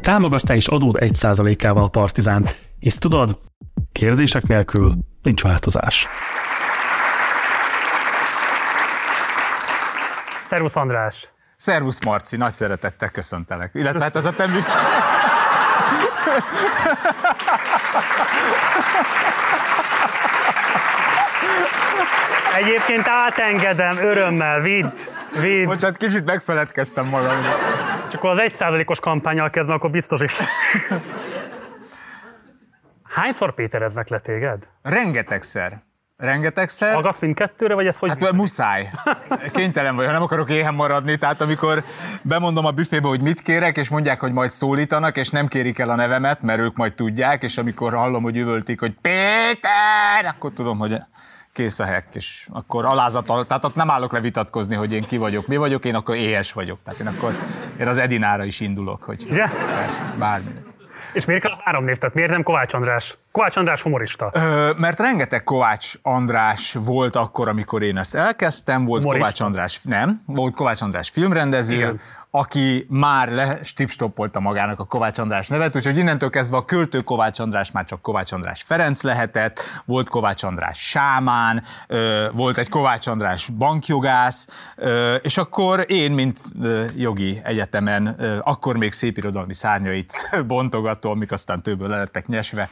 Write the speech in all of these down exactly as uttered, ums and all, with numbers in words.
Támogass te is adód egy százalékával a Partizánt, és tudod, kérdések nélkül nincs változás. Szervusz András! Szervusz Marci, nagy szeretettel köszöntelek. Illetve hát ez a te mű... Egyébként átengedem, örömmel, vidd, vidd. Bocsánat, kicsit megfeledkeztem magamra. Csak az egy százalékos kampánnyal kezdve, akkor biztos is. Hányszor pétereznek le téged? Rengetegszer. Rengetegszer. Aggaszt mindkettőre, vagy ez hogy? Hát muszáj. Kénytelen vagy, ha nem akarok éhen maradni. Tehát amikor bemondom a büfébe, hogy mit kérek, és mondják, hogy majd szólítanak, és nem kérik el a nevemet, mert ők majd tudják, és amikor hallom, hogy üvöltik, hogy Péter, akkor tudom, hogy kész a hekk, és akkor alázat, tehát ott nem állok le vitatkozni, hogy én ki vagyok, mi vagyok, én akkor éhes vagyok. Tehát én akkor én az Edinára is indulok, hogy yeah. Persze, bármire. És miért kell a három név? Tehát miért nem Kovács András? Kovács András humorista. Ö, mert rengeteg Kovács András volt akkor, amikor én ezt elkezdtem, volt humorista. Kovács András, nem, volt Kovács András filmrendező, igen. Aki már lestipstoppolta magának a Kovács András nevet, úgyhogy innentől kezdve a költő Kovács András már csak Kovács András Ferenc lehetett, volt Kovács András sámán, volt egy Kovács András bankjogász, és akkor én, mint jogi egyetemen, akkor még szépirodalmi szárnyait bontogató, amik aztán többől le lettek nyesve,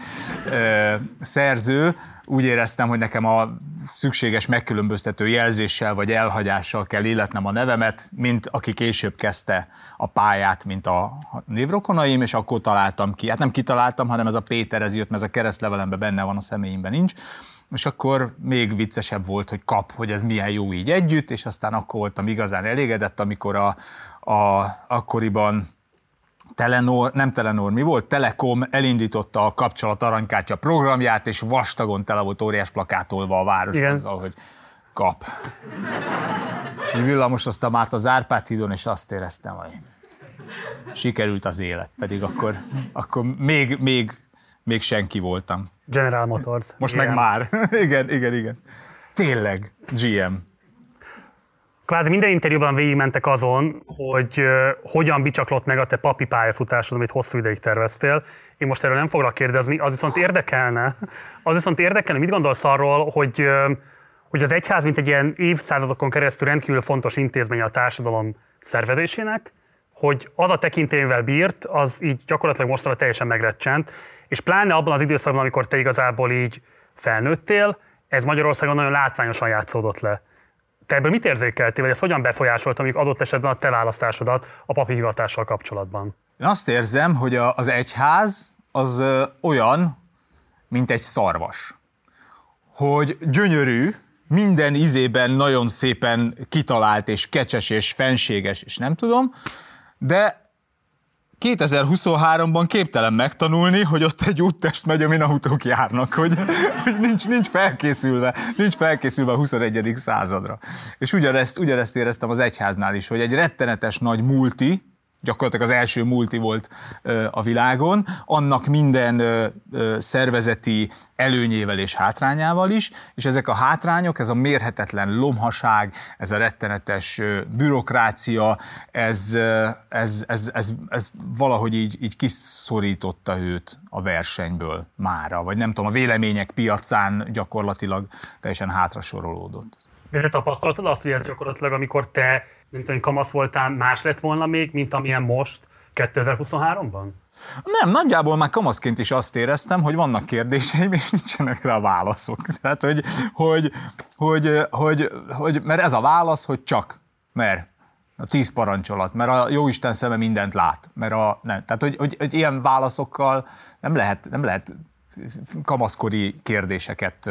szerző, úgy éreztem, hogy nekem a szükséges megkülönböztető jelzéssel vagy elhagyással kell illetnem a nevemet, mint aki később kezdte a pályát, mint a névrokonaim, és akkor találtam ki. Hát nem kitaláltam, hanem ez a Péter, ez jött, mert ez a keresztlevelemben benne van, a személyimben nincs. És akkor még viccesebb volt, hogy kap, hogy ez milyen jó így együtt, és aztán akkor voltam igazán elégedett, amikor a, a akkoriban Telenor, nem Telenor, mi volt? Telekom elindította a kapcsolat aranykártya programját, és vastagon tele volt óriás plakátolva a város azzal, hogy kap. És így villamosoztam át az Árpád hídon, és azt éreztem, hogy sikerült az élet, pedig akkor, akkor még, még, még senki voltam. General Motors. Most meg már. igen, igen, igen. Tényleg, gé em. Kvázi minden interjúban végigmentek azon, hogy uh, hogyan bicsaklott meg a te papi pályafutásod, amit hosszú ideig terveztél. Én most erről nem foglak kérdezni, az viszont érdekelne, az viszont érdekelne, mit gondolsz arról, hogy, uh, hogy az egyház, mint egy ilyen évszázadokon keresztül rendkívül fontos intézmény a társadalom szervezésének, hogy az a tekintélyével bírt, az így gyakorlatilag mostanra teljesen megrecsent, és pláne abban az időszakban, amikor te igazából így felnőttél, ez Magyarországon nagyon látványosan játszódott le. Te ebből mit érzékeltél, vagy ez hogyan befolyásolta mondjuk adott esetben a te választásodat a papi hivatással kapcsolatban? Én azt érzem, hogy a, az egyház az ö, olyan, mint egy szarvas. Hogy gyönyörű, minden ízében nagyon szépen kitalált és kecses és fenséges, és nem tudom, de kétezer-huszonháromban képtelen megtanulni, hogy ott egy úttest megy, amin autók járnak, hogy, hogy nincs, nincs felkészülve, nincs felkészülve a huszonegyedik századra. És ugyanezt, ugyanezt éreztem az egyháznál is, hogy egy rettenetes nagy multi, gyakorlatilag az első multi volt ö, a világon, annak minden ö, ö, szervezeti előnyével és hátrányával is, és ezek a hátrányok, ez a mérhetetlen lomhaság, ez a rettenetes ö, bürokrácia, ez, ö, ez, ez, ez, ez valahogy így, így kiszorította őt a versenyből mára, vagy nem tudom, a vélemények piacán gyakorlatilag teljesen hátrasorolódott. De te tapasztaltad azt, hogy ez gyakorlatilag, amikor te, mint olyan kamasz voltál, más lett volna még, mint amilyen most kétezer-huszonháromban? Nem, nagyjából már kamaszként is azt éreztem, hogy vannak kérdéseim, és nincsenek rá válaszok. Tehát, hogy, hogy, hogy, hogy, hogy mert ez a válasz, hogy csak, mert a tíz parancsolat, mert a jóisten szeme mindent lát, mert a, nem. Tehát, hogy, hogy, hogy ilyen válaszokkal nem lehet, nem lehet kamaszkori kérdéseket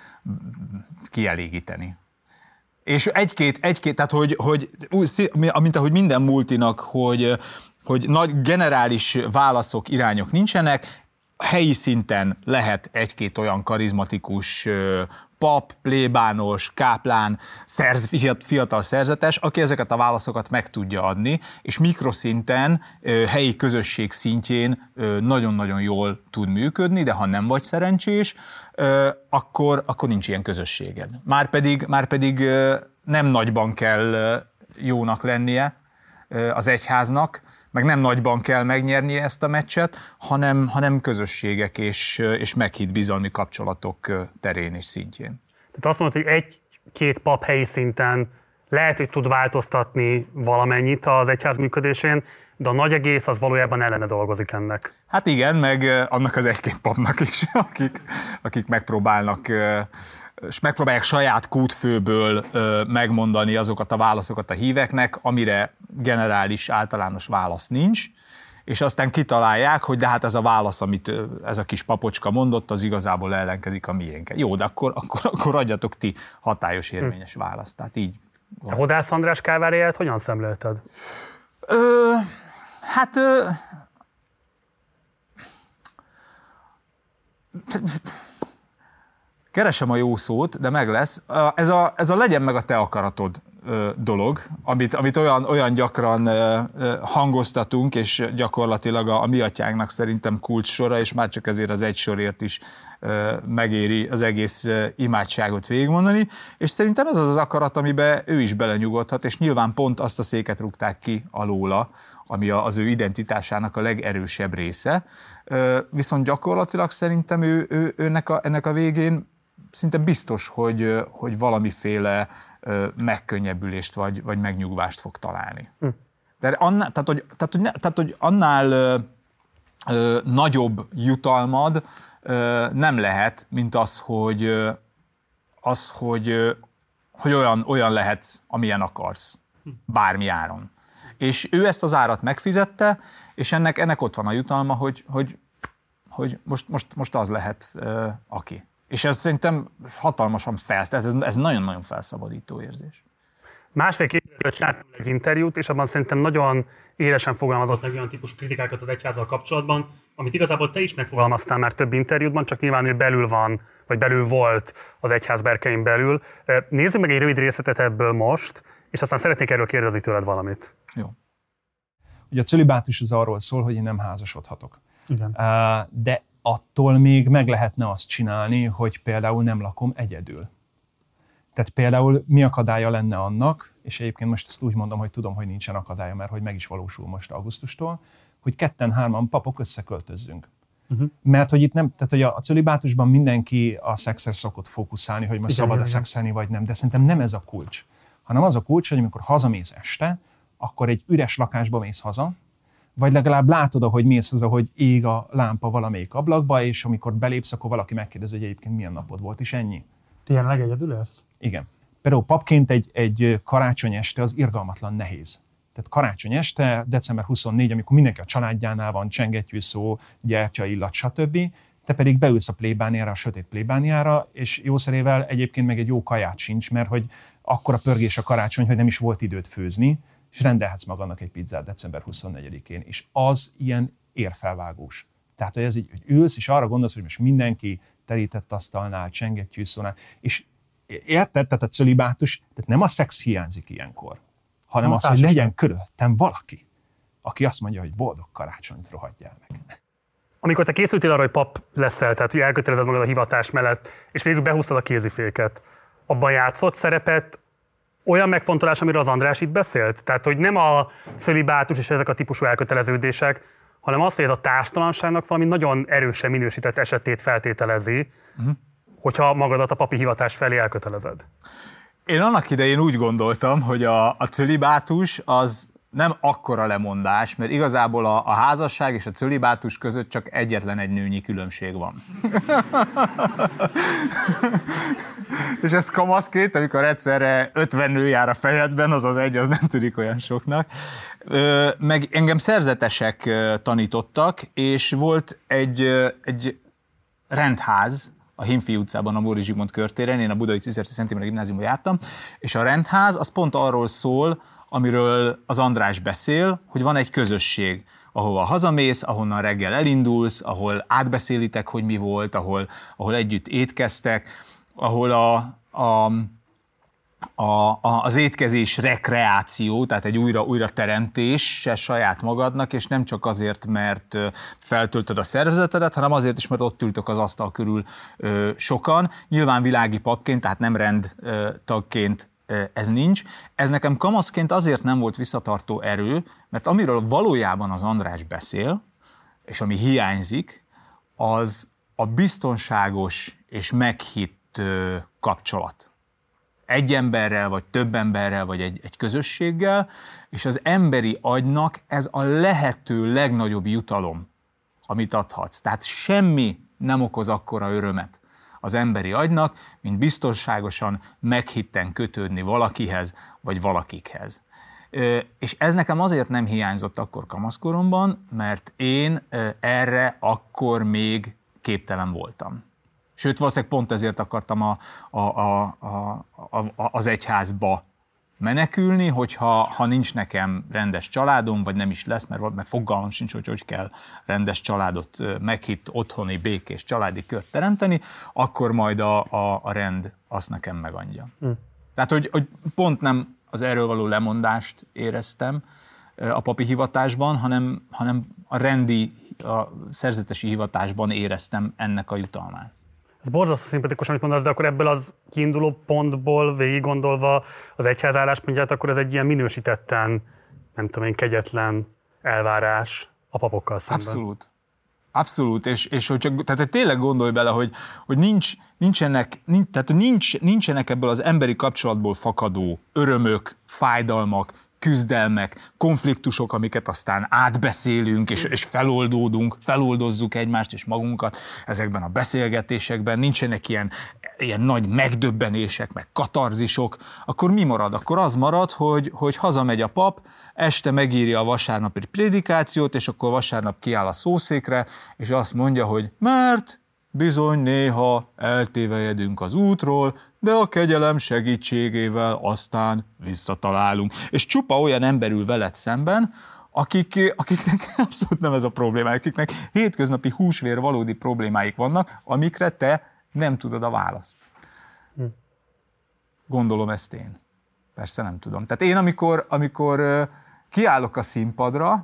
kielégíteni. És egy-két, egy-két, tehát hogy, hogy mint ahogy minden multinak, hogy, hogy nagy generális válaszok, irányok nincsenek, helyi szinten lehet egy-két olyan karizmatikus pap, plébános, káplán, szerz, fiatal szerzetes, aki ezeket a válaszokat meg tudja adni, és mikroszinten, helyi közösség szintjén nagyon-nagyon jól tud működni, de ha nem vagy szerencsés, akkor, akkor nincs ilyen közösséged. Márpedig, márpedig nem nagyban kell jónak lennie az egyháznak, meg nem nagyban kell megnyernie ezt a meccset, hanem, hanem közösségek és, és meghitt bizalmi kapcsolatok terén és szintjén. Tehát azt mondod, hogy egy-két pap helyi szinten lehet, hogy tud változtatni valamennyit az egyház működésén, de a nagy egész az valójában ellene dolgozik ennek. Hát igen, meg annak az egy-két papnak is, akik, akik megpróbálnak, és megpróbálják saját kútfőből megmondani azokat a válaszokat a híveknek, amire generális, általános válasz nincs, és aztán kitalálják, hogy de hát ez a válasz, amit ez a kis papocska mondott, az igazából ellenkezik a miénkkel. Jó, de akkor, akkor, akkor adjatok ti hatályos, érvényes választ. Tehát így. A Hodász András káváriáját hogyan szemlélted? Ö, hát... Ö, keresem a jó szót, de meg lesz. Ez a, ez a legyen meg a te akaratod dolog, amit, amit olyan, olyan gyakran hangoztatunk, és gyakorlatilag a, a mi atyánknak szerintem kulcs sora, és már csak ezért az egy sorért is megéri az egész imádságot végigmondani, és szerintem ez az az akarat, amiben ő is belenyugodhat, és nyilván pont azt a széket rúgták ki alóla, ami az ő identitásának a legerősebb része, viszont gyakorlatilag szerintem ő, ő, őnek a, ennek a végén szinte biztos, hogy, hogy valamiféle megkönnyebbülést vagy, vagy megnyugvást fog találni. Hm. De annál, tehát, hogy, tehát, hogy, tehát, hogy annál ö, ö, nagyobb jutalmad ö, nem lehet, mint az, hogy, ö, az, hogy, ö, hogy olyan, olyan lehetsz, amilyen akarsz, bármi áron. És ő ezt az árat megfizette, és ennek, ennek ott van a jutalma, hogy, hogy, hogy most, most, most az lehet, ö, aki. És ez szerintem hatalmasan felsz, ez, ez nagyon-nagyon felszabadító érzés. Másfél-két évvel csináltam egy interjút, és abban szerintem nagyon élesen fogalmazott meg olyan típusú kritikákat az egyházzal kapcsolatban, amit igazából te is megfogalmaztál már több interjútban, csak nyilván ő belül van, vagy belül volt az egyház berkein belül. Nézzük meg egy rövid részletet ebből most, és aztán szeretnék erről kérdezni tőled valamit. Jó. Ugye a cölibátus az arról szól, hogy én nem házasodhatok. Igen. De attól még meg lehetne azt csinálni, hogy például nem lakom egyedül. Tehát például mi akadálya lenne annak, és egyébként most ezt úgy mondom, hogy tudom, hogy nincsen akadálya, mert hogy meg is valósul most augusztustól, hogy ketten-hárman papok összeköltözzünk. Uh-huh. Mert hogy itt nem, tehát hogy a, a cölibátusban mindenki a szexre szokott fókuszálni, hogy most szabad-e szexelni vagy nem, de szerintem nem ez a kulcs, hanem az a kulcs, hogy amikor hazamész este, akkor egy üres lakásba mész haza, vagy legalább látod, ahogy mész az, ahogy ég a lámpa valamelyik ablakba, és amikor belépsz, akkor valaki megkérdezi, hogy egyébként milyen napod volt, és ennyi. Tényleg egyedül élsz? Igen. Például papként egy, egy karácsony este az irgalmatlan nehéz. Tehát karácsony este, december huszonnégy, amikor mindenki a családjánál van, csengettyűszó, gyertya, illat, stb. Te pedig beülsz a plébániára, a sötét plébániára, és jószerével egyébként meg egy jó kaját sincs, mert hogy akkora pörgés a karácsony, hogy nem is volt időt főzni, és rendelhetsz magadnak egy pizzát december huszonnegyedikén, és az ilyen érfelvágós. Tehát, hogy ez így, hogy ülsz, és arra gondolsz, hogy most mindenki terített asztalnál, csengettyűszónál, és érted, tehát a cölibátus, tehát nem a szex hiányzik ilyenkor, hanem az, hogy legyen körülöttem valaki, aki azt mondja, hogy boldog karácsonyt, rohadjál meg. Amikor te készültél arra, hogy pap leszel, tehát hogy elkötelezed magad a hivatás mellett, és végül behúztad a kéziféket, abban játszott szerepet olyan megfontolás, amiről az András itt beszélt? Tehát, hogy nem a cölibátus és ezek a típusú elköteleződések, hanem az, hogy ez a társtalanságnak valami nagyon erősen minősített esetét feltételezi, uh-huh. hogyha magadat a papi hivatás felé elkötelezed. Én annak idején úgy gondoltam, hogy a, a cölibátus az nem akkora lemondás, mert igazából a, a házasság és a cölibátus között csak egyetlen egy nőnyi különbség van. És ez kamaszként, amikor egyszerre ötven nő jár a fejedben, az az egy, az nem tűnik olyan soknak. Ö, meg engem szerzetesek tanítottak, és volt egy, egy rendház a Himfi utcában, a Móricz Zsigmond körtéren, én a Budai Ciszterci Szent Imre Gimnáziumban jártam, és a rendház az pont arról szól, amiről az András beszél, hogy van egy közösség, ahova hazamész, ahonnan reggel elindulsz, ahol átbeszélitek, hogy mi volt, ahol, ahol együtt étkeztek, ahol a, a, a, a, az étkezés rekreáció, tehát egy újra, újra teremtés se saját magadnak, és nem csak azért, mert feltöltöd a szervezetedet, hanem azért is, mert ott ültök az asztal körül ö, sokan, nyilván világi papként, tehát nem rendtagként ez nincs. Ez nekem kamaszként azért nem volt visszatartó erő, Mert amiről valójában az András beszél, és ami hiányzik, az a biztonságos és meghitt kapcsolat. Egy emberrel, vagy több emberrel, vagy egy, egy közösséggel, és az emberi agynak ez a lehető legnagyobb jutalom, amit adhatsz. Tehát semmi nem okoz akkora örömet az emberi agynak, mint biztonságosan, meghitten kötődni valakihez, vagy valakikhez. És ez nekem azért nem hiányzott akkor kamaszkoromban, mert én erre akkor még képtelen voltam. Sőt, valószínűleg pont ezért akartam a, a, a, a, a, az egyházba menekülni, hogyha ha nincs nekem rendes családom, vagy nem is lesz, mert, mert fogalmam sincs, hogy hogy kell rendes családot, meghitt, otthoni, békés családi kört teremteni, akkor majd a, a, a rend azt nekem megadja. Hm. Tehát, hogy, hogy pont nem az erről való lemondást éreztem a papi hivatásban, hanem, hanem a rendi, a szerzetesi hivatásban éreztem ennek a jutalmát. Ez borzasztó szimpatikus, amit mondasz, de akkor ebből az kiinduló pontból végig gondolva az egyház álláspontját, akkor ez egy ilyen minősítetten, nem tudom én, kegyetlen elvárás a papokkal szemben. Abszolút. Abszolút, és, és hogy csak, tehát tényleg gondolj bele, hogy, hogy nincs, nincsenek, nincs, tehát nincs, nincsenek ebből az emberi kapcsolatból fakadó örömök, fájdalmak, küzdelmek, konfliktusok, amiket aztán átbeszélünk, és, és feloldódunk, feloldozzuk egymást és magunkat ezekben a beszélgetésekben, nincsenek ilyen, ilyen nagy megdöbbenések, meg katarzisok, akkor mi marad? Akkor az marad, hogy, hogy hazamegy a pap, este megírja a vasárnapi prédikációt, és akkor vasárnap kiáll a szószékre, és azt mondja, hogy mert bizony néha eltévejedünk az útról, de a kegyelem segítségével aztán visszatalálunk. És csupa olyan ember ül veled szemben, akik, akiknek abszolút nem ez a probléma, akiknek hétköznapi húsvér valódi problémáik vannak, amikre te nem tudod a választ. Gondolom ezt én. Persze nem tudom. Tehát én, amikor, amikor kiállok a színpadra,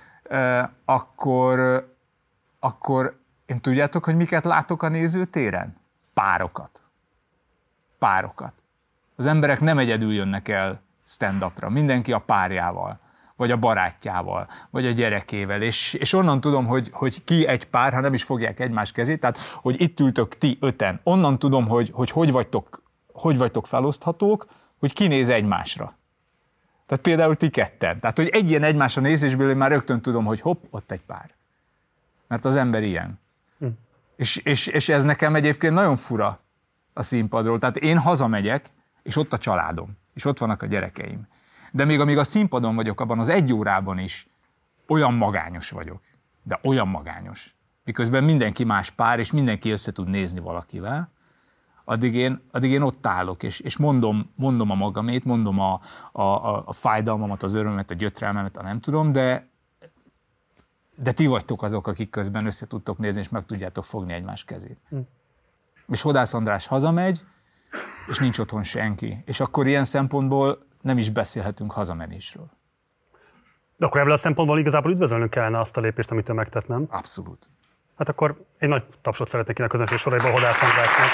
akkor, akkor én tudjátok, hogy miket látok a nézőtéren? Párokat. Párokat. Az emberek nem egyedül jönnek el stand-upra, mindenki a párjával, vagy a barátjával, vagy a gyerekével, és, és onnan tudom, hogy, hogy ki egy pár, ha nem is fogják egymás kezét, tehát hogy itt ültök ti öten, onnan tudom, hogy hogy, hogy, vagytok, hogy vagytok feloszthatók, hogy ki néz egymásra. Tehát például ti ketten. Tehát, hogy egy ilyen egymásra nézésből én már rögtön tudom, hogy hopp, ott egy pár. Mert az ember ilyen. Hm. És, és, és ez nekem egyébként nagyon fura a színpadról. Tehát én hazamegyek, és ott a családom, és ott vannak a gyerekeim. De még amíg a színpadon vagyok, abban az egy órában is olyan magányos vagyok. De olyan magányos. Miközben mindenki más pár, és mindenki össze tud nézni valakivel, addig én, addig én ott állok, és, és mondom, mondom a magamét, mondom a, a, a, a fájdalmamat, az örömet, a gyötrelmemet, a nem tudom, de, de ti vagytok azok, akik közben össze tudtok nézni, és meg tudjátok fogni egymás kezét. Hm. És Hodász András hazamegy, és nincs otthon senki. És akkor ilyen szempontból nem is beszélhetünk hazamenésről. De akkor ebből a szempontból igazából üdvözölnünk kellene azt a lépést, amit ő megtett, nem? Abszolút. Hát akkor egy nagy tapsot szeretnék ki a közönség soraiból Hodász Andrásnak.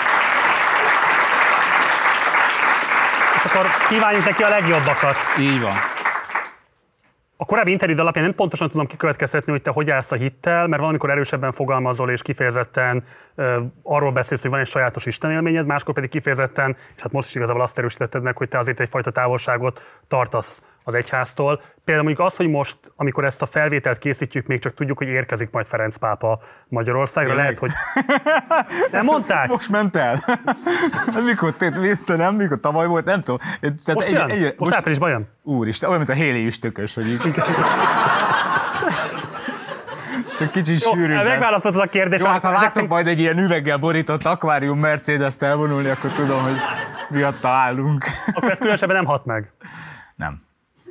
És akkor kívánjuk neki a legjobbakat. Így van. A korábbi interjúd alapján nem pontosan tudom kikövetkeztetni, hogy te hogy állsz a hittel, mert valamikor erősebben fogalmazol, és kifejezetten uh, arról beszélsz, hogy van egy sajátos istenélményed, máskor pedig kifejezetten, és hát most is igazából azt erősítetted meg, hogy te azért egyfajta távolságot tartasz az egyháztól. Például mondjuk az, hogy most, amikor ezt a felvételt készítjük, még csak tudjuk, hogy érkezik majd Ferenc pápa Magyarországra, Tényleg? lehet, hogy... Nem mondták? Most ment el. Mikor, te, nem, mikor tavaly volt, nem tudom. Tehát most jön? Egy, egy, most áprilisban jön? Úristen, olyan, mint a Héli üstökös, hogy így... Csak kicsit sűrűbben. Megválaszoltad a kérdést. Jó, hát ha látok majd egy ilyen üveggel borított akvárium Mercedes-t elvonulni, akkor tudom, hogy miatta állunk. Akkor ez különösebben nem hat meg. Nem.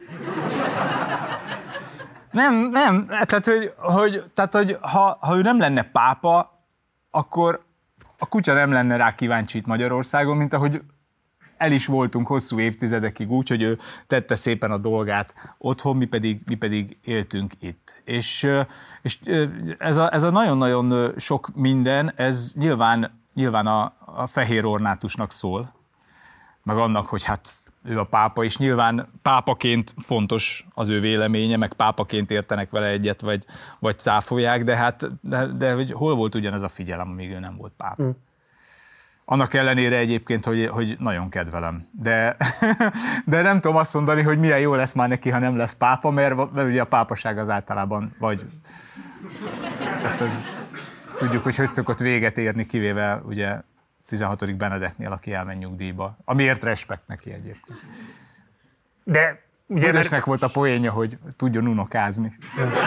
Nem, nem. Tehát, hogy, hogy, tehát, hogy ha, ha ő nem lenne pápa, akkor a kutya nem lenne rá kíváncsi itt Magyarországon, mint ahogy el is voltunk hosszú évtizedekig úgy, hogy ő tette szépen a dolgát otthon, mi pedig, mi pedig éltünk itt. És, és ez, a, ez a nagyon-nagyon sok minden, ez nyilván, nyilván a, a fehér ornátusnak szól, meg annak, hogy hát ő a pápa, és nyilván pápaként fontos az ő véleménye, meg pápaként értenek vele egyet, vagy, vagy cáfolják, de hát de, de hogy hol volt ugyanez a figyelem, amíg ő nem volt pápa. Mm. Annak ellenére egyébként, hogy, hogy nagyon kedvelem. De, de nem tudom azt mondani, hogy milyen jó lesz már neki, ha nem lesz pápa, mert, mert ugye a pápaság az általában vagy... Tehát ez, tudjuk, hogy hogy szokott véget érni, kivéve ugye tizenhatodik Benedeknél, aki elment nyugdíjba. Amiért respekt neki egyébként. De ugye... Budesnek mert... volt a poénja, hogy tudjon unokázni.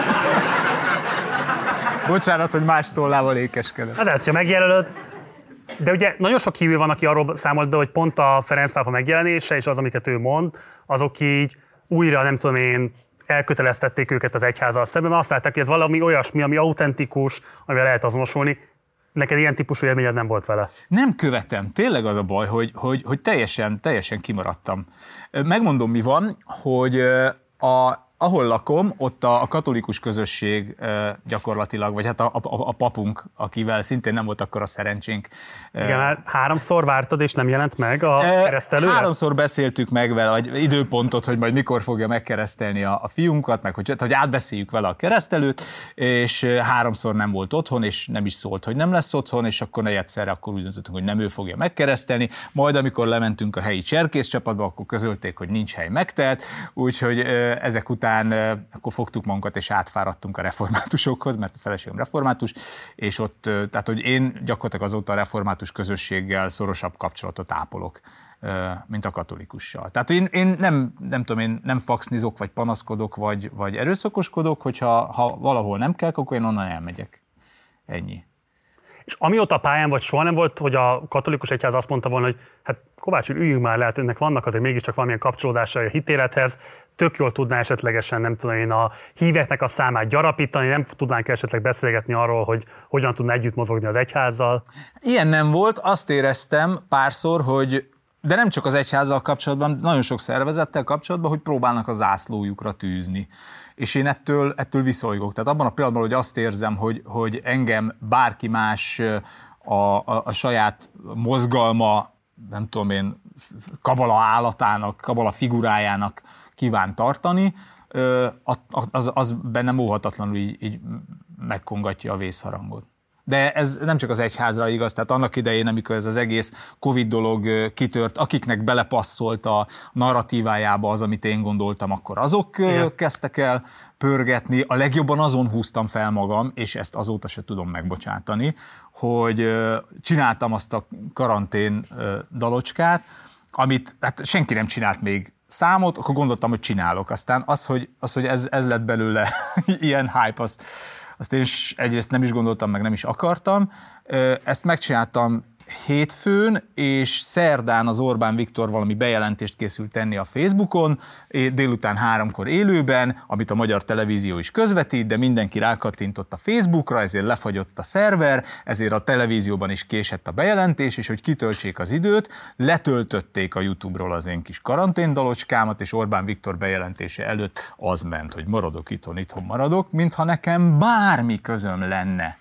Bocsánat, hogy más tollával ékeskedett. Hát lehet, ha megjelölöd. De ugye nagyon sok hívő van, aki arról számolt be, hogy pont a Ferenc pápa megjelenése és az, amiket ő mond, azok így újra, nem tudom én, elköteleztették őket az egyházzal szemben, azt látták, hogy ez valami olyasmi, ami autentikus, amivel lehet azonosulni. Neked ilyen típusú élményed nem volt vele? Nem követem. Tényleg az a baj, hogy, hogy, hogy teljesen, teljesen kimaradtam. Megmondom, mi van, hogy a ahol lakom, ott a, a katolikus közösség e, gyakorlatilag, vagy hát a, a, a papunk, akivel szintén nem volt akkor a szerencsénk. Igen, hát háromszor vártad, és nem jelent meg a e, keresztelőre? Háromszor beszéltük meg vele, vagy időpontot, hogy majd mikor fogja megkeresztelni a, a fiunkat, meg hogy, hogy átbeszéljük vele a keresztelőt, és háromszor nem volt otthon, és nem is szólt, hogy nem lesz otthon, és akkor egyszerre akkor úgy döntöttünk, hogy nem ő fogja megkeresztelni. Majd amikor lementünk a helyi cserkész csapatba, akkor közölték, hogy nincs hely megtelt, úgyhogy e, ezek után akkor fogtuk magunkat és átfáradtunk a reformátusokhoz, mert a feleségem református, és ott, tehát hogy én gyakorlatilag azóta a református közösséggel szorosabb kapcsolatot ápolok, mint a katolikussal. Tehát én, én nem, nem tudom, én nem faxnizok, vagy panaszkodok, vagy, vagy erőszakoskodok, hogyha ha valahol nem kell, akkor én onnan elmegyek. Ennyi. És amióta pályán vagy, soha nem volt, hogy a katolikus egyház azt mondta volna, hogy hát Kovács úr, üljünk már le, hát önnek vannak azért mégiscsak valamilyen kapcsolódása a hitélethez, tök jól tudná esetlegesen, nem tudom én, a híveknek a számát gyarapítani, nem tudnánk esetleg beszélgetni arról, hogy hogyan tudna együtt mozogni az egyházzal? Ilyen nem volt, azt éreztem párszor, hogy de nem csak az egyházzal kapcsolatban, nagyon sok szervezettel kapcsolatban, hogy próbálnak a zászlójukra tűzni. És én ettől, ettől viszolygok. Tehát abban a pillanatban, hogy azt érzem, hogy, hogy engem bárki más a, a, a saját mozgalma, nem tudom én, kabala állatának, kabala figurájának kíván tartani, az, az bennem óhatatlanul így, így megkongatja a vészharangot. De ez nem csak az egyházra igaz, tehát annak idején, amikor ez az egész Covid dolog kitört, akiknek belepasszolt a narratívájába az, amit én gondoltam, akkor azok Igen. kezdtek el pörgetni. A legjobban azon húztam fel magam, és ezt azóta se tudom megbocsátani, hogy csináltam azt a karantén dalocskát, amit hát senki nem csinált még számot, akkor gondoltam, hogy csinálok. Aztán az, hogy, az, hogy ez, ez lett belőle ilyen hype, azt, azt én is egyrészt nem is gondoltam, meg nem is akartam. Ezt megcsináltam hétfőn, és szerdán az Orbán Viktor valami bejelentést készült tenni a Facebookon, délután háromkor élőben, amit a magyar televízió is közvetít, de mindenki rákattintott a Facebookra, ezért lefagyott a szerver, ezért a televízióban is késett a bejelentés, és hogy kitöltsék az időt, letöltötték a YouTube-ról az én kis karanténdalocskámat, és Orbán Viktor bejelentése előtt az ment, hogy maradok itthon, itthon maradok, mintha nekem bármi közöm lenne.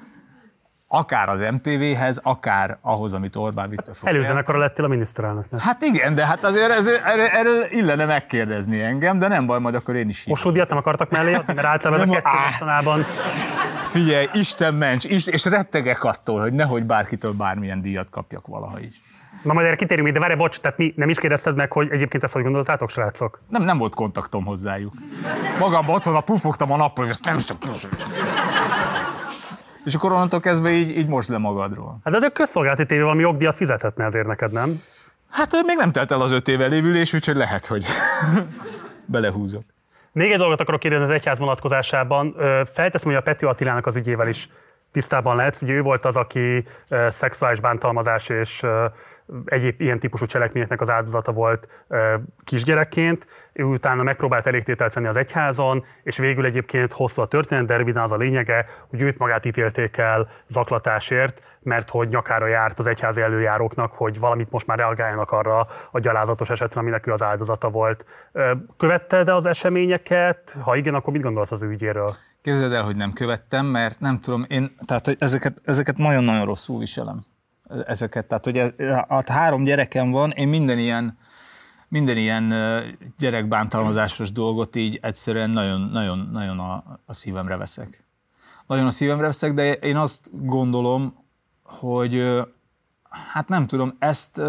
Akár az em té véhez, akár ahhoz, amit Orbán Viktor fog. Előzenekora lettél a miniszterelnöknek. Hát igen, de hát azért ez, erről, erről illene megkérdezni engem, de nem baj, majd akkor én is. Kossuth-díjat nem akartak mellé adni, mert általában ez a kettő mostanában. Figyelj, Isten ments, és rettegek attól, hogy nehogy bárkitől bármilyen díjat kapjak valaha is. Na majd erre kitérünk, de várj, bocs, tehát mi nem is kérdezted meg, hogy egyébként ezt hogy gondoltátok, srácok? Nem, nem volt kontaktom hozzájuk. Magamban otthon a pufogtam a nappal, hogy ezt nem csak... És akkor onnantól kezdve így, így most le magadról. Hát ez a közszolgálati tévé valami jogdíjat fizethetne azért neked, nem? Hát még nem telt el az öt éve lévülés, úgyhogy lehet, hogy belehúzok. Még egy dolgot akarok kérdezni az egyház vonatkozásában. Felteszem, hogy a Pető Attilának az ügyével is tisztában lehet. Ugye ő volt az, aki szexuális bántalmazás és egyéb ilyen típusú cselekményeknek az áldozata volt kisgyerekként. Ő utána megpróbált elégtételt venni az egyházon, és végül egyébként hosszú a történet, de röviden az a lényege, hogy őt magát ítélték el zaklatásért, mert hogy nyakára járt az egyházi előjáróknak, hogy valamit most már reagáljanak arra a gyalázatos esetre, aminek ő az áldozata volt. Követted az eseményeket? Ha igen, akkor mit gondolsz az ügyéről? Képzeld el, hogy nem követtem, mert nem tudom, én tehát ezeket, ezeket nagyon-nagyon rosszul viselem. Ezeket, tehát hogy ez, hát három gyerekem van, én minden ilyen minden ilyen gyerekbántalmazásos dolgot így egyszerűen nagyon, nagyon, nagyon a, a szívemre veszek. Nagyon a szívemre veszek, de én azt gondolom, hogy hát nem tudom, ezt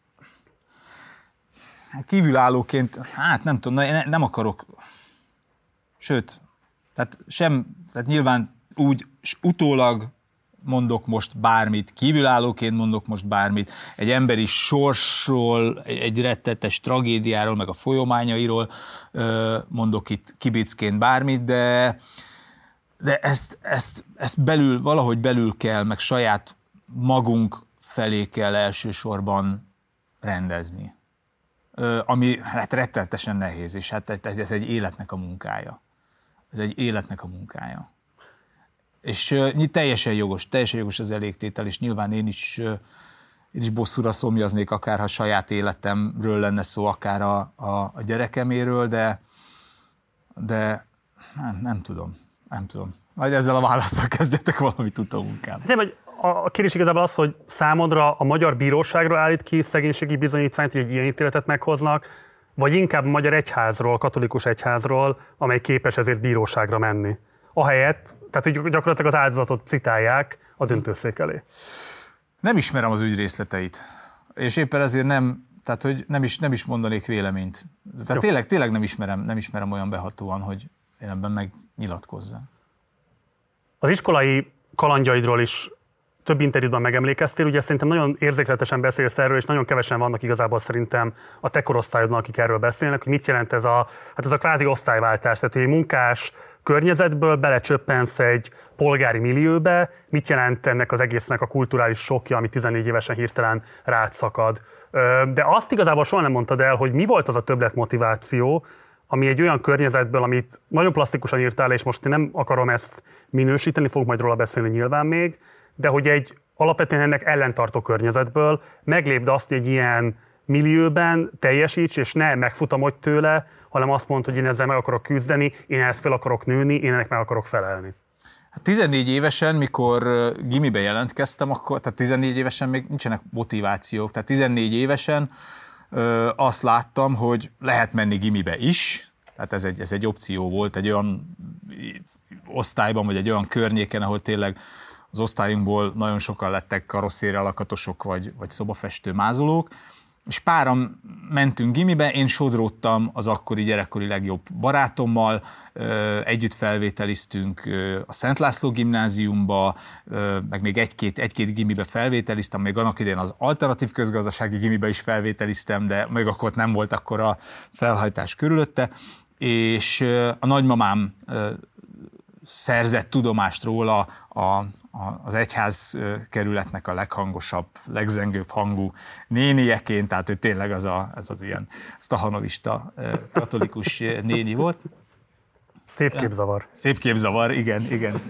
kívülállóként, hát nem tudom, én nem akarok, sőt, tehát sem, tehát nyilván úgy utólag mondok most bármit, kívülállóként mondok most bármit, egy emberi sorsról, egy rettetes tragédiáról, meg a folyamányairól mondok itt kibicként bármit, de, de ezt, ezt, ezt belül, valahogy belül kell, meg saját magunk felé kell elsősorban rendezni. Ami hát rettenetesen nehéz, és hát ez, ez egy életnek a munkája. Ez egy életnek a munkája. És uh, teljesen jogos, teljesen jogos az elégtétel, és nyilván én is, uh, én is bosszúra szomjaznék, akár ha saját életemről lenne szó, akár a, a, a gyerekeméről, de, de nem, nem tudom, nem tudom. Majd ezzel a válaszsal kezdjetek valamit utómunkám. A kérdés igazából az, hogy számodra a magyar bíróságra állít ki szegénységi bizonyítványt, hogy egy ilyen ítéletet meghoznak, vagy inkább a magyar egyházról, katolikus egyházról, amely képes ezért bíróságra menni. Ahelyett, tehát hogy gyakorlatilag az áldozatot citálják a döntőszék elé. Nem ismerem az ügy részleteit, és éppen ezért nem, tehát hogy nem is, nem is mondanék véleményt. Tehát tényleg, tényleg nem ismerem, nem ismerem olyan behatóan, hogy én ebben megnyilatkozzam. Az iskolai kalandjaidról is több interjúban megemlékeztél, ugye szerintem nagyon érzékletesen beszélsz erről, és nagyon kevesen vannak igazából szerintem a te korosztályodban, akik erről beszélnek, hogy mit jelent ez a, hát ez a kvázi osztályváltás, tehát hogy egy munkás környezetből belecsöppensz egy polgári millióbe, mit jelent ennek az egésznek a kulturális sokja, ami tizennégy évesen hirtelen rád szakad. De azt igazából soha nem mondtad el, hogy mi volt az a többlet motiváció, ami egy olyan környezetből, amit nagyon plastikusan írtál, és most én nem akarom ezt minősíteni, fogok majd róla beszélni nyilván még, de hogy egy alapvetően ennek ellentartó környezetből meglépd azt, hogy egy ilyen millióben teljesíts, és ne megfutamodj tőle, hanem azt mondd, hogy én ezzel meg akarok küzdeni, én ezt fel akarok nőni, én ennek meg akarok felelni. Hát tizennégy évesen, mikor gimibe jelentkeztem, akkor, tehát tizennégy évesen még nincsenek motivációk, tehát tizennégy évesen ö, azt láttam, hogy lehet menni gimibe is, tehát ez egy, ez egy opció volt egy olyan osztályban, vagy egy olyan környéken, ahol tényleg az osztályunkból nagyon sokan lettek karosszéri alakatosok, vagy, vagy szobafestő mázolók, és páran mentünk gimibe, én sodródtam az akkori gyerekkori legjobb barátommal, együtt felvételiztünk a Szent László gimnáziumba, meg még egy-két, egy-két gimibe felvételiztem, még annak idején az alternatív közgazdasági gimibe is felvételiztem, de még akkor nem volt akkora felhajtás körülötte, és a nagymamám szerzett tudomást róla a az egyház kerületnek a leghangosabb, legzengőbb hangú nénieként, tehát ő tényleg az a, ez az ilyen stahanovista katolikus néni volt. Szép képzavar. Szép képzavar, igen, igen.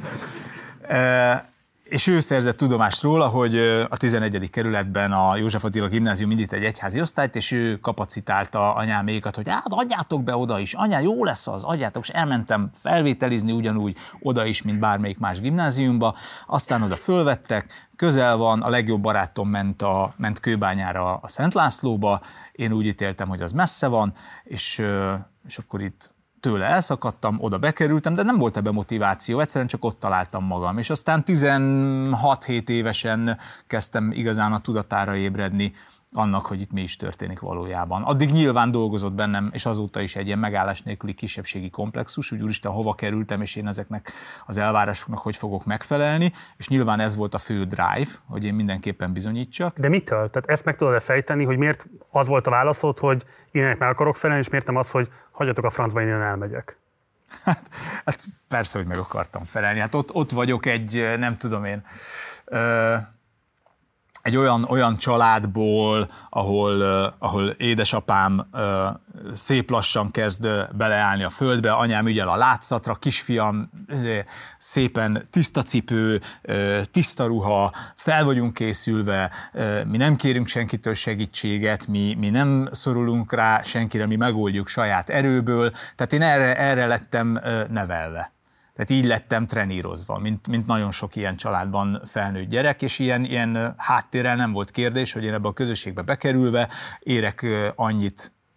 E, és ő szerzett tudomást róla, hogy a tizenegyedik kerületben a József Attila gimnázium indít egy egyházi osztályt, és ő kapacitálta anyámékat, hogy hát adjátok be oda is, anyá, jó lesz az, adjátok, és elmentem felvételizni ugyanúgy oda is, mint bármelyik más gimnáziumba, aztán oda fölvettek, közel van, a legjobb barátom ment, a, ment Kőbányára a Szent Lászlóba, én úgy ítéltem, hogy az messze van, és, és akkor itt tőle elszakadtam, oda bekerültem, de nem volt ebben motiváció, egyszerűen csak ott találtam magam. És aztán tizenhat-hét évesen kezdtem igazán a tudatára ébredni annak, hogy itt mi is történik valójában. Addig nyilván dolgozott bennem, és azóta is egy ilyen megállás nélküli kisebbségi komplexus, hogy úristen, hova kerültem, és én ezeknek az elvárásoknak hogy fogok megfelelni, és nyilván ez volt a fő drive, hogy én mindenképpen bizonyítsak. De mitől? Tehát ezt meg tudod-e fejteni, hogy miért az volt a válaszod, hogy én ennek meg akarok felelni, és miért nem az, hogy hagyjatok a francba, én innen elmegyek? Hát, hát persze, hogy meg akartam felelni. Hát ott, ott vagyok egy, nem tudom én, ö, egy olyan, olyan családból, ahol, uh, ahol édesapám uh, szép lassan kezd beleállni a földbe, anyám ügyel a látszatra, kisfiam szépen tiszta cipő, uh, tiszta ruha, fel vagyunk készülve, uh, mi nem kérünk senkitől segítséget, mi, mi nem szorulunk rá senkire, mi megoldjuk saját erőből, tehát én erre, erre lettem uh, nevelve. Tehát így lettem trenírozva, mint, mint nagyon sok ilyen családban felnőtt gyerek, és ilyen, ilyen háttérrel nem volt kérdés, hogy én ebbe a közösségbe bekerülve érek annyit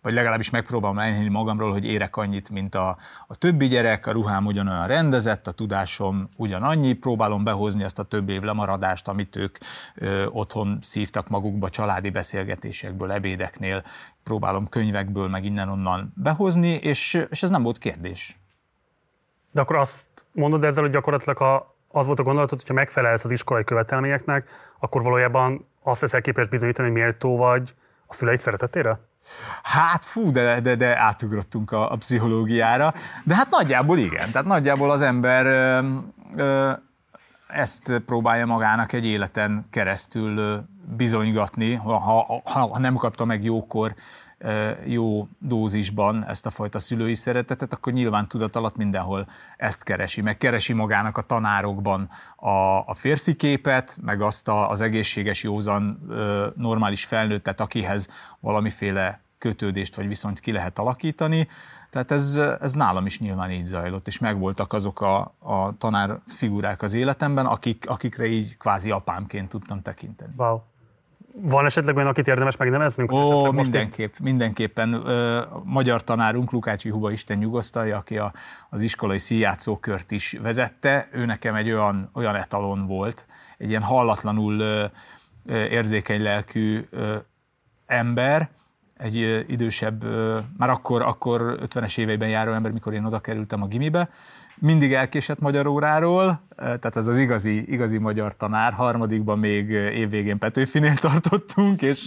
vagy legalábbis megpróbálom elhinni magamról, hogy érek annyit, mint a, a többi gyerek, a ruhám ugyanolyan rendezett, a tudásom ugyanannyi, próbálom behozni ezt a több év lemaradást, amit ők ö, otthon szívtak magukba családi beszélgetésekből, ebédeknél, próbálom könyvekből, meg innen-onnan behozni, és, és ez nem volt kérdés. De akkor azt mondod ezzel, hogy gyakorlatilag ha az volt a gondolatod, hogyha megfelelsz az iskolai követelményeknek, akkor valójában azt leszel képes bizonyítani, hogy méltó vagy a szüleid szeretetére? Hát fú, de, de, de átugrottunk a, a pszichológiára, de hát nagyjából igen. Tehát nagyjából az ember ö, ö, ezt próbálja magának egy életen keresztül ö, bizonygatni, ha, ha, ha nem kapta meg jókor, ö, jó dózisban ezt a fajta szülői szeretetet, akkor nyilván tudat alatt mindenhol ezt keresi, meg keresi magának a tanárokban a, a férfi képet, meg azt a, az egészséges, józan, ö, normális felnőttet, akihez valamiféle kötődést vagy viszonyt ki lehet alakítani. Tehát ez, ez nálam is nyilván így zajlott, és megvoltak azok a, a tanár figurák az életemben, akik, akikre így kvázi apámként tudtam tekinteni. Wow. Van esetleg olyan, akit érdemes megneveznünk? Ó, mindenképp, mindenképpen. Ö, magyar tanárunk, Lukácsi Huba, Isten nyugosztalja, aki a, az iskolai színjátszókört is vezette, ő nekem egy olyan, olyan etalon volt, egy ilyen hallatlanul ö, érzékeny lelkű ö, ember, egy ö, idősebb, ö, már akkor, akkor ötvenes éveiben járó ember, mikor én oda kerültem a gimibe, mindig elkésett magyar óráról, tehát ez az igazi, igazi magyar tanár, harmadikban még évvégén Petőfinél tartottunk, és,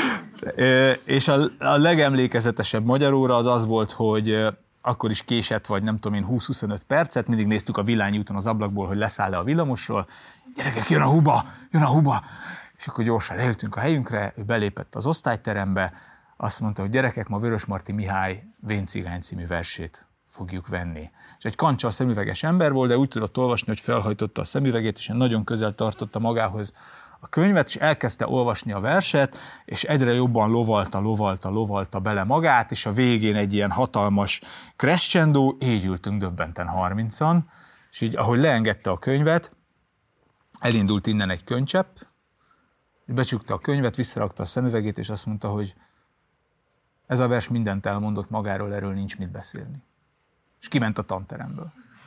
és a, a legemlékezetesebb magyar óra az az volt, hogy akkor is késett, vagy nem tudom én, húsz-huszonöt percet, mindig néztük a Villányi úton az ablakból, hogy leszáll-e a villamosról, gyerekek, jön a Huba, jön a Huba, és akkor gyorsan leültünk a helyünkre, ő belépett az osztályterembe, azt mondta, hogy gyerekek, ma Vörösmarty Mihály Vén cigány című versét fogjuk venni. És egy kancsal szemüveges ember volt, de úgy tudott olvasni, hogy felhajtotta a szemüvegét, és nagyon közel tartotta magához a könyvet, és elkezdte olvasni a verset, és egyre jobban lovalta, lovalta, lovalta bele magát, és a végén egy ilyen hatalmas crescendo, így ültünk döbbenten harmincan, és így, ahogy leengedte a könyvet, elindult innen egy könycsepp, becsukta a könyvet, visszarakta a szemüvegét, és azt mondta, hogy ez a vers mindent elmondott magáról, erről nincs mit beszélni. És kiment a tanteremből.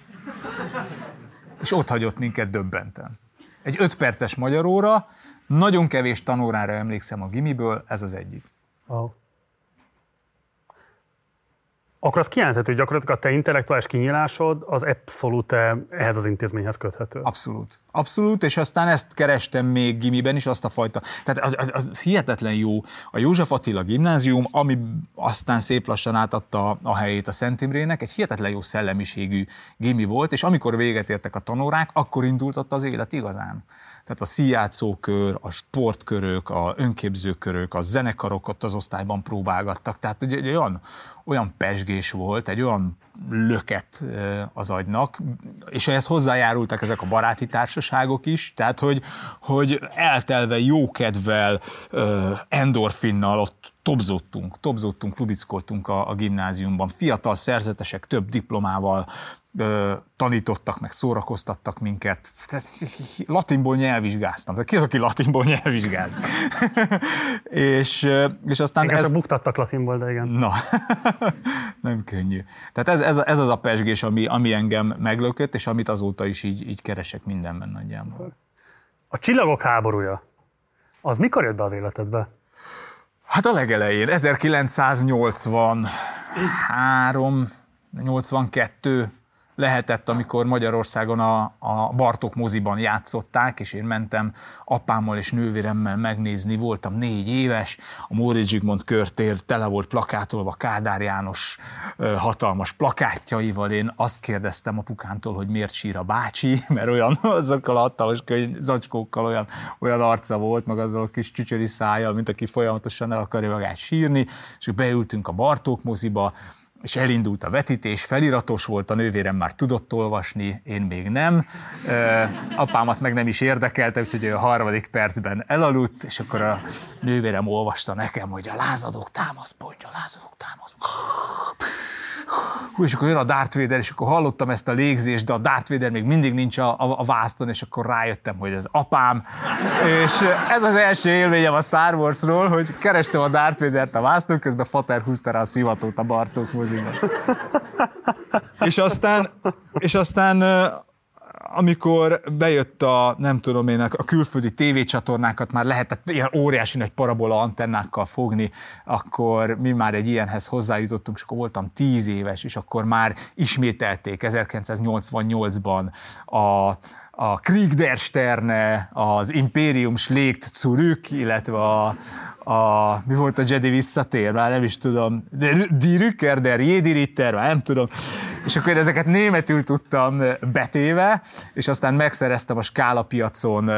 És ott hagyott minket döbbenten. Egy öt perces magyar óra, nagyon kevés tanórára emlékszem a gimiből, ez az egyik. Wow. Akkor azt kijelenthető, hogy gyakorlatilag a te intellektuális kinyílásod az abszolút ehhez az intézményhez köthető. Abszolút. Abszolút, és aztán ezt kerestem még gimiben is, azt a fajta. Tehát az, az, az hihetetlen jó. A József Attila gimnázium, ami aztán szép lassan átadta a helyét a Szent Imrének, egy hihetetlen jó szellemiségű gimi volt, és amikor véget értek a tanórák, akkor indult ott az élet igazán. Tehát a színjátszókör, a sportkörök, a önképzőkörök, a zenekarok ott az osztályban próbálgattak. Tehát egy, egy olyan, olyan pezsgés volt, egy olyan löket az agynak, és ehhez hozzájárultak ezek a baráti társaságok is, tehát hogy, hogy eltelve jókedvel, endorfinnal ott tobzottunk, tobzottunk, klubickoltunk a, a gimnáziumban. Fiatal szerzetesek több diplomával ö, tanítottak, meg szórakoztattak minket. Latinból nyelvvizsgáztam. Tehát ki az, aki latinból nyelvvizsgált? és, és aztán... Engem ez... csak buktattak latinból, de igen. Na, nem könnyű. Tehát ez, ez, ez az a pezsgés, ami, ami engem meglökött, és amit azóta is így, így keresek mindenben nagyjából. A Csillagok háborúja, az mikor jött be az életedbe? Hát a legelején, ezerkilencszáznyolcvanhárom nyolcvankettő lehetett, amikor Magyarországon a, a Bartók moziban játszották, és én mentem apámmal és nővéremmel megnézni, voltam négy éves, a Móricz Zsigmond körtér tele volt plakátolva Kádár János hatalmas plakátjaival. Én azt kérdeztem apukámtól, hogy miért sír a bácsi, mert olyan azokkal a hatalmas könyv, zacskókkal olyan, olyan arca volt, meg azzal a kis csücsöri szájjal, mint aki folyamatosan el akarja magát sírni, és beültünk a Bartók moziba, és elindult a vetítés, feliratos volt, a nővérem már tudott olvasni, én még nem. Apámat meg nem is érdekelte, úgyhogy a harmadik percben elaludt, és akkor a nővérem olvasta nekem, hogy a lázadók támaszpontja, a lázadók támaszpontja. hú, és akkor jön a Darth Vader, és akkor hallottam ezt a légzést, de a Darth Vader még mindig nincs a, a, a vászton, és akkor rájöttem, hogy ez apám. És ez az első élményem a Star Warsról, hogy kerestem a Darth Vadert a vászton, közben Fater húzta rá a szivatót a Bartók moziban. és aztán, és aztán amikor bejött a, nem tudom én, a külföldi tévécsatornákat már lehetett ilyen óriási nagy parabola antennákkal fogni, akkor mi már egy ilyenhez hozzájutottunk, és akkor voltam tíz éves, és akkor már ismételték ezerkilencszáznyolcvannyolcban a a Krieg der Sterne, az Imperium schlägt zurück, illetve a, a, mi volt a Jedi visszatér, már nem is tudom, Die Rückkehr der Jedi Ritter, már nem tudom, és akkor ezeket németül tudtam betéve, és aztán megszereztem a Skála piacon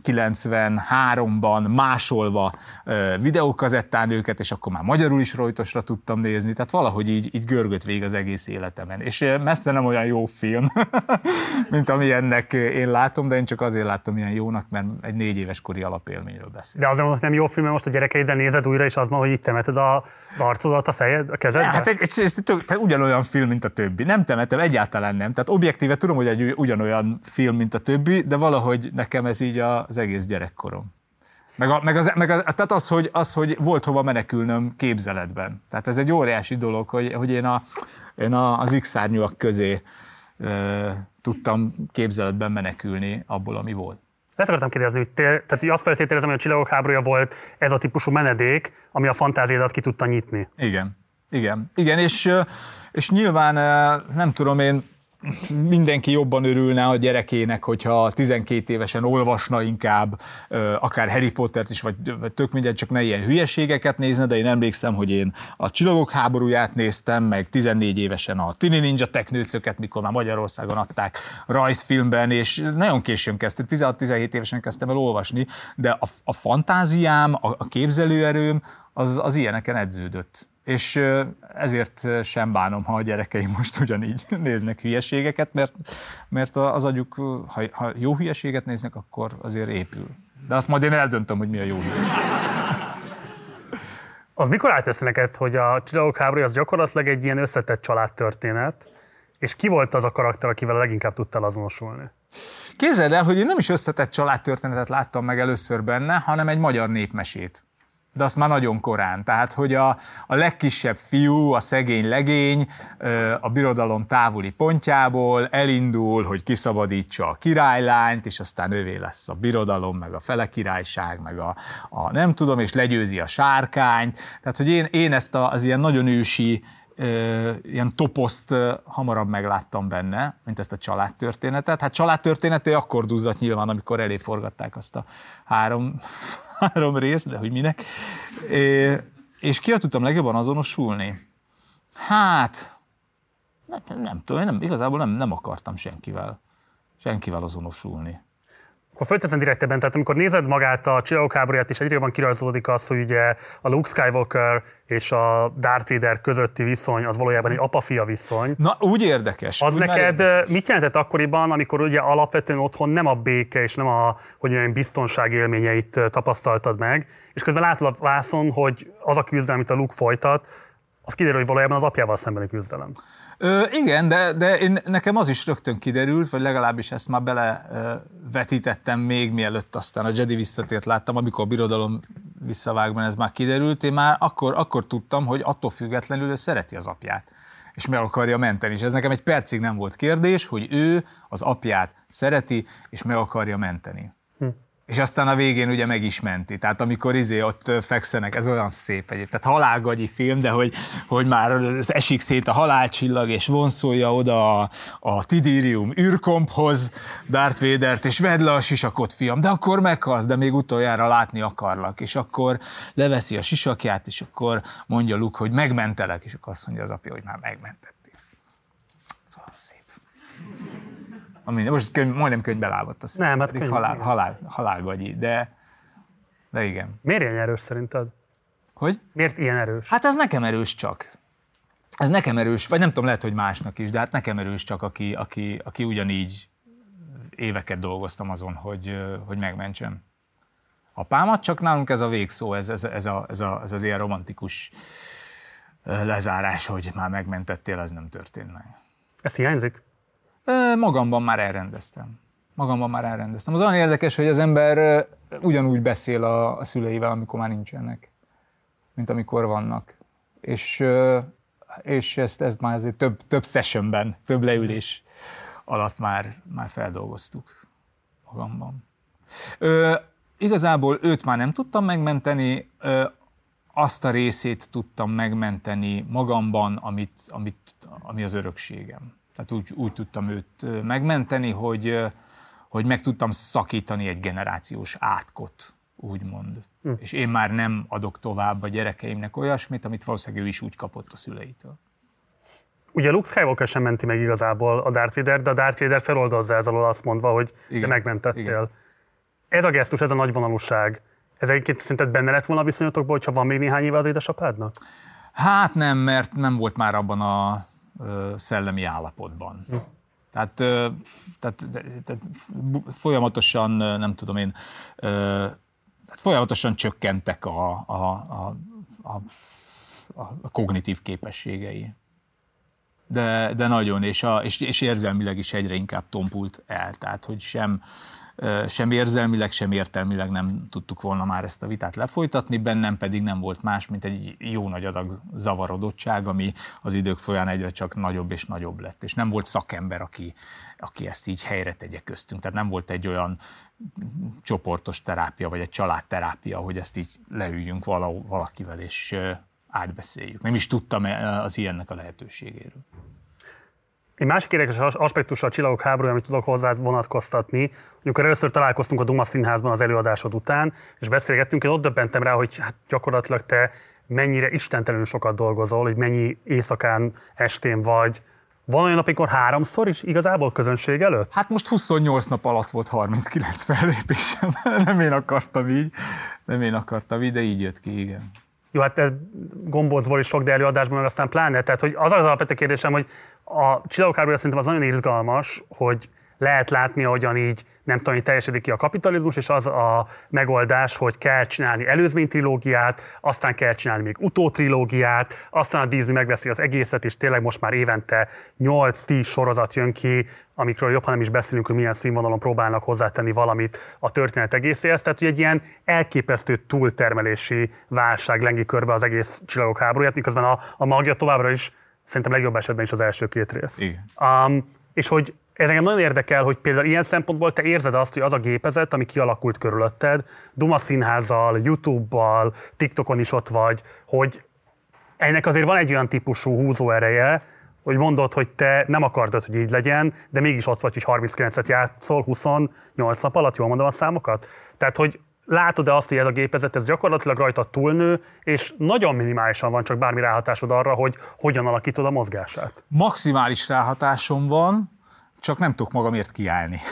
kilencvenháromban másolva videókazettán őket, és akkor már magyarul is rojtosra tudtam nézni, tehát valahogy így, így görgött végig az egész életemen. És messze nem olyan jó film, mint amilyennek én látom, de én csak azért látom ilyen jónak, mert egy négy éves kori alapélményről beszél. De azért most nem jó film, mert most a gyerekeiddel nézed újra, és az van, hogy itt temeted az arcodat, a fejed, a kezedbe? Hát ez, ez, ez ugyanolyan film, mint a többi. Nem temetem, egyáltalán nem. Tehát objektíve tudom, hogy egy ugyanolyan film, mint a többi, de valahogy nekem ez így az egész gyerekkorom. Meg, a, meg, az, meg az, tehát az hogy, az, hogy volt hova menekülnöm képzeletben. Tehát ez egy óriási dolog, hogy, hogy én, a, én a, az X-szárnyúak közé e, tudtam képzeletben menekülni abból, ami volt. Ezt akartam kérdezni, hogy, te, tehát, hogy azt feltételezem, hogy a Csillagok háborúja volt ez a típusú menedék, ami a fantáziádat ki tudta nyitni. Igen, igen, igen, és, és nyilván nem tudom én, mindenki jobban örülne a gyerekének, hogyha tizenkét évesen olvasna inkább, akár Harry Pottert is, vagy tök mindegy, csak ne ilyen hülyeségeket nézne, de én emlékszem, hogy én a Csillagok háborúját néztem, meg tizennégy évesen a Tini Ninja Teknőcöket, mikor már Magyarországon adták rajzfilmben, és nagyon későn kezdtem, tizenhat-tizenhét évesen kezdtem el olvasni, de a, a fantáziám, a, a képzelőerőm az, az ilyeneken edződött. És ezért sem bánom, ha a gyerekeim most ugyanígy néznek hülyeségeket, mert, mert az agyuk, ha, ha jó hülyeséget néznek, akkor azért épül. De azt majd én eldöntöm, hogy mi a jó hülyeség. Az mikor állt össze neked, hogy a Csillagok háborúja az gyakorlatilag egy ilyen összetett családtörténet, és ki volt az a karakter, akivel leginkább tudtál azonosulni? Képzeld el, hogy én nem is összetett családtörténetet láttam meg először benne, hanem egy magyar népmesét. De azt már nagyon korán. Tehát, hogy a, a legkisebb fiú, a szegény legény a birodalom távoli pontjából elindul, hogy kiszabadítsa a királylányt, és aztán övé lesz a birodalom, meg a fele királyság, meg a, a nem tudom, és legyőzi a sárkányt. Tehát, hogy én, én ezt az ilyen nagyon ősi, ilyen toposzt hamarabb megláttam benne, mint ezt a családtörténetet. Hát családtörténeté akkor duzzadt nyilván, amikor eléforgatták azt a három... három rész, de hogy minek. É, és ki tudtam legjobban azonosulni? Hát, nem, nem tudom, nem, igazából nem, nem akartam senkivel, senkivel azonosulni. Akkor fölteszem direktebben, tehát amikor nézed magát a Csillagok háborúját, és egyre jobban kirajzolódik az, hogy ugye a Luke Skywalker és a Darth Vader közötti viszony az valójában egy apa-fia viszony. Na, úgy érdekes. Az úgy neked érdekes. Mit jelentett akkoriban, amikor ugye alapvetően otthon nem a béke és nem a hogy olyan biztonság élményeit tapasztaltad meg, és közben látod a vászon, hogy az a küzdelem, amit a Luke folytat, az kiderül, hogy valójában az apjával szembeni küzdelem. Ö, igen, de, de én, nekem az is rögtön kiderült, vagy legalábbis ezt már belevetítettem még mielőtt aztán a Jedi visszatért láttam, amikor a birodalom visszavágban ez már kiderült, én már akkor, akkor tudtam, hogy attól függetlenül ő szereti az apját, és meg akarja menteni. És ez nekem egy percig nem volt kérdés, hogy ő az apját szereti, és meg akarja menteni. Hm. És aztán a végén ugye meg is menti. Tehát amikor izé ott fekszenek, ez olyan szép egyébként. Tehát halálgagyi film, de hogy, hogy már esik szét a halálcsillag, és vonszolja oda a, a Tidirium űrkomphoz Darth Vadert, és vedd le a sisakot, fiam, de akkor meghalsz, de még utoljára látni akarlak. És akkor leveszi a sisakját, és akkor mondja Luke, hogy megmentelek, és akkor azt mondja az apja, hogy már megmentettél. Ez olyan szép. Ami, most könyv, majdnem könyvbe lábadt, azt nem, hát könyv, halál, halál, halálgagyi, de, de igen. Miért ilyen erős szerinted? Hogy? Miért ilyen erős? Hát ez nekem erős csak. Ez nekem erős, vagy nem tudom, lehet, hogy másnak is, de hát nekem erős csak, aki, aki, aki ugyanígy éveket dolgoztam azon, hogy, hogy megmentsem apámat, csak nálunk ez a végszó, ez, ez, ez, a, ez, a, ez az ilyen romantikus lezárás, hogy már megmentettél, ez nem történt meg. Ez hiányzik? Magamban már elrendeztem. Magamban már elrendeztem. Az olyan érdekes, hogy az ember ugyanúgy beszél a, a szüleivel, amikor már nincsenek, mint amikor vannak. És, és ezt, ezt már azért több, több sessionben, több leülés alatt már, már feldolgoztuk magamban. Ö, igazából őt már nem tudtam megmenteni, ö, azt a részét tudtam megmenteni magamban, amit, amit, ami az örökségem. Tehát úgy, úgy tudtam őt megmenteni, hogy, hogy meg tudtam szakítani egy generációs átkot, úgymond. Hm. És én már nem adok tovább a gyerekeimnek olyasmit, amit valószínűleg ő is úgy kapott a szüleitől. Ugye Luke Skywalker sem menti meg igazából a Darth Vader, de a Darth Vader feloldozza ez alól azt mondva, hogy igen, te megmentettél. Igen. Ez a gesztus, ez a nagyvonalúság, ez egyébként szerinted benne lett volna a viszonyatokban, hogyha van még néhány éve az édesapádnak? Hát nem, mert nem volt már abban a ö, szellemi állapotban. Hm. Tehát, ö, tehát, tehát folyamatosan, nem tudom én, ö, tehát folyamatosan csökkentek a, a, a, a, a kognitív képességei. De, de nagyon, és, a, és, és érzelmileg is egyre inkább tompult el. Tehát, hogy sem, sem érzelmileg, sem értelmileg nem tudtuk volna már ezt a vitát lefolytatni, bennem pedig nem volt más, mint egy jó nagy adag zavarodottság, ami az idők folyamán egyre csak nagyobb és nagyobb lett. És nem volt szakember, aki, aki ezt így helyre tegye köztünk. Tehát nem volt egy olyan csoportos terápia, vagy egy családterápia, hogy ezt így leüljünk valakivel, és átbeszéljük. Nem is tudtam az ilyennek a lehetőségéről. Egy másik érdekes aspektus a Csillagok háborúja, amit tudok hozzád vonatkoztatni, amikor először találkoztunk a Duma Színházban az előadásod után, és beszélgettünk, én ott döbbentem rá, hogy hát gyakorlatilag te mennyire istentelenül sokat dolgozol, hogy mennyi éjszakán, estén vagy. Van olyan nap, amikor háromszor is igazából közönség előtt? Hát most huszonnyolc nap alatt volt harminckilenc fellépésem. Nem én akartam így, nem én akartam így, de így jött ki, igen. Jó, hát ez gombócból is sok, de előadásban meg aztán pláne. Tehát, hogy az az alapvető kérdésem, hogy a Csillagok háborúja szerintem az nagyon izgalmas, hogy lehet látni, ahogyan így nem tudom, hogy teljesedik ki a kapitalizmus, és az a megoldás, hogy kell csinálni előzménytrilógiát, aztán kell csinálni még utótrilógiát, aztán a Disney megveszi az egészet, és tényleg most már évente nyolc-tíz sorozat jön ki, amikről jobb, ha nem is beszélünk, hogy milyen színvonalon próbálnak hozzátenni valamit a történet egészéhez. Tehát, hogy egy ilyen elképesztő túltermelési válság lengi körbe az egész Csillagok háborúját, miközben a, a magja továbbra is szerintem legjobb esetben is az első két rész. Um, és hogy ez engem nagyon érdekel, hogy például ilyen szempontból te érzed azt, hogy az a gépezet, ami kialakult körülötted, Duma Színházzal, YouTube-bal, TikTokon is ott vagy, hogy ennek azért van egy olyan típusú húzóereje, hogy mondod, hogy te nem akartad, hogy így legyen, de mégis ott vagy, hogy harminckilencet játszol huszonnyolc nap alatt, jól mondom a számokat? Tehát, hogy látod-e azt, hogy ez a gépezet, ez gyakorlatilag rajta túlnő, és nagyon minimálisan van csak bármi ráhatásod arra, hogy hogyan alakítod a mozgását? Maximális ráhatásom van, csak nem tudok magamért kiállni.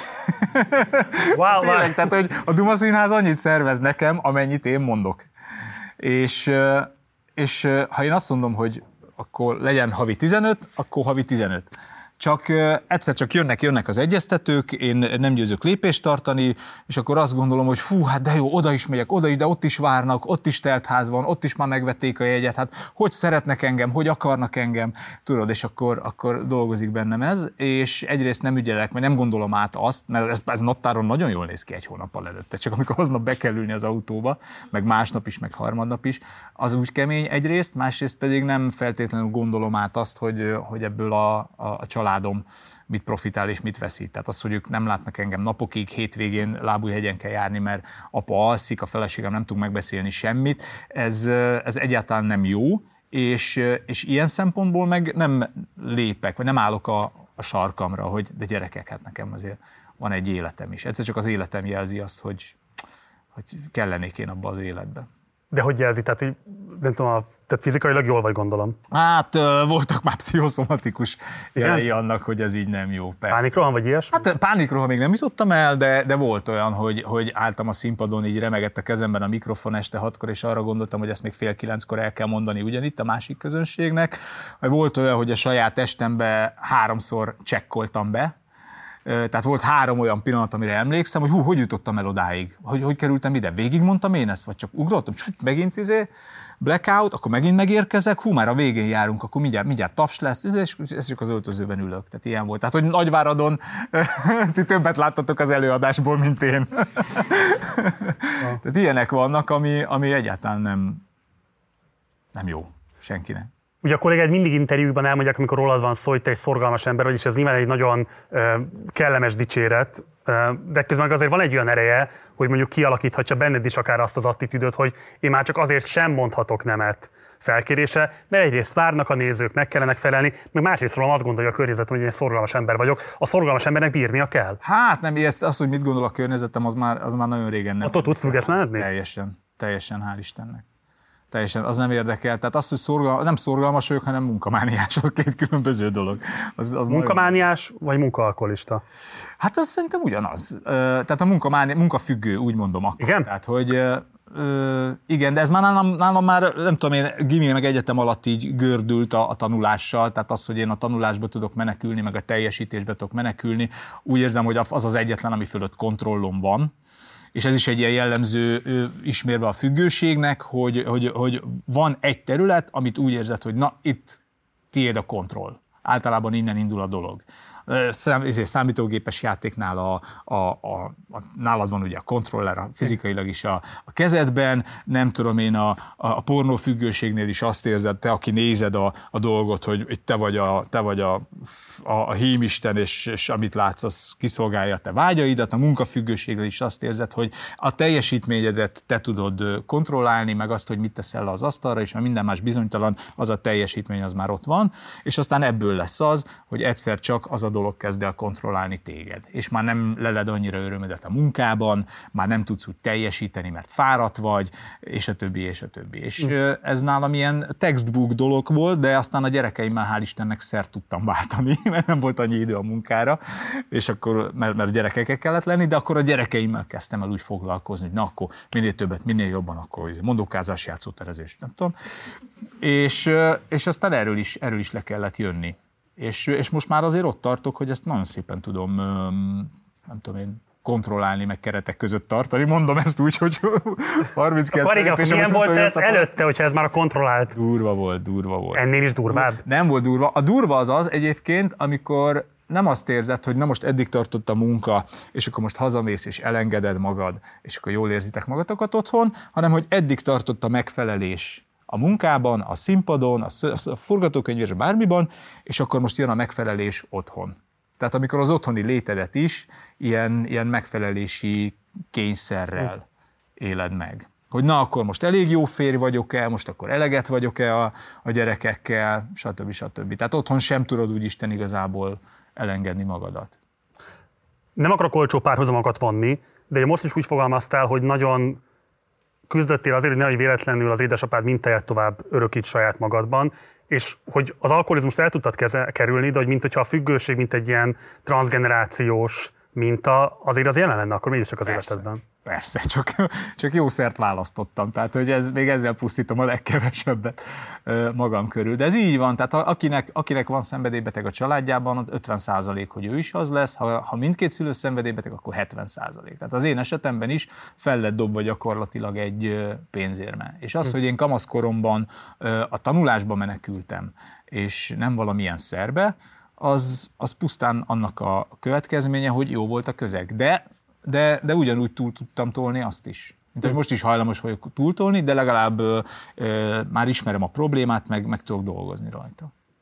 Wow, Tényleg, wow. tehát, hogy a Duma Színház annyit szervez nekem, amennyit én mondok. És, és ha én azt mondom, hogy akkor legyen havi tizenöt, akkor havi tizenöt. Csak egyszer csak jönnek, jönnek az egyeztetők, én nem győzök lépést tartani, és akkor azt gondolom, hogy fú, hát de jó, oda is megyek, oda is, de ott is várnak, ott is teltház van, ott is már megvették a jegyet, hát hogy szeretnek engem, hogy akarnak engem, tudod, és akkor, akkor dolgozik bennem ez, és egyrészt nem ügyelek, mert nem gondolom át azt, mert ez, ez naptáron nagyon jól néz ki egy hónappal előtte, csak amikor aznap be kell ülni az autóba, meg másnap is, meg harmadnap is, az úgy kemény egyrészt, másrészt pedig nem feltétlenül gondolom át azt, hogy, hogy ebből a, a, a családom mit profitál és mit veszít. Tehát az, hogy ők nem látnak engem napokig, hétvégén Lábújhegyen kell járni, mert apa alszik, a feleségem nem tud megbeszélni semmit, ez, ez egyáltalán nem jó, és, és ilyen szempontból meg nem lépek, vagy nem állok a, a sarkamra, hogy de gyerekek, hát nekem azért van egy életem is. Egyszer csak az életem jelzi azt, hogy, hogy kellenék én abba az életbe. De hogy jelzi? Tehát, hogy nem tudom, tehát fizikailag jól vagy, gondolom. Hát voltak már pszichoszomatikus jelei annak, hogy ez így nem jó. Persze. Pánikroham vagy ilyesmi? Hát pánikroham még nem jutottam el, de, de volt olyan, hogy, hogy álltam a színpadon, így remegett a kezemben a mikrofon este hatkor, és arra gondoltam, hogy ezt még fél kilenckor el kell mondani ugyanitt a másik közönségnek. Volt olyan, hogy a saját testembe háromszor csekkoltam be, Tehát volt három olyan pillanat, amire emlékszem, hogy hú, hogy jutottam el odáig, hogy, hogy kerültem ide, végigmondtam én ezt, vagy csak ugrottam, megint izé, blackout, akkor megint megérkezek, hú, már a végén járunk, akkor mindjárt, mindjárt taps lesz, és ez csak az öltözőben ülök. Tehát ilyen volt. Tehát, hogy Nagyváradon ti többet láttatok az előadásból, mint én. Tehát ilyenek vannak, ami, ami egyáltalán nem, nem jó senkinek. Ugye a kollégáid mindig interjúkban elmondják, amikor rólad van szó, hogy te egy szorgalmas ember vagy, és ez nyilván egy nagyon uh, kellemes dicséret, uh, de közben azért van egy olyan ereje, hogy mondjuk kialakíthatja benned is akár azt az attitűdöt, hogy én már csak azért sem mondhatok nemet felkérésre, mert egyrészt várnak a nézők, meg kellenek felelni, meg másrésztről azt gondolja a környezetem, hogy én egy szorgalmas ember vagyok. A szorgalmas embernek bírnia kell. Hát nem, ezt, azt, hogy mit gondol a környezetem, az már, az már nagyon régen nem. Attól tudsz függetlenedni? Teljesen, teljesen, hál' Istennek. Teljesen, az nem érdekel. Tehát az, hogy szorgal, nem szorgalmas vagyok, hanem munkamániás, az két különböző dolog. Az, az munkamániás nagyon... vagy munkaalkoholista? Hát az szerintem ugyanaz. Tehát a munkamáni, munkafüggő, úgy mondom akkor. Igen? Tehát, hogy Ö, igen, de ez már nálam, nálam már, nem tudom én, gimi meg egyetem alatt így gördült a, a tanulással, tehát az, hogy én a tanulásba tudok menekülni, meg a teljesítésbe tudok menekülni, úgy érzem, hogy az az egyetlen, ami fölött kontrollom van. És ez is egy ilyen jellemző ismérve a függőségnek, hogy, hogy, hogy van egy terület, amit úgy érzed, hogy na, itt tiéd a kontroll. Általában innen indul a dolog. Szám, ezért számítógépes játéknál a, a, a, a, nálad van ugye a kontroller, a fizikailag is a, a kezedben, nem tudom én, a, a pornófüggőségnél is azt érzed, te, aki nézed a, a dolgot, hogy te vagy a, te vagy a, a, a hímisten, és, és amit látsz, az kiszolgálja a te vágyaidat, a munkafüggőségnél is azt érzed, hogy a teljesítményedet te tudod kontrollálni, meg azt, hogy mit teszel le az asztalra, és ha minden más bizonytalan, az a teljesítmény az már ott van, és aztán ebből lesz az, hogy egyszer csak az a dolog kezd el kontrollálni téged. És már nem leled annyira örömödet a munkában, már nem tudsz úgy teljesíteni, mert fáradt vagy, és a többi, és a többi. És mm. ez nálam ilyen textbook dolog volt, de aztán a gyerekeimmel hál' Istennek szert tudtam váltani, mert nem volt annyi idő a munkára, és akkor, mert, mert gyerekekkel kellett lenni, de akkor a gyerekeimmel kezdtem el úgy foglalkozni, hogy na akkor minél többet, minél jobban, akkor mondókázás, játszóterezés, nem tudom. És, és aztán erről is, erről is le kellett jönni. És, és most már azért ott tartok, hogy ezt nagyon szépen tudom, nem tudom én, kontrollálni, meg keretek között tartani. Mondom ezt úgy, hogy harminckilenc felépés. Milyen volt ez előtte, hogyha ez már a kontrollált? Durva volt, durva volt. Ennél is durvább? Nem volt durva. A durva az az egyébként, amikor nem azt érzed, hogy na most eddig tartott a munka, és akkor most hazamész, és elengeded magad, és akkor jól érzitek magatokat otthon, hanem hogy eddig tartott a megfelelés a munkában, a színpadon, a forgatókönyvben, bármiban, és akkor most jön a megfelelés otthon. Tehát amikor az otthoni létedet is ilyen, ilyen megfelelési kényszerrel éled meg. Hogy na, akkor most elég jó férj vagyok-e, most akkor eleget vagyok-e a, a gyerekekkel, stb. stb. Tehát otthon sem tudod úgy Isten igazából elengedni magadat. Nem akarok olcsó párhuzamokat vonni, de most is úgy fogalmaztál, hogy nagyon küzdöttél azért, hogy nehogy véletlenül az édesapád mintáját tovább örökít saját magadban, és hogy az alkoholizmust el tudtad keze- kerülni, de hogy mint hogyha a függőség, mint egy ilyen transzgenerációs minta, azért az jelen lenne akkor mégiscsak az Persze. életedben. Persze, csak, csak jó szert választottam, tehát hogy ez, még ezzel pusztítom a legkevesebbet magam körül. De ez így van, tehát akinek, akinek van szenvedélybeteg a családjában, ott ötven százalék, hogy ő is az lesz, ha, ha mindkét szülő szenvedélybeteg, akkor hetven százalék. Tehát az én esetemben is fel lett dobva gyakorlatilag egy pénzérme. És az, hogy én kamaszkoromban a tanulásba menekültem, és nem valamilyen szerbe, az, az pusztán annak a következménye, hogy jó volt a közeg. De De, de ugyanúgy túl tudtam tolni azt is. Mint hogy most is hajlamos vagyok túltolni, de legalább ö, ö, már ismerem a problémát, meg, meg tudok dolgozni rajta.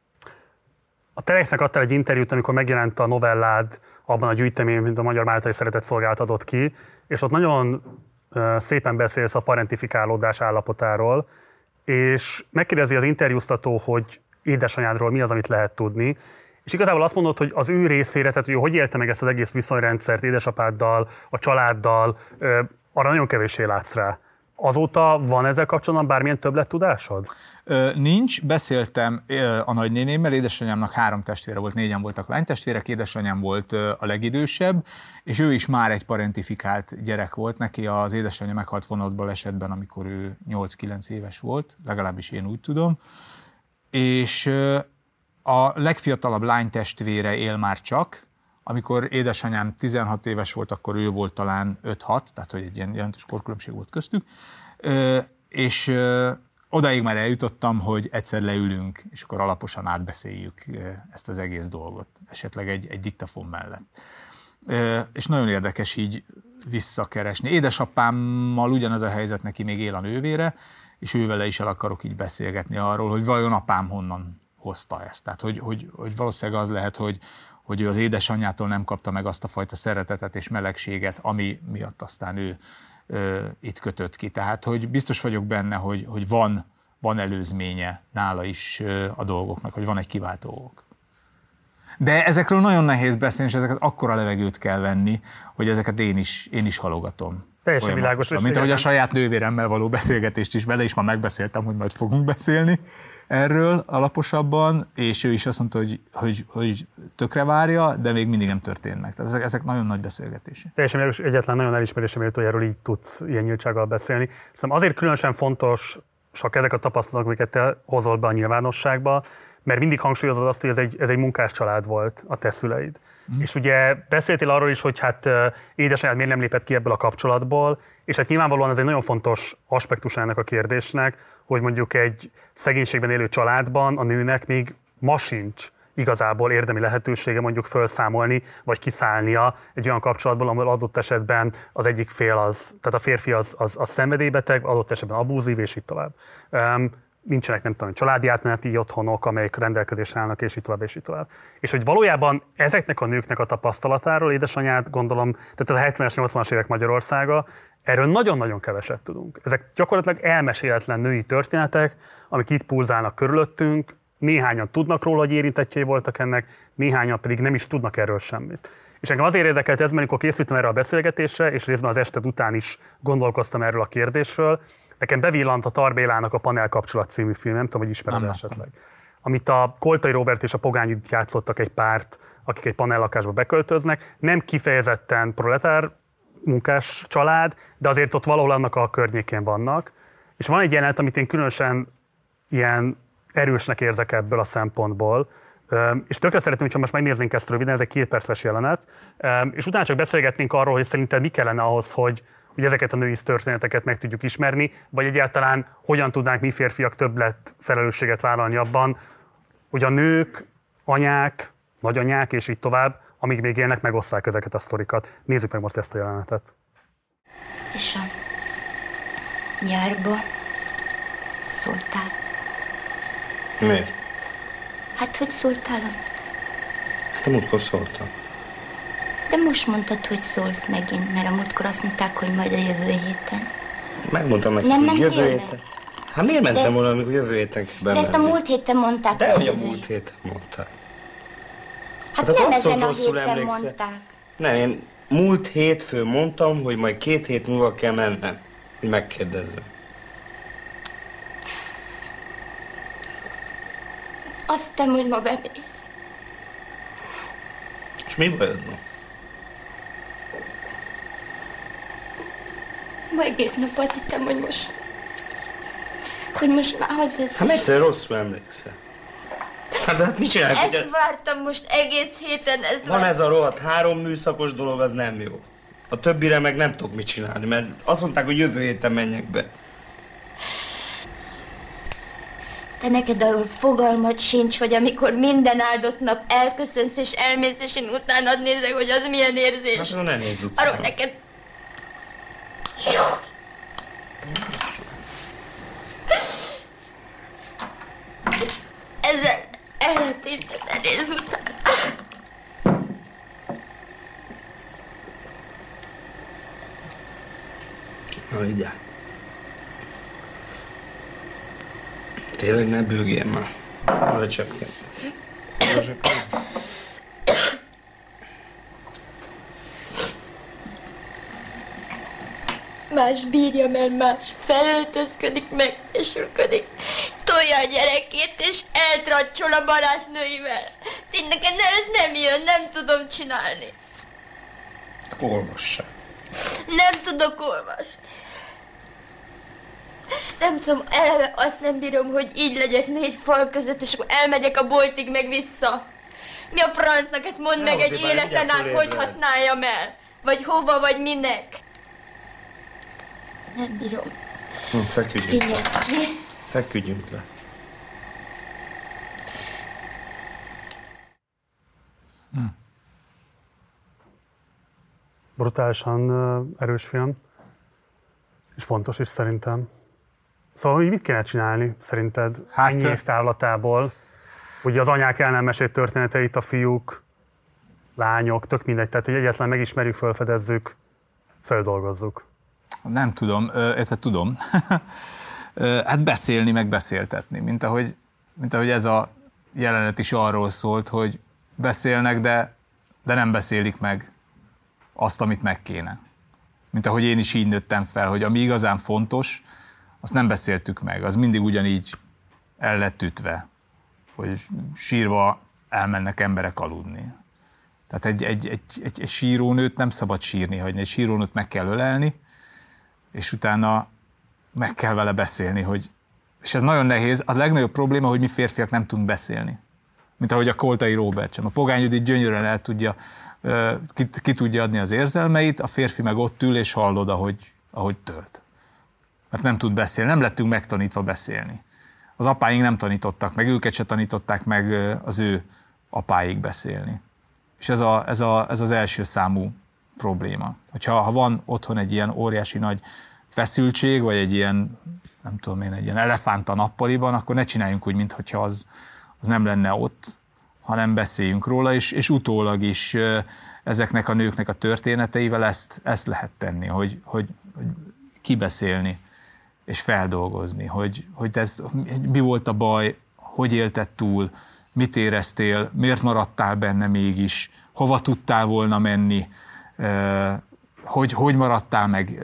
A Telexnek adtál egy interjút, amikor megjelent a novellád abban a gyűjteményben, mint a Magyar Máltai Szeretett Szolgálat adott ki, és ott nagyon ö, szépen beszélsz a parentifikálódás állapotáról, és megkérdezi az interjúztató, hogy édesanyádról mi az, amit lehet tudni, és igazából azt mondod, hogy az ő részére, tehát hogy hogy élte meg ezt az egész viszonyrendszert édesapáddal, a családdal, arra nagyon kevéssé látsz rá. Azóta van ezzel kapcsolatban bármilyen többlettudásod? Nincs, beszéltem a nagynénémmel, édesanyámnak három testvére volt, négyen voltak lánytestvérek, édesanyám volt a legidősebb, és ő is már egy parentifikált gyerek volt, neki az édesanyja meghalt vonatbalesetben, amikor ő nyolc-kilenc éves volt, legalábbis én úgy tudom, és a legfiatalabb lánytestvére él már csak, amikor édesanyám tizenhat éves volt, akkor ő volt talán öt-hat, tehát hogy egy ilyen jelentős korkülönbség volt köztük, és odáig már eljutottam, hogy egyszer leülünk, és akkor alaposan átbeszéljük ezt az egész dolgot, esetleg egy, egy diktafon mellett. És nagyon érdekes így visszakeresni. Édesapámmal ugyanaz a helyzet, neki még él a nővére, és ővele is el akarok így beszélgetni arról, hogy vajon apám honnan hozta ezt. Tehát, hogy, hogy, hogy valószínűleg az lehet, hogy, hogy ő az édesanyjától nem kapta meg azt a fajta szeretetet és melegséget, ami miatt aztán ő ö, itt kötött ki. Tehát, hogy biztos vagyok benne, hogy, hogy van, van előzménye nála is ö, a dolgoknak, hogy van egy kiváltó ok. De ezekről nagyon nehéz beszélni, és ezeket akkora levegőt kell venni, hogy ezeket én is, én is halogatom. Teljesen világos. Mint ahogy a saját nővéremmel való beszélgetést is vele, és már megbeszéltem, hogy majd fogunk beszélni erről alaposabban, és ő is azt mondta, hogy, hogy, hogy tökre várja, de még mindig nem történnek. Tehát ezek, ezek nagyon nagy beszélgetések. Teljesen világos, egyetlen nagyon elismerésem méltó, hogy erről így tudsz ilyen nyíltsággal beszélni. Szerintem azért különösen fontosak ezek a tapasztalatok, amiket te hozol be a nyilvánosságba, mert mindig hangsúlyozod azt, hogy ez egy, ez egy munkás család volt a te szüleid. Mm. És ugye beszéltél arról is, hogy hát édesanyád miért nem lépett ki ebből a kapcsolatból, és hát nyilvánvalóan ez egy nagyon fontos aspektus ennek a kérdésnek, hogy mondjuk egy szegénységben élő családban a nőnek még ma sincs igazából érdemi lehetősége mondjuk felszámolni, vagy kiszállnia egy olyan kapcsolatból, ahol adott esetben az egyik fél az, tehát a férfi az, az, az szenvedélybeteg, adott esetben abúzív, és így tovább. Um, nincsenek, nem tudom, családi átmeneti otthonok, amelyek rendelkezésre állnak, és így tovább, és így tovább. És hogy valójában ezeknek a nőknek a tapasztalatáról, édesanyád, gondolom, tehát ez a hetvenes, nyolcvanas évek Magyarországa, erről nagyon-nagyon keveset tudunk. Ezek gyakorlatilag elmeséletlen női történetek, amik itt pulzálnak körülöttünk, néhányan tudnak róla, hogy érintettjei voltak ennek, néhányan pedig nem is tudnak erről semmit. És engem azért érdekelt ez, mert amikor készültem erre a beszélgetésre, és részben az ested után is gondolkoztam erről a kérdésről, nekem bevillant a Tar Bélának a Panel kapcsolat című film, nem tudom, hogy ismered nem esetleg. Amit a Koltai Róbert és a Pogány Judit játszottak egy párt, akik egy panellakásba beköltöznek, nem kifejezetten proletár munkás család, de azért ott valahol annak a környékén vannak. És van egy jelenet, amit én különösen ilyen erősnek érzek ebből a szempontból, és tökre szeretném, hogyha most megnéznénk ezt röviden, ez egy két perces jelenet, és utána csak beszélgetnénk arról, hogy szerinted mi kellene ahhoz, hogy hogy ezeket a női történeteket meg tudjuk ismerni, vagy egyáltalán hogyan tudnánk mi férfiak többlet felelősséget vállalni abban, hogy a nők, anyák, nagyanyák és így tovább, amíg még élnek, megosszák ezeket a sztorikat. Nézzük meg most ezt a jelenetet. És a nyárba szóltál. Miért? Hát, hogy szóltál? Hát a múltkor szóltam. De most mondtad, hogy szólsz megint, mert a múltkor azt mondták, hogy majd a jövő héten. Megmondtam nekik, nem hogy jövő meg? héten. Hát miért mentem de, volna, amikor jövő héten kell De ezt a múlt héten mondták. De hogy a jövő. múlt héten mondták. Hát, hát nem ezen a rosszul héten emlékszel. mondták. Nem, én múlt hétfőn mondtam, hogy majd két hét múlva kell mennem, hogy megkérdezzem. Azt hittem, hogy ma bemész. És mi bajod ma? Ma egész nap azt hittem, hogy most... hogy most már hazajössz. Hát egyszer rosszul emlékszel. Hát de hát mit csináljuk? Ezt ugye? vártam most egész héten, ezt Van vártam. ez a rohadt három műszakos dolog, az nem jó. A többire meg nem tudok mit csinálni, mert azt mondták, hogy jövő héten menjek be. Te neked arról fogalmad sincs, hogy amikor minden áldott nap elköszönsz és elmész, és én utánad nézek, hogy az milyen érzés. Hát ne nézz utána. Arról neked... Jó. Ezzel elletéted elész utána. Na, vigyázz. Tényleg ne bőgél már. Arra csepken. Arra csepken. Más bírja, mert más felöltözködik, megfesülködik, tolja a gyerekét, és eltracsol a barátnőivel. Én nekem ez nem jön, nem tudom csinálni. Olvassál. Nem tudok olvasni. Nem tudom, eleve azt nem bírom, hogy így legyek négy fal között, és akkor elmegyek a boltig meg vissza. Mi a francnak, ezt mondd meg egy életen át, hogy használjam el? Vagy hova, vagy minek? Nem bírom. Hm, feküdjünk. Figyelj. Feküdjünk le. Hm. Brutálisan uh, erős film. És fontos is szerintem. Szóval mit kéne csinálni szerinted hát, ennyi év távlatából? Ugye az anyák el nem mesélt történeteit, a fiúk, lányok, tök mindegy, tehát hogy egyetlen megismerjük, felfedezzük, feldolgozzuk. Nem tudom, ezt tudom. Hát beszélni, meg beszéltetni, mint ahogy, mint ahogy ez a jelenet is arról szólt, hogy beszélnek, de, de nem beszélik meg azt, amit meg kéne. Mint ahogy én is így nőttem fel, hogy ami igazán fontos, azt nem beszéltük meg, az mindig ugyanígy el lett ütve, hogy sírva elmennek emberek aludni. Tehát egy, egy, egy, egy, egy sírónőt nem szabad sírni hagyni, egy sírónőt meg kell ölelni, és utána meg kell vele beszélni, hogy, és ez nagyon nehéz, a legnagyobb probléma, hogy mi férfiak nem tudunk beszélni. Mint ahogy a Koltai Róbert sem. A Pogány Judit gyönyörűen el tudja, ki, ki tudja adni az érzelmeit, a férfi meg ott ül, és hallod, ahogy, ahogy tölt. Mert nem tud beszélni, nem lettünk megtanítva beszélni. Az apáink nem tanítottak meg, őket se tanították meg az ő apáik beszélni. És ez, a, ez, a, ez az első számú probléma. Hogyha ha van otthon egy ilyen óriási nagy feszültség, vagy egy ilyen, nem tudom én, egy ilyen elefánt a nappaliban, akkor ne csináljunk úgy, mintha az, az nem lenne ott, hanem beszéljünk róla, és, és utólag is ezeknek a nőknek a történeteivel ezt, ezt lehet tenni, hogy, hogy, hogy kibeszélni, és feldolgozni, hogy, hogy ez, mi volt a baj, hogy élted túl, mit éreztél, miért maradtál benne mégis, hova tudtál volna menni, hogy, hogy maradtál meg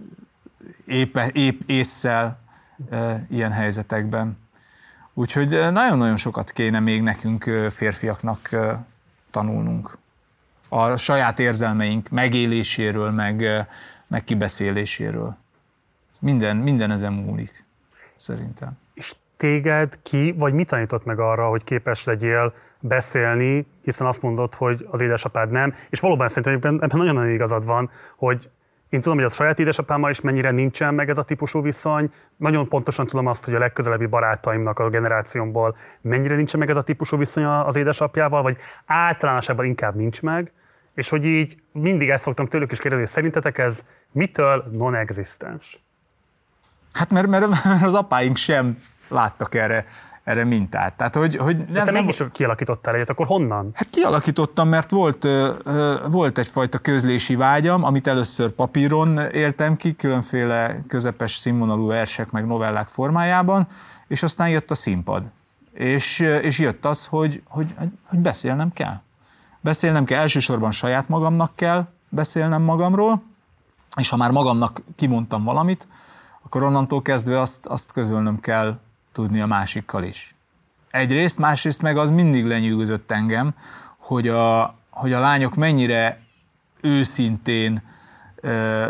épp, épp ésszel ilyen helyzetekben. Úgyhogy nagyon-nagyon sokat kéne még nekünk férfiaknak tanulnunk. A saját érzelmeink megéléséről, meg, meg kibeszéléséről. Minden, minden ezen múlik, szerintem. És téged ki, vagy mit tanított meg arra, hogy képes legyél beszélni, hiszen azt mondod, hogy az édesapád nem, és valóban szerintem ebben nagyon-nagyon igazad van, hogy én tudom, hogy a saját édesapámmal is mennyire nincsen meg ez a típusú viszony, nagyon pontosan tudom azt, hogy a legközelebbi barátaimnak a generációmból mennyire nincsen meg ez a típusú viszony az édesapjával, vagy általánosabban inkább nincs meg, és hogy így mindig ezt szoktam tőlük is kérdezni, hogy szerintetek ez mitől non-existens? Hát mert, mert az apáink sem láttak erre, erre mintát. Tehát, hogy, hogy nem, De te nem mégis kialakítottál egyet, akkor honnan? Hát kialakítottam, mert volt, volt egyfajta közlési vágyam, amit először papíron éltem ki, különféle közepes színvonalú versek meg novellák formájában, és aztán jött a színpad. És, és jött az, hogy, hogy, hogy beszélnem kell. Beszélnem kell, elsősorban saját magamnak kell beszélnem magamról, és ha már magamnak kimondtam valamit, akkor onnantól kezdve azt, azt közölnöm kell tudni a másikkal is. Egyrészt, másrészt meg az mindig lenyűgözött engem, hogy a, hogy a lányok mennyire őszintén ö,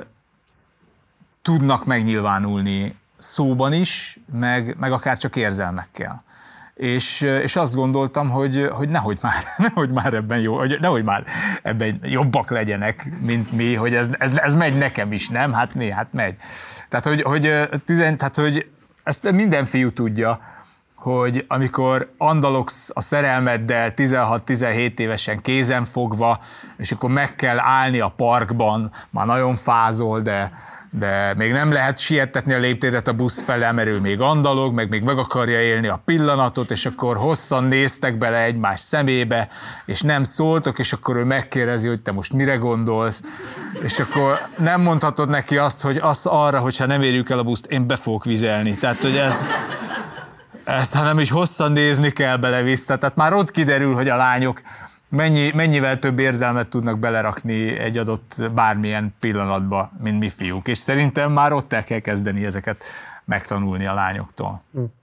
tudnak megnyilvánulni szóban is, meg, meg akár csak érzelmekkel. És, és azt gondoltam, hogy, hogy nehogy, már, nehogy már ebben jó, hogy nehogy már ebben jobbak legyenek, mint mi, hogy ez, ez, ez megy nekem is, nem? Hát mi? Hát megy. Tehát, hogy, hogy, tizen, tehát, hogy ezt minden fiú tudja, hogy amikor andalogsz a szerelmeddel tizenhat-tizenhét évesen kézen fogva, és akkor meg kell állni a parkban, már nagyon fázol, de, de még nem lehet sietetni a léptéret a busz felé, mert ő még andalog, meg még meg akarja élni a pillanatot, és akkor hosszan néztek bele egymás szemébe, és nem szóltok, és akkor ő megkérdezi, hogy te most mire gondolsz, és akkor nem mondhatod neki azt, hogy az arra, hogyha nem érjük el a buszt, én be fogok vizelni. Tehát, hogy ez... Ezt, hanem is hosszan nézni kell bele vissza. Tehát már ott kiderül, hogy a lányok mennyi, mennyivel több érzelmet tudnak belerakni egy adott bármilyen pillanatba, mint mi fiúk. És szerintem már ott el kell kezdeni ezeket megtanulni a lányoktól.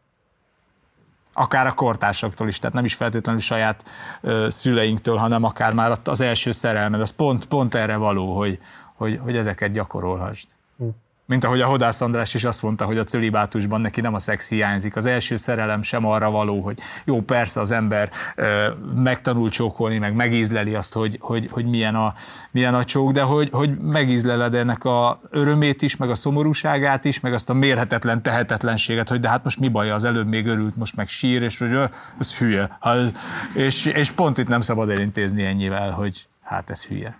Akár a kortársaktól is, tehát nem is feltétlenül saját ö, szüleinktől, hanem akár már az első szerelmed. Az pont, pont erre való, hogy, hogy, hogy ezeket gyakorolhasd. Mint ahogy a Hodász András is azt mondta, hogy a cölibátusban neki nem a szex hiányzik. Az első szerelem sem arra való, hogy jó, persze az ember ö, megtanul csókolni, meg megízleli azt, hogy, hogy, hogy milyen, a, milyen a csók, de hogy, hogy megízleled ennek a örömét is, meg a szomorúságát is, meg azt a mérhetetlen tehetetlenséget, hogy de hát most mi baj, az előbb még örült, most meg sír, és hogy ez hülye. Hát, és, és pont itt nem szabad elintézni ennyivel, hogy hát ez hülye.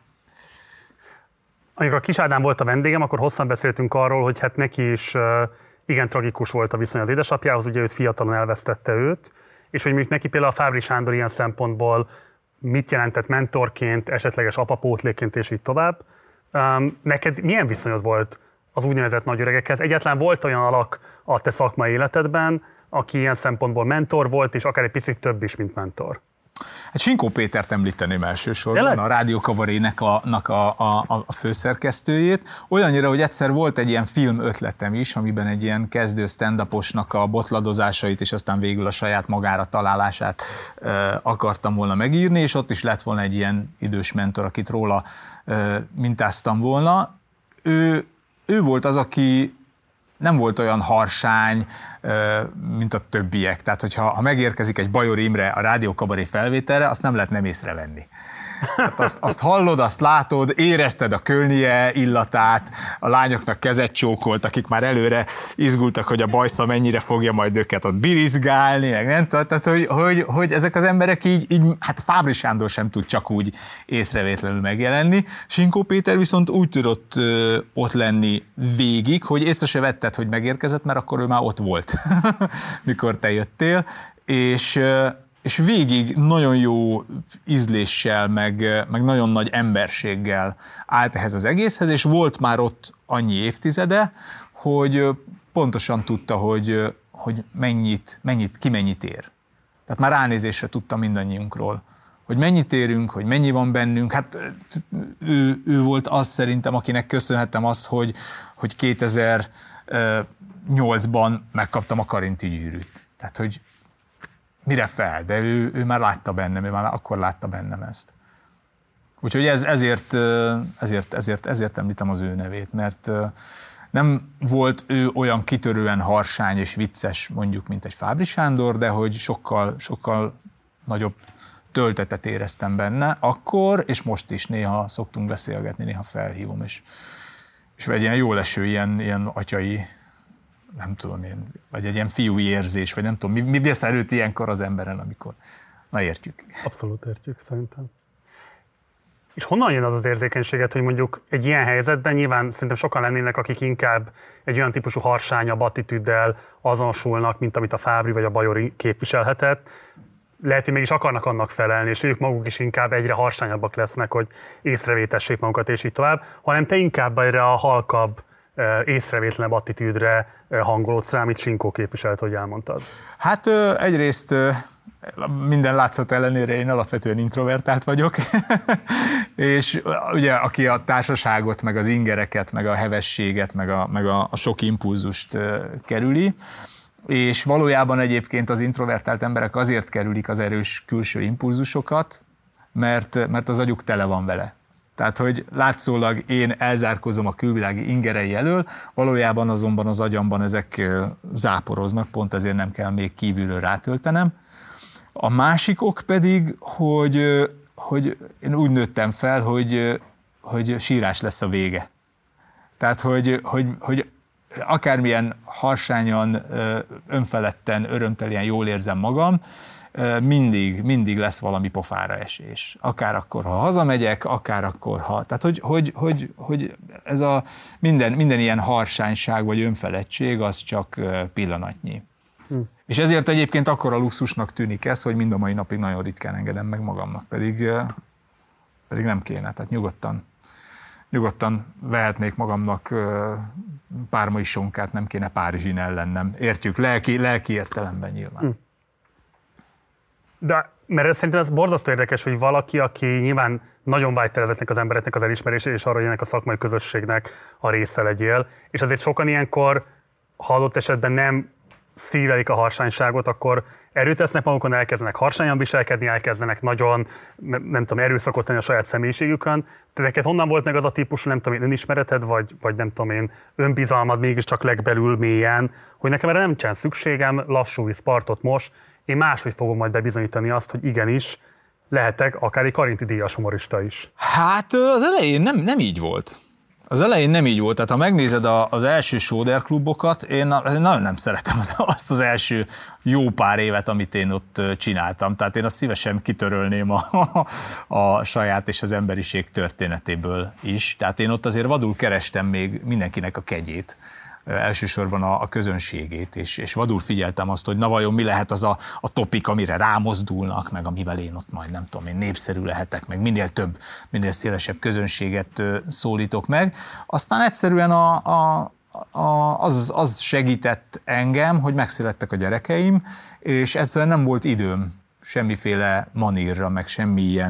Amikor a Kis Ádám volt a vendégem, akkor hosszan beszéltünk arról, hogy hát neki is igen tragikus volt a viszony az édesapjához, ugye őt fiatalon elvesztette őt, és hogy mondjuk neki például a Fábry Sándor ilyen szempontból mit jelentett mentorként, esetleges apapótlékként, és így tovább. Neked milyen viszonyod volt az úgynevezett nagyöregekhez? Egyáltalán volt olyan alak a te szakmai életedben, aki ilyen szempontból mentor volt, és akár egy picit több is, mint mentor? Hát Sinkó Pétert említeném elsősorban, Jelek? a Rádió Kabarének a, a, a, a főszerkesztőjét. Olyannyira, hogy egyszer volt egy ilyen film ötletem is, amiben egy ilyen kezdő stand-uposnak a botladozásait, és aztán végül a saját magára találását e, akartam volna megírni, és ott is lett volna egy ilyen idős mentor, akit róla e, mintáztam volna. Ő, ő volt az, aki nem volt olyan harsány, mint a többiek. Tehát, hogyha ha megérkezik egy Bajor Imre a Rádió Kabaré felvételre, azt nem lehet nem észrevenni. Hát azt, azt hallod, azt látod, érezted a kölnie illatát, a lányoknak kezet csókolt, akik már előre izgultak, hogy a bajsza mennyire fogja majd őket ott birizgálni, meg nem tudom, tehát hogy, hogy, hogy ezek az emberek így, így, hát Fábry Sándor sem tud csak úgy észrevétlenül megjelenni. Sinkó Péter viszont úgy tudott ö, ott lenni végig, hogy észre se vetted, hogy megérkezett, mert akkor ő már ott volt, mikor te jöttél, és és végig nagyon jó ízléssel, meg, meg nagyon nagy emberséggel állt ehhez az egészhez, és volt már ott annyi évtizede, hogy pontosan tudta, hogy, hogy mennyit, mennyit, ki mennyit ér. Tehát már ránézésre tudta mindannyiunkról, hogy mennyit érünk, hogy mennyi van bennünk. Hát ő, ő volt az szerintem, akinek köszönhetem azt, hogy, hogy kétezer-nyolcban megkaptam a Karinti gyűrűt. Tehát, hogy mire fel, de ő, ő már látta bennem, ő már akkor látta bennem ezt. Úgyhogy ez, ezért, ezért, ezért, ezért említem az ő nevét, mert nem volt ő olyan kitörően harsány és vicces, mondjuk, mint egy Fábry Sándor, de hogy sokkal, sokkal nagyobb töltetet éreztem benne akkor, és most is néha szoktunk beszélgetni, néha felhívom, és, és egy ilyen jól eső, ilyen, ilyen atyai, nem tudom én, vagy egy ilyen fiúi érzés, vagy nem tudom, mi, mi vesz előtt ilyenkor az emberen, amikor, na értjük. Abszolút értjük, szerintem. És honnan jön az az érzékenységet, hogy mondjuk egy ilyen helyzetben nyilván szerintem sokan lennének, akik inkább egy olyan típusú harsányabb attitűddel azonosulnak, mint amit a Fábry vagy a Bajor képviselhetett. Lehet, hogy mégis akarnak annak felelni, és ők maguk is inkább egyre harsányabbak lesznek, hogy észrevétessék magukat, és így tovább, hanem te inkább erre a halkabb, észrevétlenebb attitűdre hangolódsz rá, amit Sinkó képviselt, hogy elmondtad. Hát egyrészt minden látszat ellenére én alapvetően introvertált vagyok, és ugye aki a társaságot, meg az ingereket, meg a hevességet, meg a, meg a, a sok impulzust kerüli, és valójában egyébként az introvertált emberek azért kerülik az erős külső impulzusokat, mert, mert az agyuk tele van vele. Tehát, hogy látszólag én elzárkozom a külvilági ingerei elől, valójában azonban az agyamban ezek záporoznak, pont ezért nem kell még kívülről rátöltenem. A másik ok pedig, hogy, hogy én úgy nőttem fel, hogy, hogy sírás lesz a vége. Tehát, hogy, hogy, hogy akármilyen harsányan, önfeledten, örömtelien jól érzem magam, mindig, mindig lesz valami pofára esés. Akár akkor, ha hazamegyek, akár akkor, ha... Tehát, hogy, hogy, hogy, hogy ez a minden, minden ilyen harsányság vagy önfeledtség, az csak pillanatnyi. Hm. És ezért egyébként akkora luxusnak tűnik ez, hogy mind a mai napig nagyon ritkán engedem meg magamnak, pedig, pedig nem kéne, tehát nyugodtan. Nyugodtan vehetnék magamnak pármai sonkát, nem kéne párizsinel lennem. Értjük, lelki, lelki értelemben nyilván. Hm. De mert ez szerintem ez borzasztó érdekes, hogy valaki, aki nyilván nagyon vágyterezetnek az embereknek az elismerése, és arra, hogy ennek a szakmai közösségnek a része legyél, és azért sokan ilyenkor, ha adott esetben nem szívelik a harsányságot, akkor erőt tesznek magukon, elkezdenek harsányan viselkedni, elkezdenek nagyon, nem tudom, erőszakot tenni a saját személyiségükön. Te neked honnan volt meg az a típusú, nem tudom én, önismereted, vagy, vagy nem tudom én, önbizalmad mégiscsak legbelül mélyen, hogy nekem erre nem csinál szükségem, lassú víz partot most, én máshogy fogom majd bebizonyítani azt, hogy igenis, lehetek akár egy Karinti díjas humorista is. Hát az elején nem, nem így volt. Az elején nem így volt, tehát ha megnézed a, az első Sóder klubokat, én nagyon nem szeretem az, azt az első jó pár évet, amit én ott csináltam. Tehát én azt szívesen kitörölném a, a, a saját és az emberiség történetéből is. Tehát én ott azért vadul kerestem még mindenkinek a kegyét, elsősorban a, a közönségét, és, és vadul figyeltem azt, hogy na vajon mi lehet az a, a topik, amire rámozdulnak, meg amivel én ott majd nem tudom, én népszerű lehetek, meg minél több, minél szélesebb közönséget szólítok meg. Aztán egyszerűen a, a, a, az, az segített engem, hogy megszülettek a gyerekeim, és egyszerűen nem volt időm semmiféle manírra, meg semmilyen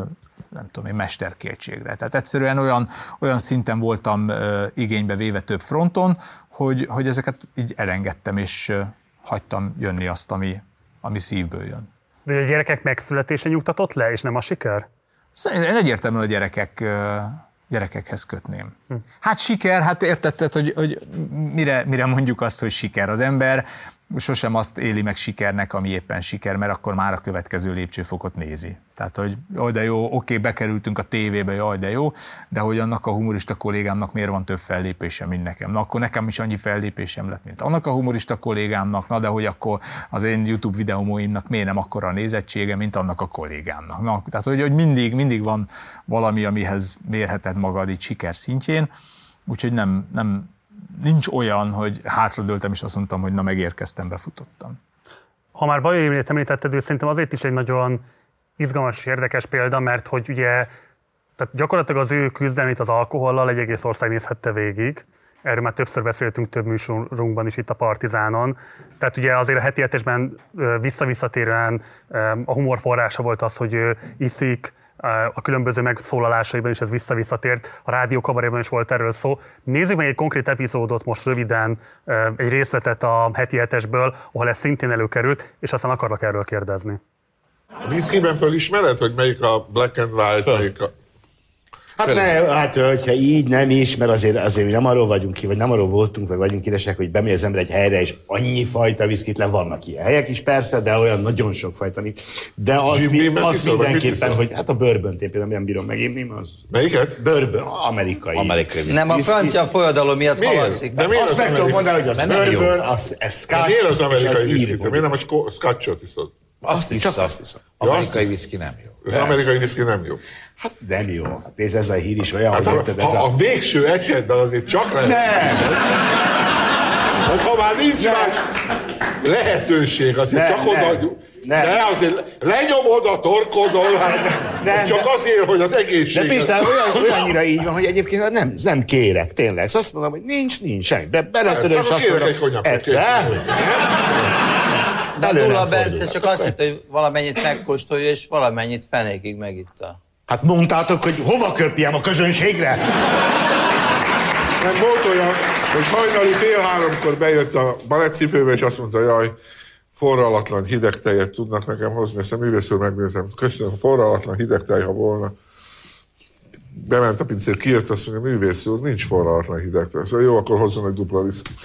nem tudom én, mesterkéltségre. Tehát egyszerűen olyan, olyan szinten voltam uh, igénybe véve több fronton, hogy, hogy ezeket így elengedtem, és uh, hagytam jönni azt, ami, ami szívből jön. De a gyerekek megszületése nyugtatott le, és nem a siker? Én egyértelműen a gyerekek, uh, gyerekekhez kötném. Hm. Hát siker, hát értetted, hogy, hogy mire, mire mondjuk azt, hogy siker. Az ember sosem azt éli meg sikernek, ami éppen siker, mert akkor már a következő lépcsőfokot nézi. Tehát, hogy jaj, de jó, oké, bekerültünk a tévébe, jaj, de jó, de hogy annak a humorista kollégámnak miért van több fellépésem, mint nekem. Na, akkor nekem is annyi fellépésem lett, mint annak a humorista kollégámnak, na, de hogy akkor az én YouTube videóimnak miért nem akkora a nézettsége, mint annak a kollégámnak. Na, tehát, hogy, hogy mindig, mindig van valami, amihez mérheted magad így siker szintjén, úgyhogy nem, nem nincs olyan, hogy hátradőltem és azt mondtam, hogy na megérkeztem, befutottam. Ha már Bajor Imrét említetted, ő szerintem azért is egy nagyon izgalmas és érdekes példa, mert hogy ugye tehát gyakorlatilag az ő küzdelmét az alkohollal egy egész ország nézhette végig. Erről már többször beszéltünk több műsorunkban is itt a Partizánon. Tehát ugye azért a heti hetesben visszavisszatérően a humor forrása volt az, hogy ő iszik, a különböző megszólalásaiban is ez visszavisszatért, a rádió kabaréban is volt erről szó. Nézzük meg egy konkrét epizódot most röviden, egy részletet a heti hetesből, ahol ez szintén előkerült, és aztán akarlak erről kérdezni. A whiskyben fölismered, hogy melyik a black and white, Föl. melyik a... Hát ne, hát hogyha így nem is, mert azért, azért nem arról vagyunk ki, vagy nem arról voltunk, vagy vagyunk idesek, hogy bemegy az ember egy helyre, és annyi fajta viszkit le, vannak ilyen helyek is persze, de olyan nagyon sok fajta. De az, mi, az iszol, mindenképpen, hogy hát a bourbont én például nem bírom meginni, az... Melyiket? Bourbon, amerikai. amerikai. Nem, a francia forradalom miatt haladszik. De azt meg tudom mondani, hogy az bourbon, az scotch, miért az amerikai viszkit? Miért nem a scotchot iszod? Azt is, azt is. Amerikai viszki nem jó. Az amerikai viszki nem jó. Hát nem jó. Hát ez, ez a hír is olyan, hát hogy ha, érted, ez ha a... a végső esetben azért csak lehet... Nem! Hát ha már nincs más lehetőség, azért nem, csak oda... Nem. De azért lenyomod a torkodon, hát nem, csak de, azért, hogy az egészség... De Pistán, olyan, olyannyira így van, hogy egyébként nem, nem kérek, tényleg. Szóval azt mondom, hogy nincs, nincs semmi. Be, beletöröm, és azt mondom... egy konyakot, de a Dula Bence csak azt hitt, hogy valamennyit megkóstolja, és valamennyit fenékig megitta. Hát mondtátok, hogy hova köpjem a közönségre? Nem volt olyan, hogy hajnali fél háromkor bejött a balettcipőbe, és azt mondta, jaj, forralatlan hideg tejet tudnak nekem hozni, ezt a művész úr megnézem, köszönöm, forralatlan hideg tej, ha volna. Bement a pincér, kijött, azt mondja, művész úr, nincs forralatlan hideg tej. Szóval jó, akkor hozzon egy dupla viszkit.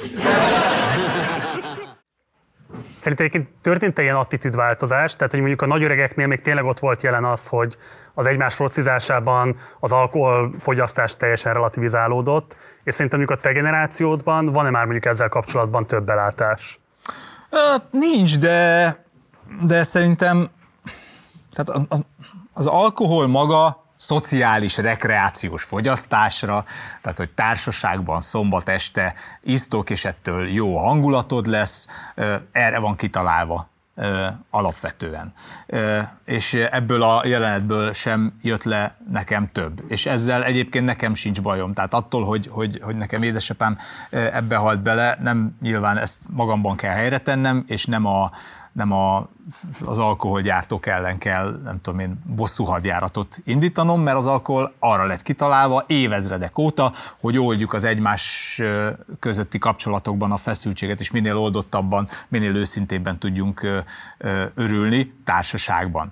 Szerintem egyébként történt ilyen attitűdváltozás, tehát hogy mondjuk a nagyöregeknél még tényleg ott volt jelen az, hogy az egymás focizásában az alkoholfogyasztás teljesen relativizálódott, és szerintem mondjuk a te generációdban van-e már mondjuk ezzel kapcsolatban több belátás? Nincs, de, de szerintem tehát az alkohol maga szociális, rekreációs fogyasztásra, tehát hogy társaságban szombat este isztok, és ettől jó hangulatod lesz, erre van kitalálva alapvetően. És ebből a jelenetből sem jött le nekem több. És ezzel egyébként nekem sincs bajom. Tehát attól, hogy, hogy, hogy nekem édesapám ebbe halt bele, nem nyilván ezt magamban kell helyre tennem, és nem a, nem a az alkoholgyártók ellen kell, nem tudom én, bosszúhadjáratot indítanom, mert az alkohol arra lett kitalálva évezredek óta, hogy oldjuk az egymás közötti kapcsolatokban a feszültséget, és minél oldottabban, minél őszintébben tudjunk örülni társaságban.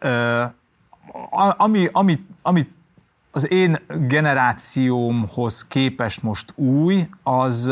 Ami, ami, ami az én generációmhoz képest most új, az,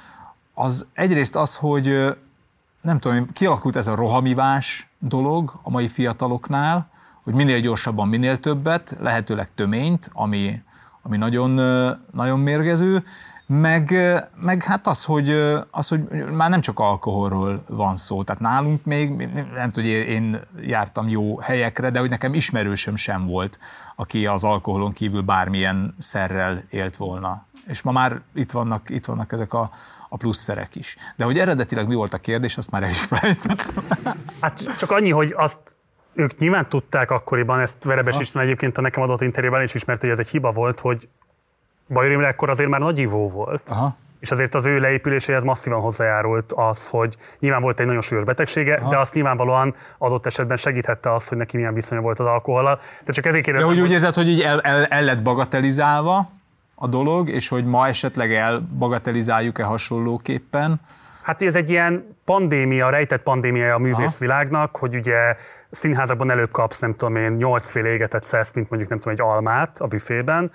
az egyrészt az, hogy nem tudom, kialakult ez a rohamivás dolog a mai fiataloknál, hogy minél gyorsabban, minél többet, lehetőleg töményt, ami, ami nagyon, nagyon mérgező, meg, meg hát az hogy, az, hogy már nem csak alkoholról van szó, tehát nálunk még, nem tudom, hogy én jártam jó helyekre, de hogy nekem ismerősöm sem volt, aki az alkoholon kívül bármilyen szerrel élt volna. És ma már itt vannak, itt vannak ezek a, a plusz szerek is. De hogy eredetileg mi volt a kérdés, azt már el is felejtettem. Hát csak annyi, hogy azt ők nyilván tudták akkoriban, ezt Verebes István egyébként a nekem adott interjúban is ismert, hogy ez egy hiba volt, hogy Bajor Imre ekkor azért már nagy ivó volt. Aha. És azért az ő leépüléséhez masszívan hozzájárult az, hogy nyilván volt egy nagyon súlyos betegsége, aha, de azt nyilvánvalóan adott esetben segíthette azt, hogy neki milyen viszonya volt az alkohollal. De csak ezért kérdezem, de úgy, hogy... úgy érzed, hogy így el, el, el lett bagatelizálva a dolog, és hogy ma esetleg elbagatelizáljuk-e hasonlóképpen? Hát ez egy ilyen pandémia, rejtett pandémiája a művészvilágnak, hogy ugye színházakban előbb kapsz, nem tudom én, nyolcféle égetett szeszt, mint mondjuk nem tudom, egy almát a büfében,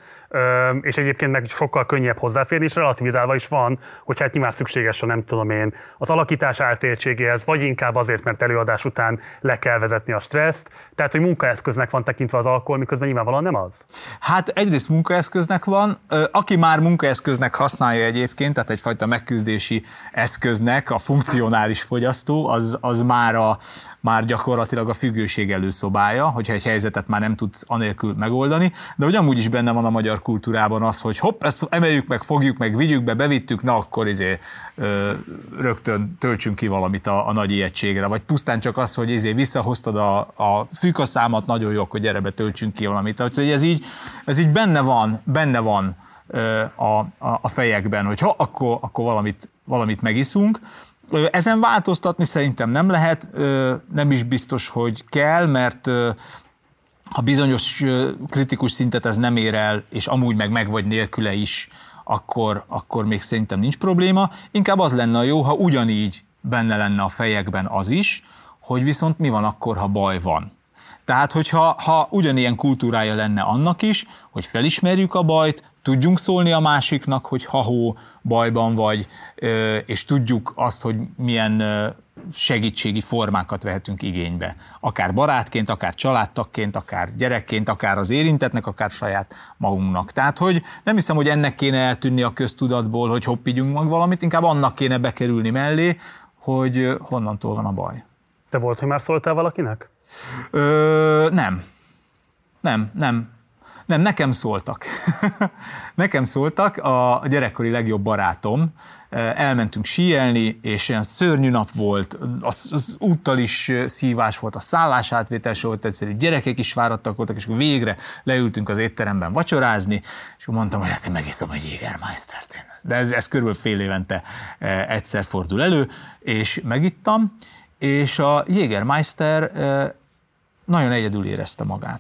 és egyébként meg sokkal könnyebb hozzáférni, és relativizálva is van, hogy hát nyilván szükséges a nem tudom én az alakítás átéltségéhez, vagy inkább azért, mert előadás után le kell vezetni a stresszt, tehát hogy munkaeszköznek van tekintve az alkohol, miközben nyilvánvalóan nem az. Hát egyrészt munkaeszköznek van, aki már munkaeszköznek használja egyébként, tehát egyfajta megküzdési eszköznek a funkcionális fogyasztó, az, az már, a, már gyakorlatilag a függőség előszobája, hogyha egy helyzetet már nem tudsz anélkül megoldani, de hogy amúgy is benne van a magyar kultúrában az, hogy hopp, ezt emeljük meg, fogjuk meg, vigyük be, bevittük, na akkor izé, ö, rögtön töltsünk ki valamit a, a nagy ijegységre, vagy pusztán csak az, hogy izé visszahoztad a, a fűkaszámat, nagyon jó, hogy gyere be, töltsünk ki valamit. Úgyhogy ez így, ez így benne van, benne van ö, a, a, a fejekben, hogy ha, akkor, akkor valamit, valamit megiszunk. Ezen változtatni szerintem nem lehet, nem is biztos, hogy kell, mert ha bizonyos kritikus szintet ez nem ér el, és amúgy meg meg vagy nélküle is, akkor, akkor még szerintem nincs probléma. Inkább az lenne a jó, ha ugyanígy benne lenne a fejekben az is, hogy viszont mi van akkor, ha baj van. Tehát, hogyha ha ugyanilyen kultúrája lenne annak is, hogy felismerjük a bajt, tudjunk szólni a másiknak, hogy ha-hó, bajban vagy, és tudjuk azt, hogy milyen segítségi formákat vehetünk igénybe. Akár barátként, akár családtagként, akár gyerekként, akár az érintettnek, akár saját magunknak. Tehát, hogy nem hiszem, hogy ennek kéne eltűnni a köztudatból, hogy hopp, ígyunk meg valamit, inkább annak kéne bekerülni mellé, hogy honnantól van a baj. Te volt, hogy már szóltál valakinek? Ö, nem. Nem, nem. Nem, nekem szóltak. Nekem szóltak, a gyerekkori legjobb barátom, elmentünk síelni, és ilyen szörnyű nap volt, az, az úttal is szívás volt, a szállásátvétel se volt egyszerű, gyerekek is fáradtak voltak, és végre leültünk az étteremben vacsorázni, és mondtam, hogy hát én megiszom egy Jägermeistert. De ez, ez körülbelül fél évente egyszer fordul elő, és megittam, és a Jägermeister nagyon egyedül érezte magát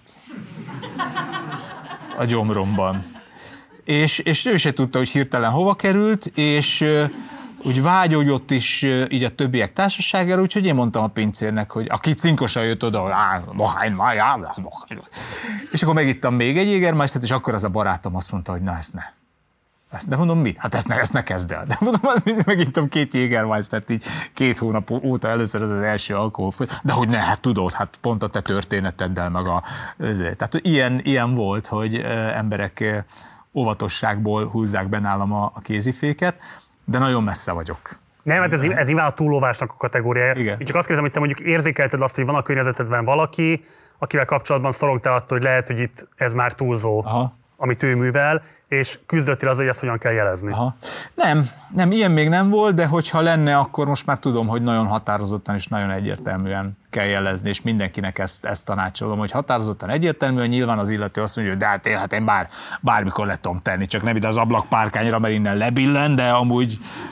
a gyomromban. És, és ő se tudta, hogy hirtelen hova került, és úgy vágyódott is így a többiek társaságára, úgyhogy én mondtam a pincérnek, hogy aki cinkosan jött oda, hogy és akkor megittam még egy Jägermeistert, és akkor az a barátom azt mondta, hogy na ezt ne. Ezt, de mondom, mi? Hát ezt ne, ezt ne kezd el. De mondom, megittam két Jägermeistert így két hónap óta, először ez az első alkohol. De hogy ne, hát tudod, hát pont a te történeteddel meg a... Tehát ilyen, ilyen volt, hogy emberek óvatosságból húzzák be nálam a, a kéziféket, de nagyon messze vagyok. Nem, mert ez, ez nyilván a túlóvásnak a kategóriája. Igen. Én csak azt kérdezem, hogy te mondjuk érzékelted azt, hogy van a környezetedben valaki, akivel kapcsolatban szorongtál attól, hogy lehet, hogy itt ez már túlzó, aha, amit ő művel, és küzdöttél az, hogy ezt hogyan kell jelezni. Aha. Nem, nem, ilyen még nem volt, de hogyha lenne, akkor most már tudom, hogy nagyon határozottan és nagyon egyértelműen kell jelezni, és mindenkinek ezt, ezt tanácsolom, hogy határozottan egyértelműen, nyilván az illető azt mondja, hogy de hát én, hát én bár, bármikor le tudom tenni, csak nem ide az ablakpárkányra, mert innen lebillen, de amúgy,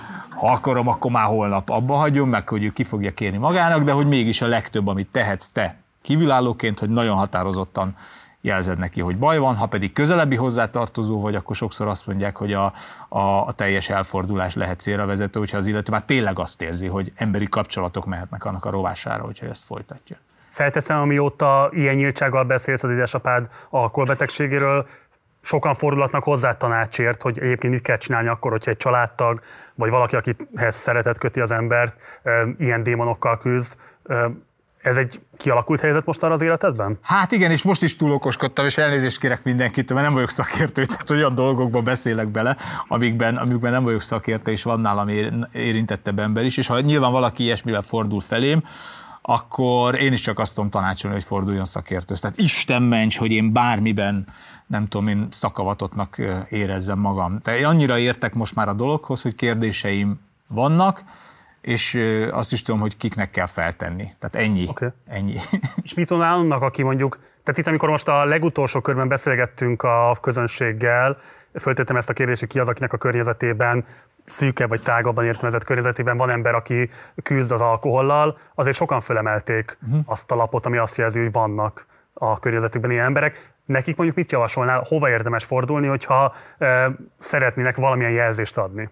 ha akarom, akkor már holnap abba hagyom, meg hogy ő ki fogja kérni magának, de hogy mégis a legtöbb, amit tehetsz te kívülállóként, hogy nagyon határozottan jelzed neki, hogy baj van, ha pedig közelebbi hozzátartozó vagy, akkor sokszor azt mondják, hogy a, a, a teljes elfordulás lehet célra vezető, hogyha az illető már tényleg azt érzi, hogy emberi kapcsolatok mehetnek annak a rovására, hogyha ezt folytatja. Felteszem, amióta ilyen nyíltsággal beszélsz az édesapád alkoholbetegségéről, sokan fordulatnak hozzá tanácsért, hogy egyébként mit kell csinálni akkor, hogyha egy családtag, vagy valaki, akihez szeretet köti az embert, ilyen démonokkal küzd. Ez egy kialakult helyzet most arra az életedben? Hát igen, és most is túl okoskodtam, és elnézést kérek mindenkitől, mert nem vagyok szakértő, tehát olyan dolgokba beszélek bele, amikben, amikben nem vagyok szakértő, és van nálam érintettebb ember is, és ha nyilván valaki ilyesmivel fordul felém, akkor én is csak azt tudom tanácsolni, hogy forduljon szakértőhöz. Tehát Isten ments, hogy én bármiben, nem tudom, én szakavatottnak érezzem magam. Tehát én annyira értek most már a dologhoz, hogy kérdéseim vannak, és azt is tudom, hogy kiknek kell feltenni. Tehát ennyi. Okay. ennyi. És mit mondaná annak, aki mondjuk, tehát itt amikor most a legutolsó körben beszélgettünk a közönséggel, föltettem ezt a kérdést, hogy ki az, akinek a környezetében, szűkebb vagy tágabban értelmezett környezetében van ember, aki küzd az alkohollal, azért sokan fölemelték uh-huh. azt a lapot, ami azt jelzi, hogy vannak a környezetükben ilyen emberek. Nekik mondjuk mit javasolnál, hova érdemes fordulni, hogyha e, szeretnének valamilyen jelzést adni?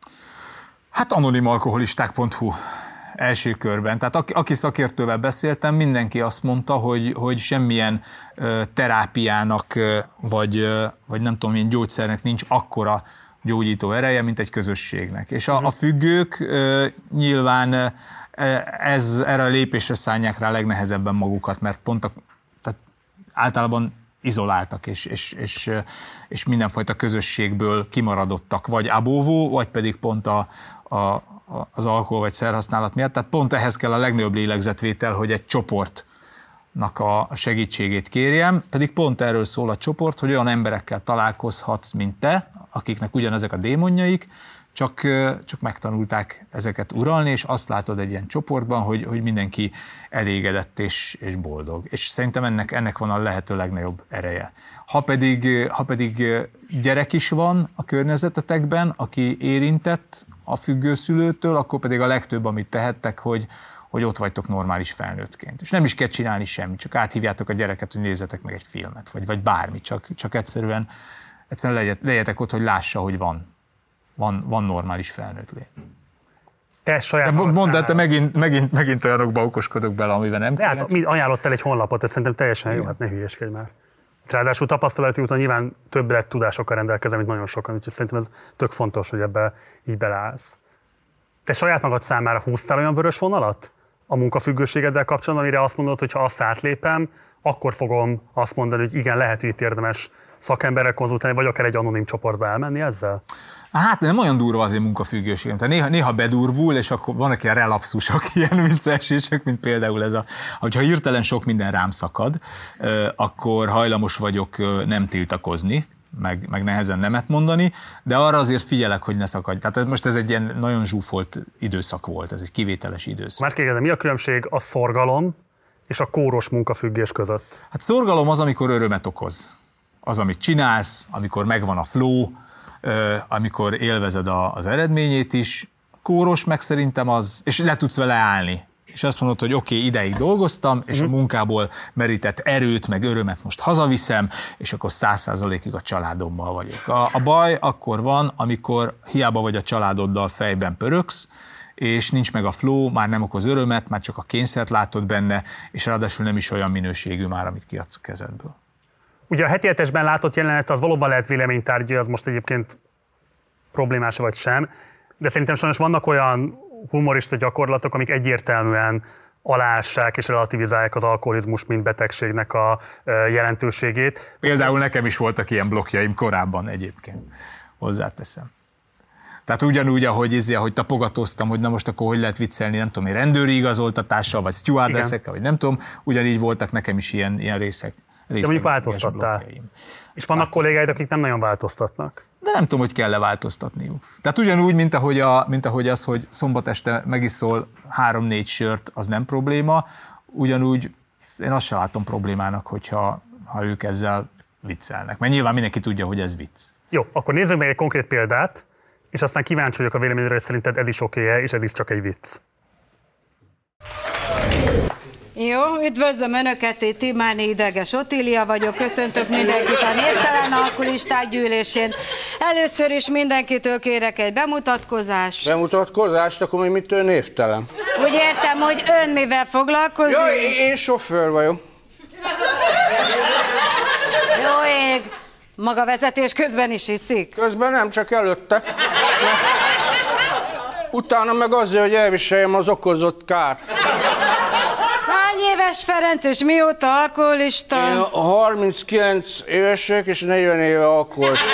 Hát anonimalkoholisták pont hu első körben. Tehát aki, aki szakértővel beszéltem, mindenki azt mondta, hogy, hogy semmilyen ö, terápiának, ö, vagy, ö, vagy nem tudom, milyen gyógyszernek nincs akkora gyógyító ereje, mint egy közösségnek. És a, a függők ö, nyilván ez, erre a lépésre szánják rá legnehezebben magukat, mert pont a, tehát általában izoláltak, és, és, és, és mindenfajta közösségből kimaradottak, vagy abóvó, vagy pedig pont a, a, az alkohol vagy szerhasználat miatt. Tehát pont ehhez kell a legnagyobb lélegzetvétel, hogy egy csoportnak a segítségét kérjem, pedig pont erről szól a csoport, hogy olyan emberekkel találkozhatsz, mint te, akiknek ugyanezek a démonjaik, csak, csak megtanulták ezeket uralni, és azt látod egy ilyen csoportban, hogy, hogy mindenki elégedett és, és boldog. És szerintem ennek, ennek van a lehető legnagyobb ereje. Ha pedig, ha pedig gyerek is van a környezetetekben, aki érintett a függőszülőtől, akkor pedig a legtöbb, amit tehettek, hogy, hogy ott vagytok normális felnőttként. És nem is kell csinálni semmit, csak áthívjátok a gyereket, hogy nézzetek meg egy filmet, vagy, vagy bármi, csak, csak egyszerűen, egyszerűen legyetek, legyetek ott, hogy lássa, hogy van. Van, van normális felnőtt lény. Te saját mondd el, te megint, megint, megint olyanokba okoskodok bele, amiben nem kéne. Hát, ajánlottál egy honlapot, ez szerintem teljesen jó, hát ne hülyeskedj már. Ráadásul tapasztalati úton nyilván több lett tudásokkal rendelkezem, mint nagyon sokan, úgyhogy szerintem ez tök fontos, hogy ebbe így beleállsz. Te saját magad számára húztál olyan vörös vonalat a munkafüggőségeddel kapcsolatban, amire azt mondod, hogy ha azt átlépem, akkor fogom azt mondani, hogy igen, lehet, hogy itt érdemes szakemberrel konzultálni, vagy akár egy anonim csoportba elmenni ezzel? Hát nem olyan durva az én munkafüggőségem. Tehát néha, néha bedurvul, és akkor vannak ilyen relapszusok, ilyen visszaesések, mint például ez a, hogyha hirtelen sok minden rám szakad, akkor hajlamos vagyok nem tiltakozni, meg, meg nehezen nemet mondani, de arra azért figyelek, hogy ne szakadj. Tehát most ez egy ilyen nagyon zsúfolt időszak volt, ez egy kivételes időszak. Már kérdezem, mi a különbség a szorgalom és a kóros munkafüggés között? Hát szorgalom az, amikor örömet okoz. Az, amit csinálsz, amikor megvan a flow, amikor élvezed az eredményét is. Kóros meg szerintem az, és le tudsz vele állni. És azt mondod, hogy oké, okay, ideig dolgoztam, és a munkából merített erőt, meg örömet most hazaviszem, és akkor száz százalékig a családommal vagyok. A, a baj akkor van, amikor hiába vagy a családoddal fejben pöröksz, és nincs meg a flow, már nem okoz örömet, már csak a kényszert látod benne, és ráadásul nem is olyan minőségű már, amit kiadsz a kezedből. Ugye a heti hetesben látott jelenet az valóban lehet véleménytárgya, az most egyébként problémás vagy sem, de szerintem sajnos vannak olyan humorista gyakorlatok, amik egyértelműen aláássák és relativizálják az alkoholizmus, mint betegségnek a jelentőségét. Például nekem is voltak ilyen blokkjaim korábban egyébként, hozzáteszem. Tehát ugyanúgy, ahogy, izé, ahogy tapogatóztam, hogy na most akkor hogy lehet viccelni, nem tudom, rendőri igazoltatással, vagy stewardessekkel, vagy nem tudom, ugyanígy voltak nekem is ilyen, ilyen részek. De mondjuk változtattál. És vannak kollégáid, akik nem nagyon változtatnak. De nem tudom, hogy kell-e változtatniuk. Tehát ugyanúgy, mint ahogy, a, mint ahogy az, hogy szombat este megiszol három-négy sört, az nem probléma, ugyanúgy én azt sem látom problémának, hogyha ha ők ezzel viccelnek. Mert nyilván mindenki tudja, hogy ez vicc. Jó, akkor nézzük meg egy konkrét példát. és aztán kíváncsi vagyok a véleményedre, hogy szerinted ez is oké-e, és ez is csak egy vicc. Jó, üdvözlöm Önöket, én Timáni Ideges Otília vagyok, köszöntök mindenkit a Névtelen Alkoholisták gyűlésén. Először is mindenkitől kérek egy bemutatkozást. Bemutatkozást? Akkor még mitől névtelen? Úgy értem, hogy ön mivel foglalkozik? Jaj, én sofőr vagyok. Jó ég, maga vezetés közben is iszik? Közben nem, csak előtte. Utána meg azért, hogy elviseljem az okozott kár. Hány éves Ferenc, és mióta alkoholista? Én harminckilenc évesek, és negyven éve alkoholista.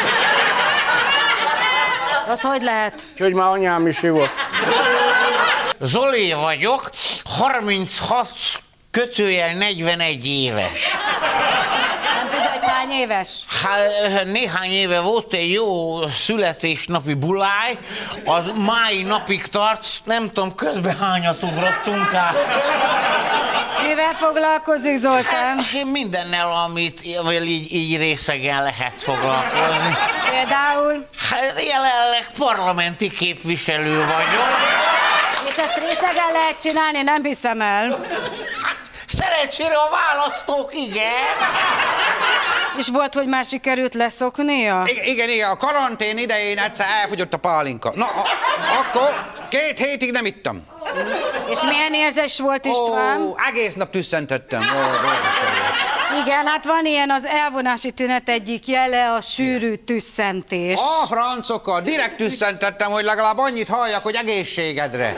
Az hogy lehet? Úgyhogy már anyám is ivott. Zoli vagyok, harminchat kötőjel negyvenegy éves. Nem tudja, hogy hány éves? Hát néhány éve volt egy jó születésnapi buláj, az mai napig tart, nem tudom, közben hányat ugrottunk át. Mivel foglalkozik, Zoltán? Hát, mindennel, amit így, így részegen lehet foglalkozni. Például? Hát jelenleg parlamenti képviselő vagyok. És ezt részegen lehet csinálni, nem hiszem el. Hát, szerencsére a választók, igen. És volt, hogy már sikerült leszoknia? Igen, igen, igen, a karantén idején egyszer elfogyott a pálinka. Na, a, akkor két hétig nem ittam. És milyen érzés volt, István? Ó, egész nap tüsszentettem. Ó, igen, hát van ilyen az elvonási tünet egyik jele, a sűrű tüsszentés. A francokkal, direkt tüsszentettem, hogy legalább annyit halljak, hogy egészségedre.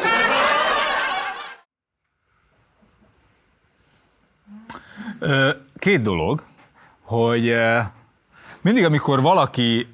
Két dolog, hogy mindig, amikor valaki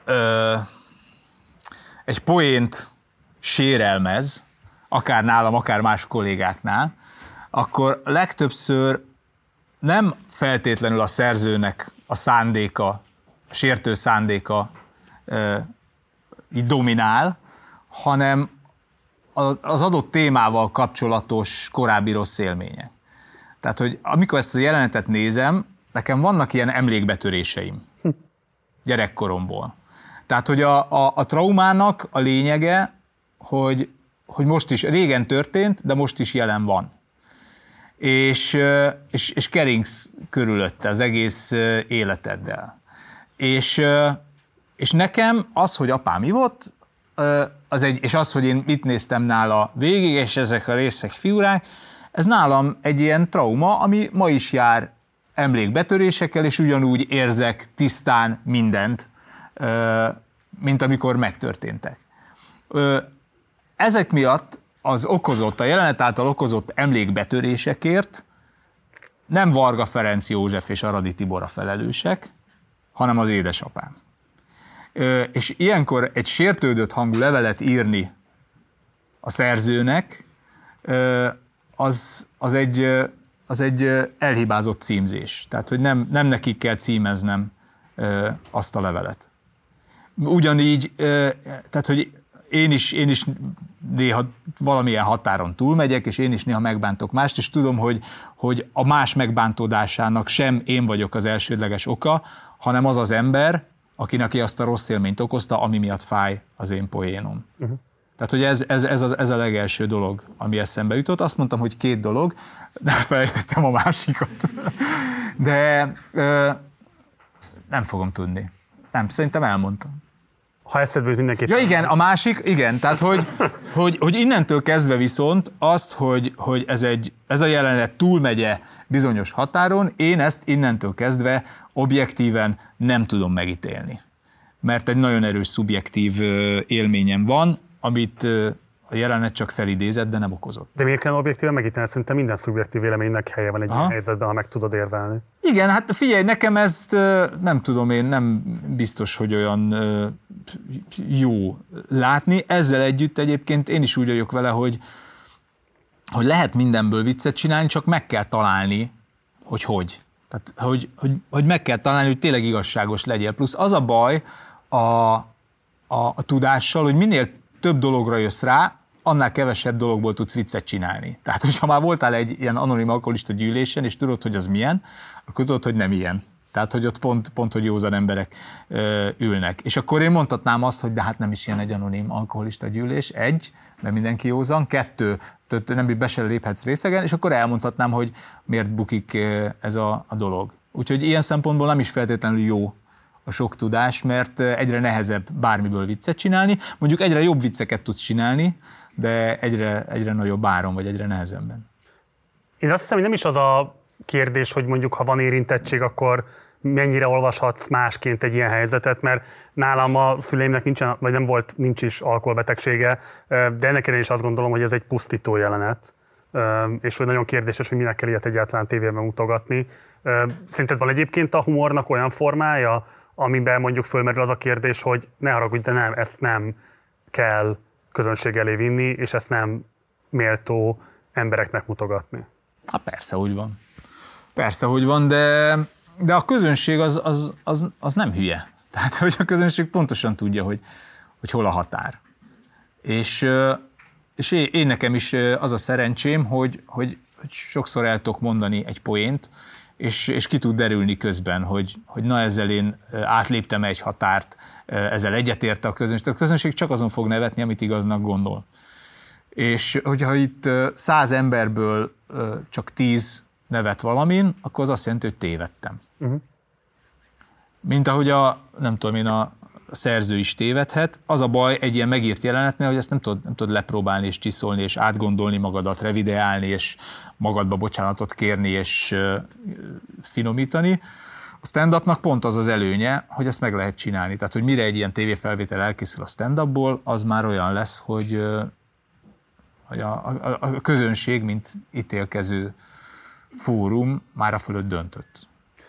egy poént sérelmez, akár nálam, akár más kollégáknál, akkor legtöbbször nem feltétlenül a szerzőnek a szándéka, a sértő szándéka így dominál, hanem az adott témával kapcsolatos korábbi rossz élmények. Tehát, hogy amikor ezt a jelenetet nézem, nekem vannak ilyen emlékbetöréseim gyerekkoromból. Tehát, hogy a, a, a traumának a lényege, hogy, hogy most is, régen történt, de most is jelen van. És, és, és keringsz körülötte az egész életeddel. És, és nekem az, hogy apám ivott, az egy, és az, hogy én mit néztem nála végig, és ezek a részek figurák, ez nálam egy ilyen trauma, ami ma is jár emlékbetörésekkel, és ugyanúgy érzek tisztán mindent, mint amikor megtörténtek. Ezek miatt az okozott, a jelenet által okozott emlékbetörésekért nem Varga Ferenc József és Aradi Tibor a felelősek, hanem az édesapám. És ilyenkor egy sértődött hangú levelet írni a szerzőnek, az, az, egy, az egy elhibázott címzés. Tehát, hogy nem, nem nekik kell címeznem azt a levelet. Ugyanígy, tehát, hogy én is, én is néha valamilyen határon túlmegyek, és én is néha megbántok mást, és tudom, hogy, hogy a más megbántódásának sem én vagyok az elsődleges oka, hanem az az ember, akinek azt a rossz élményt okozta, ami miatt fáj az én poénom. Uh-huh. Tehát, hogy ez, ez, ez, a, ez a legelső dolog, ami eszembe jutott. Azt mondtam, hogy két dolog, de felejtettem a másikat. De ö, nem fogom tudni. Nem, szerintem elmondtam. Ha eszedbe jut mindenképp. Ja igen, a másik, igen, tehát hogy, hogy, hogy innentől kezdve viszont azt, hogy, hogy ez, egy, ez a jelenet túlmegye bizonyos határon, én ezt innentől kezdve objektíven nem tudom megítélni. Mert egy nagyon erős szubjektív élményem van, amit a jelenet csak felidézett, de nem okozott. De miért kell objektíven megítélni? Szerintem minden szubjektív véleménynek helye van egy ilyen helyzetben, ha meg tudod érvelni. Igen, hát figyelj, nekem ezt nem tudom én, nem biztos, hogy olyan jó látni. Ezzel együtt egyébként én is úgy vagyok vele, hogy, hogy lehet mindenből viccet csinálni, csak meg kell találni, hogy hogy. Tehát, hogy, hogy, hogy meg kell találni, hogy tényleg igazságos legyél. Plusz az a baj a, a, a tudással, hogy minél több dologra jössz rá, annál kevesebb dologból tudsz viccet csinálni. Tehát, hogyha már voltál egy ilyen anonim alkoholista gyűlésen, és tudod, hogy az milyen, akkor tudod, hogy nem ilyen. Tehát, hogy ott pont, pont hogy józan emberek ö, ülnek. És akkor én mondhatnám azt, hogy de hát nem is ilyen egy anonim alkoholista gyűlés, egy, mert mindenki józan, kettő, nem be sem léphetsz részegen, és akkor elmondhatnám, hogy miért bukik ez a, a dolog. Úgyhogy ilyen szempontból nem is feltétlenül jó a sok tudás, mert egyre nehezebb bármiből viccet csinálni. Mondjuk egyre jobb vicceket tudsz csinálni, de egyre, egyre nagyobb áron, vagy egyre nehezebben. Én azt hiszem, hogy nem is az a kérdés, hogy mondjuk ha van érintettség, akkor mennyire olvashatsz másként egy ilyen helyzetet, mert nálam a szüleimnek nincsen, vagy nem volt, nincs is alkoholbetegsége, de ennek ellenére is azt gondolom, hogy ez egy pusztító jelenet, és hogy nagyon kérdéses, hogy minek kell ilyet egyáltalán tévében mutogatni. Szerinted van egyébként a humornak olyan formája, amiben mondjuk fölmerül az a kérdés, hogy ne haragudj, de nem, ezt nem kell közönség elé vinni, és ezt nem méltó embereknek mutogatni? Hát persze, úgy van. Persze, hogy van, de, de a közönség az, az, az, az nem hülye. Tehát, hogy a közönség pontosan tudja, hogy, hogy hol a határ. És, és én, én nekem is az a szerencsém, hogy, hogy, hogy sokszor el tudok mondani egy poént, és, és ki tud derülni közben, hogy, hogy na ezzel én átléptem egy határt, ezzel egyetérte a közönség. A közönség csak azon fog nevetni, amit igaznak gondol. És hogyha itt száz emberből csak tíz nevet valamin, akkor az azt jelenti, hogy tévedtem. Uh-huh. Mint ahogy a, nem tudom én, a szerző is tévedhet. Az a baj egy ilyen megírt jelenetnél, hogy ezt nem tudod, nem tudod lepróbálni és csiszolni, és átgondolni magadat, revideálni, és magadba bocsánatot kérni, és finomítani. A stand-upnak pont az az előnye, hogy ezt meg lehet csinálni. Tehát, hogy mire egy ilyen tévéfelvétel elkészül a stand-upból, az már olyan lesz, hogy, hogy a, a, a közönség, mint ítélkező fórum már a fölött döntött.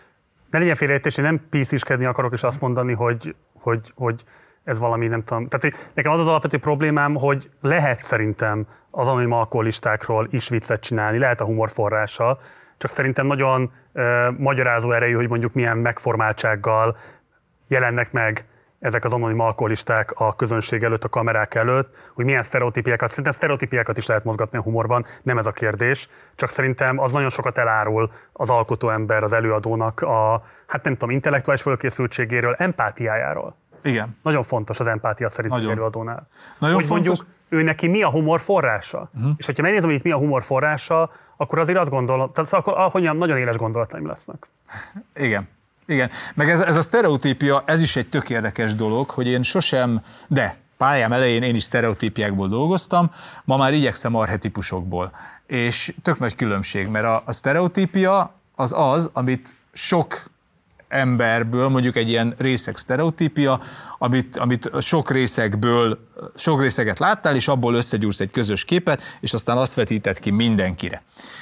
Ne legyen félreértés, én nem pisziskedni akarok, és azt mondani, hogy, hogy, hogy ez valami, nem tudom. Tehát hogy nekem az az alapvető problémám, hogy lehet szerintem az anonim alkoholistákról is viccet csinálni, lehet a humor forrása, csak szerintem nagyon uh, magyarázó erejű, hogy mondjuk milyen megformáltsággal jelennek meg ezek az anonim alkoholisták a közönség előtt, a kamerák előtt, hogy milyen sztereotípiákat, szerintem sztereotípiákat is lehet mozgatni a humorban, nem ez a kérdés, csak szerintem az nagyon sokat elárul az alkotóember, az előadónak a, hát nem tudom, intellektuális fölkészültségéről, empátiájáról. Igen. Nagyon fontos az empátia szerintem az előadónál. Nagyon hogy fontos. Mondjuk ő neki mi a humor forrása, uh-huh. és hogyha megnézem, hogy itt mi a humor forrása, akkor azért azt gondolom, tehát akkor ahogyan nagyon éles gondolataim lesznek. Igen. Igen, meg ez, ez a sztereotípia, ez is egy tök érdekes dolog, hogy én sosem, de pályám elején én is sztereotípiákból dolgoztam, ma már igyekszem archetipusokból. És tök nagy különbség, mert a, a sztereotípia az az, amit sok emberből, mondjuk egy ilyen részeg sztereotípia, amit, amit sok részekből, sok részeget láttál, és abból összegyúrsz egy közös képet, és aztán azt vetíted ki mindenkire.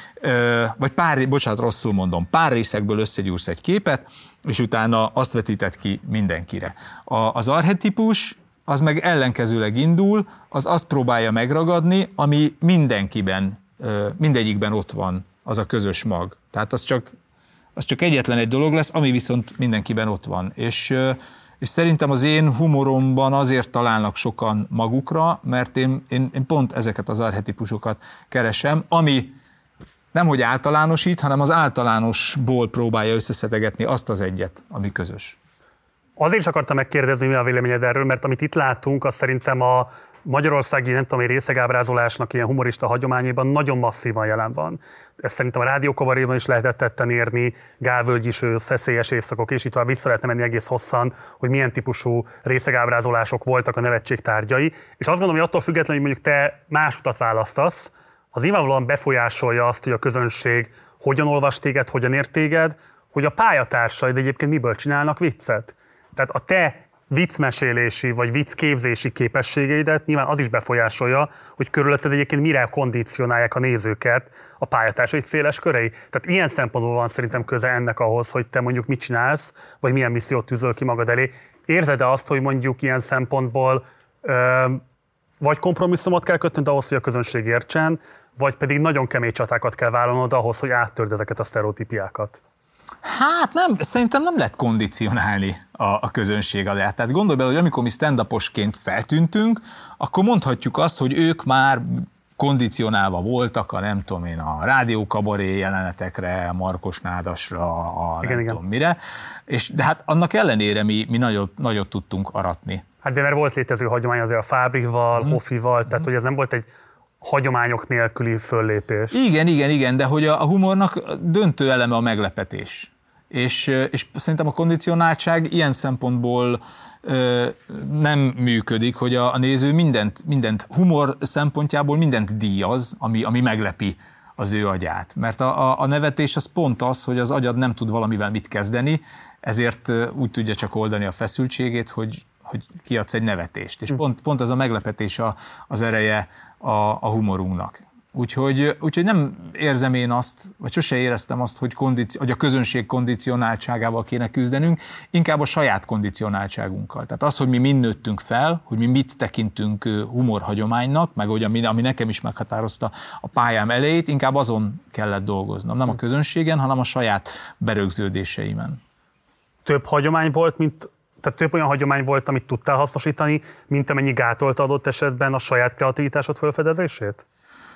Vagy pár, bocsánat, rosszul mondom, pár részekből összegyúrsz egy képet, és utána azt vetíted ki mindenkire. A, az archetipus, az meg ellenkezőleg indul, az azt próbálja megragadni, ami mindenkiben, mindegyikben ott van, az a közös mag. Tehát az csak, az csak egyetlen egy dolog lesz, ami viszont mindenkiben ott van. És, és szerintem az én humoromban azért találnak sokan magukra, mert én, én, én pont ezeket az archetipusokat keresem, ami nem hogy általánosít, hanem az általánosból próbálja összeszedegetni azt az egyet, ami közös. Azért is akartam megkérdezni, mi a véleményed erről, mert amit itt látunk, az szerintem a magyarországi, nem tudom, részegábrázolásnak ilyen humorista hagyományában nagyon masszívan jelen van. Ezt szerintem a rádiókabaréban is lehetett tetten érni, Gálvölgyiső, Szeszélyes évszakok, és itt tovább vissza lehetne menni egész hosszan, hogy milyen típusú részegábrázolások voltak a nevetség tárgyai. És azt gondolom, hogy attól függetlenül, hogy mondjuk te más utat választasz, az nyilvánvalóan befolyásolja azt, hogy a közönség hogyan olvas téged, hogyan ért téged, hogy a pályatársaid egyébként miből csinálnak viccet. Tehát a te viccmesélési vagy viccképzési képességeidet nyilván az is befolyásolja, hogy körülötted egyébként mire kondicionálják a nézőket a pályatársaid széles körei. Tehát ilyen szempontból van szerintem köze ennek ahhoz, hogy te mondjuk mit csinálsz, vagy milyen missziót tűzöl ki magad elé. Érzed-e azt, hogy mondjuk ilyen szempontból ö, vagy kompromisszumot kell kötnöd ahhoz, hogy a közönség értsen, vagy pedig nagyon kemény csatákat kell vállalnod ahhoz, hogy áttörd ezeket a sztereotípiákat? Hát nem, szerintem nem lehet kondicionálni a, a közönség alá. Tehát gondolj bele, hogy amikor mi stand-uposként feltűntünk, akkor mondhatjuk azt, hogy ők már kondicionálva voltak a nem tudom én, a rádiókabaré jelenetekre, Markos Nádasra, a igen, nem igen. tudom mire, és de hát annak ellenére mi, mi nagyot, nagyot tudtunk aratni. Hát de mert volt létező hagyomány azért a Fábrival, mm. Hoffival, tehát mm. hogy ez nem volt egy hagyományok nélküli föllépés. Igen, igen, igen, de hogy a, a humornak döntő eleme a meglepetés. És, és szerintem a kondicionáltság ilyen szempontból ö, nem működik, hogy a, a néző mindent, mindent humor szempontjából mindent díjaz, ami, ami meglepi az ő agyát. Mert a, a, a nevetés az pont az, hogy az agyad nem tud valamivel mit kezdeni, ezért úgy tudja csak oldani a feszültségét, hogy, hogy kiadsz egy nevetést. És pont, pont ez a meglepetés a, az ereje a, a humorunknak. Úgyhogy, úgyhogy nem érzem én azt, vagy sose éreztem azt, hogy, kondici- hogy a közönség kondicionáltságával kéne küzdenünk, inkább a saját kondicionáltságunkkal. Tehát az, hogy mi mind nőttünk fel, hogy mi mit tekintünk humorhagyománynak, meg hogy ami, ami nekem is meghatározta a pályám elejét, inkább azon kellett dolgoznom. Nem a közönségen, hanem a saját berögződéseimen. Több hagyomány volt, mint, tehát több olyan hagyomány volt, amit tudtál hasznosítani, mint amennyi gátolta adott esetben a saját kreativitásod felfedezését?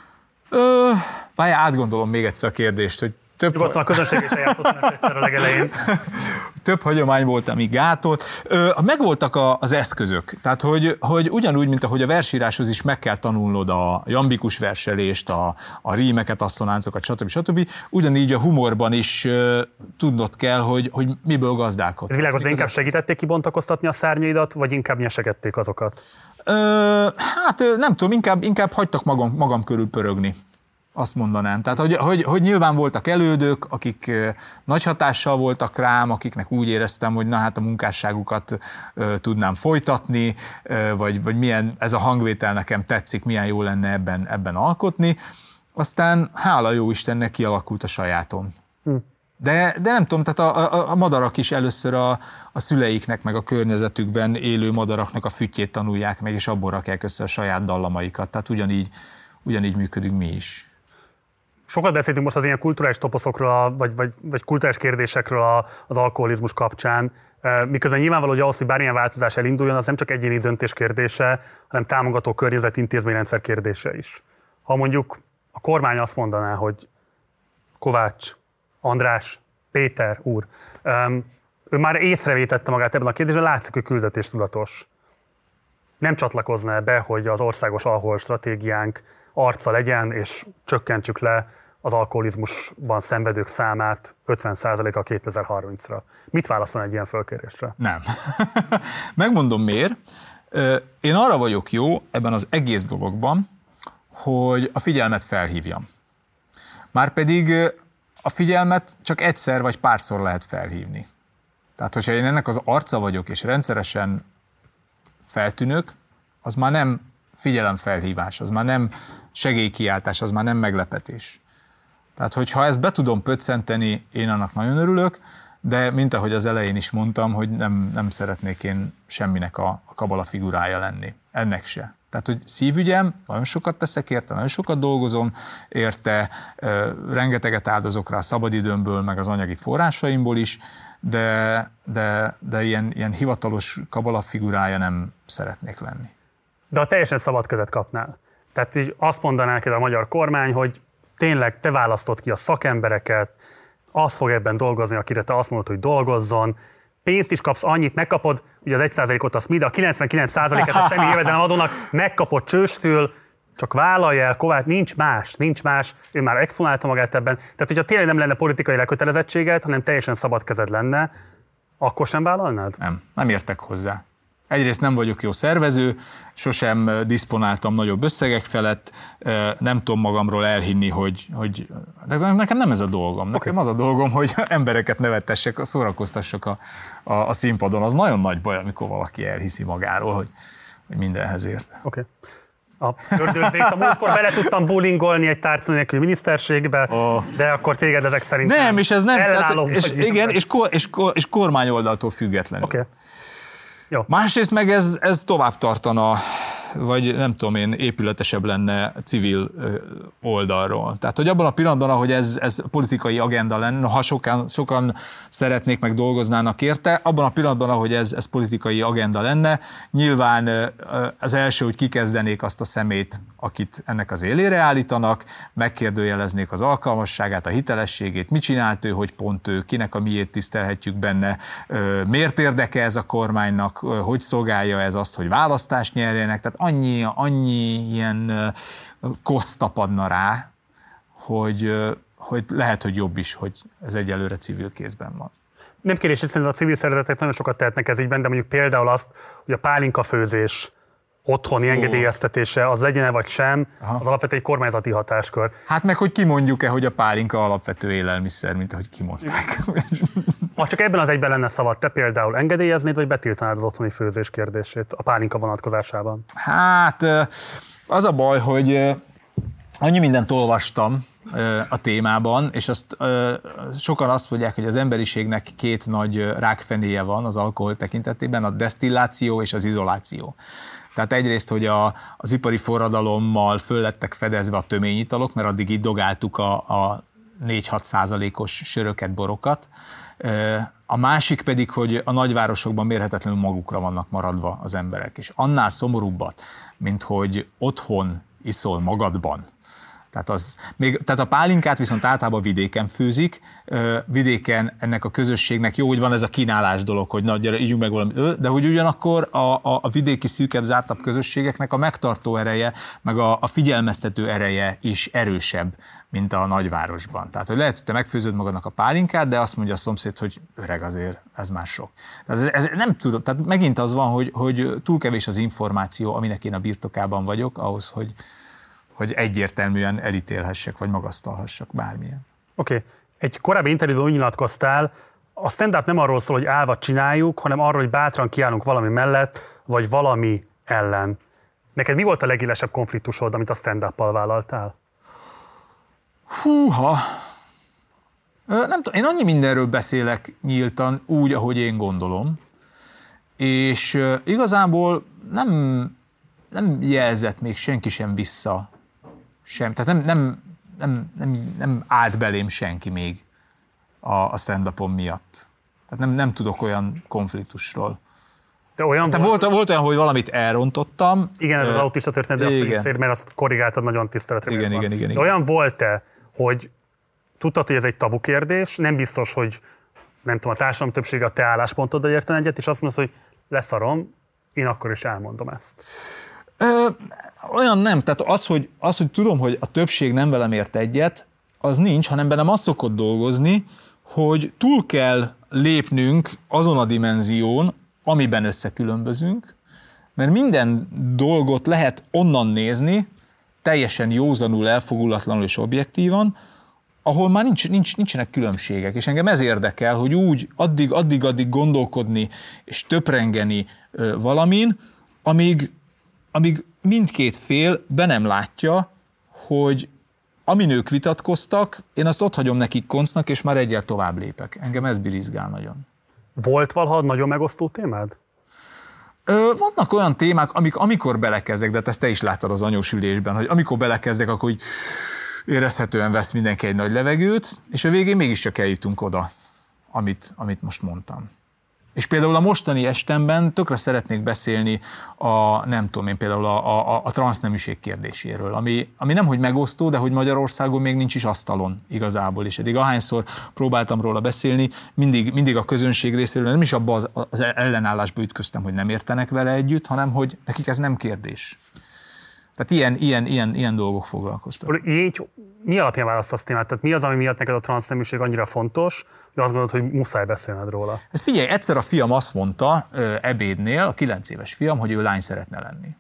Ö, várjál, átgondolom még egyszer a kérdést, hogy több... Nyugodtan a közönség is eljátszottam ezt egyszer a legelején. Több hagyomány volt, ami gátolt. Ö, megvoltak a, az eszközök, tehát hogy, hogy ugyanúgy, mint ahogy a versíráshoz is meg kell tanulnod a jambikus verselést, a, a rímeket, asszonáncokat, stb. stb. Ugyanígy a humorban is ö, tudnod kell, hogy, hogy miből gazdálkodsz. Ez világos, de inkább segítették kibontakoztatni a szárnyaidat, vagy inkább nyesegették azokat? Ö, hát nem tudom, inkább, inkább hagytak magam, magam körül pörögni. Azt mondanám. Tehát, hogy, hogy, hogy nyilván voltak elődök, akik nagy hatással voltak rám, akiknek úgy éreztem, hogy na hát a munkásságukat ö, tudnám folytatni, ö, vagy, vagy milyen ez a hangvétel nekem tetszik, milyen jó lenne ebben, ebben alkotni. Aztán hála jó Istennek kialakult a sajátom. Hm. De, de nem tudom, tehát a, a, a madarak is először a, a szüleiknek, meg a környezetükben élő madaraknak a füttyét tanulják meg, és abból rakják össze a saját dallamaikat. Tehát ugyanígy, ugyanígy működünk mi is. Sokat beszéltünk most az ilyen kulturális toposzokról, vagy, vagy, vagy kulturális kérdésekről az alkoholizmus kapcsán, miközben nyilvánvaló, hogy ahhoz, hogy bármilyen változás elinduljon, az nem csak egyéni döntés kérdése, hanem támogató környezeti intézményrendszer kérdése is. Ha mondjuk a kormány azt mondaná, hogy Kovács, András, Péter úr, ő már észrevétette magát ebben a kérdésben, látszik, hogy küldetéstudatos. Nem csatlakozna be, hogy az országos alkohol stratégiánk arca legyen, és csökkentsük le az alkoholizmusban szenvedők számát ötven százalékkal kétezer-harmincra. Mit válaszol egy ilyen fölkérésre? Nem. Megmondom miért. Én arra vagyok jó ebben az egész dologban, hogy a figyelmet felhívjam. Márpedig a figyelmet csak egyszer vagy párszor lehet felhívni. Tehát, hogyha én ennek az arca vagyok, és rendszeresen feltűnök, az már nem figyelemfelhívás, az már nem segélykiáltás, az már nem meglepetés. Tehát, hogyha ezt be tudom pöccenteni, én annak nagyon örülök, de mint ahogy az elején is mondtam, hogy nem, nem szeretnék én semminek a, a kabala figurája lenni. Ennek se. Tehát, hogy szívügyem, nagyon sokat teszek érte, nagyon sokat dolgozom érte, rengeteget áldozok rá a szabadidőmből, meg az anyagi forrásaimból is, de, de, de ilyen, ilyen hivatalos kabala figurája nem szeretnék lenni. De a teljesen szabad kezet kapnál. Tehát így azt mondanák a magyar kormány, hogy tényleg te választod ki a szakembereket, az fog ebben dolgozni, akire te azt mondod, hogy dolgozzon, pénzt is kapsz, annyit megkapod, ugye az egy százalékot azt mi, de a kilencvenkilenc százalékot a személyi jövedelemadónak megkapod csőstől, csak vállalj el, Kovács, nincs más, nincs más, ő már exponálta magát ebben. Tehát, hogyha tényleg nem lenne politikai lekötelezettséged, hanem teljesen szabad kezed lenne, akkor sem vállalnád? Nem, nem értek hozzá. Egyrészt nem vagyok jó szervező, sosem diszponáltam nagyobb összegek felett, nem tudom magamról elhinni, hogy, hogy de nekem nem ez a dolgom. Nekem okay. Az a dolgom, hogy embereket nevettessek, szórakoztassak a, a, a színpadon. Az nagyon nagy baj, amikor valaki elhiszi magáról, hogy, hogy mindenhez ért. Oké. Okay. A fördőrzét, a múltkor bele tudtam bowlingolni egy tárca nélküli miniszterségbe, oh. de akkor téged ezek szerint nem, és ez nem, tehát, és, igen, és, kor, és, kor, és kormányoldaltól függetlenül. Okay. Jó. Másrészt meg ez, ez tovább tartana vagy nem tudom én, épületesebb lenne civil oldalról. Tehát, hogy abban a pillanatban, ahogy ez, ez politikai agenda lenne, ha sokan, sokan szeretnék meg dolgoznának érte, abban a pillanatban, ahogy ez, ez politikai agenda lenne, nyilván az első, hogy kikezdenék azt a szemét, akit ennek az élére állítanak, megkérdőjeleznék az alkalmasságát, a hitelességét, mit csinált ő, hogy pont ő, kinek a miét tisztelhetjük benne, miért érdeke ez a kormánynak, hogy szolgálja ez azt, hogy választást nyerjenek, tehát annyi, annyi ilyen kosz tapadna rá, hogy, hogy lehet, hogy jobb is, hogy ez egyelőre civil kézben van. Nem kérdés, hiszen a civil szervezetek nagyon sokat tehetnek ez ügyben, de mondjuk például azt, hogy a pálinkafőzés otthoni oh. engedélyeztetése, az legyen-e vagy sem, Aha. az alapvetően egy kormányzati hatáskör. Hát meg, hogy kimondjuk-e, hogy a pálinka alapvető élelmiszer, mint ahogy kimondták. Ha csak ebben az egyben lenne szabad, te például engedélyeznéd, vagy betiltanád az otthoni főzés kérdését a pálinka vonatkozásában? Hát az a baj, hogy annyi mindent olvastam a témában, és azt, sokan azt mondják, hogy az emberiségnek két nagy rákfenéje van az alkohol tekintetében, a desztilláció és az izoláció. Tehát egyrészt, hogy a, az ipari forradalommal föl lettek fedezve a töményitalok, mert addig így dogáltuk a, a négy-hat százalékos söröket, borokat. A másik pedig, hogy a nagyvárosokban mérhetetlenül magukra vannak maradva az emberek. És annál szomorúbbat, mint hogy otthon iszol magadban. Tehát, az, még, tehát a pálinkát viszont általában vidéken főzik, vidéken ennek a közösségnek jó, hogy van ez a kínálás dolog, hogy na, gyere, ígyunk meg valami, de hogy ugyanakkor a, a, a vidéki szűkebb, zártabb közösségeknek a megtartó ereje, meg a, a figyelmeztető ereje is erősebb, mint a nagyvárosban. Tehát, hogy lehet, hogy te megfőzöd magadnak a pálinkát, de azt mondja a szomszéd, hogy öreg azért, ez már sok. Tehát, ez, ez nem tudom, tehát megint az van, hogy, hogy túl kevés az információ, aminek én a birtokában vagyok, ahhoz, hogy hogy egyértelműen elítélhessek, vagy magasztalhassak bármilyen. Oké. Okay. Egy korábbi interjúban úgy nyilatkoztál, a stand-up nem arról szól, hogy állva csináljuk, hanem arról, hogy bátran kiállunk valami mellett, vagy valami ellen. Neked mi volt a legélesebb konfliktusod, amit a stand-uppal vállaltál? Húha! Nem tudom, én annyi mindenről beszélek nyíltan, úgy, ahogy én gondolom, és igazából nem, nem jelzett még senki sem vissza, sem. Tehát nem, nem, nem, nem, nem állt belém senki még a, a stand-upon miatt. Tehát nem, nem tudok olyan konfliktusról. De olyan volt, volt, volt olyan, hogy valamit elrontottam. Igen, ez az autista történet, de azt pedig szér, mert azt korrigáltad nagyon tiszteletre. Igen, igen, igen, igen. Olyan volt-e, hogy tudtad, hogy ez egy tabu kérdés, nem biztos, hogy nem tudom, a társadalom többsége a te álláspontoddal érten egyet, és azt mondod, hogy leszarom, én akkor is elmondom ezt. Ö, olyan nem, tehát az hogy, az, hogy tudom, hogy a többség nem velem ért egyet, az nincs, hanem bennem az szokott dolgozni, hogy túl kell lépnünk azon a dimenzión, amiben összekülönbözünk, mert minden dolgot lehet onnan nézni, teljesen józanul, elfogulatlanul és objektívan, ahol már nincs, nincs, nincsenek különbségek, és engem ez érdekel, hogy úgy addig, addig, addig gondolkodni és töprengeni ö, valamin, amíg, amíg mindkét fél be nem látja, hogy amin ők vitatkoztak, én azt ott hagyom nekik koncnak, és már egyel tovább lépek. Engem ez birizgál nagyon. Volt valaha nagyon megosztó témád? Ö, vannak olyan témák, amik, amikor belekezdek, de hát ezt te is láttad az anyósülésben, hogy amikor belekezdek, akkor úgy érezhetően vesz mindenki egy nagy levegőt, és a végén mégiscsak eljutunk oda, amit, amit most mondtam. És például a mostani estemben tökre szeretnék beszélni a, nem tudom én, például a, a, a transzneműség kérdéséről, ami, ami nem hogy megosztó, de hogy Magyarországon még nincs is asztalon igazából, és eddig ahányszor próbáltam róla beszélni, mindig, mindig a közönség részéről, nem is abban az, az ellenállásba ütköztem, hogy nem értenek vele együtt, hanem hogy nekik ez nem kérdés. Tehát ilyen, ilyen, ilyen, ilyen dolgok foglalkoztak. Így, mi alapján választasz témát? Tehát mi az, ami miatt neked a transzneműség annyira fontos, hogy azt gondolod, hogy muszáj beszélned róla? Hát figyelj, egyszer a fiam azt mondta ö, ebédnél, a kilenc éves fiam, hogy ő lány szeretne lenni.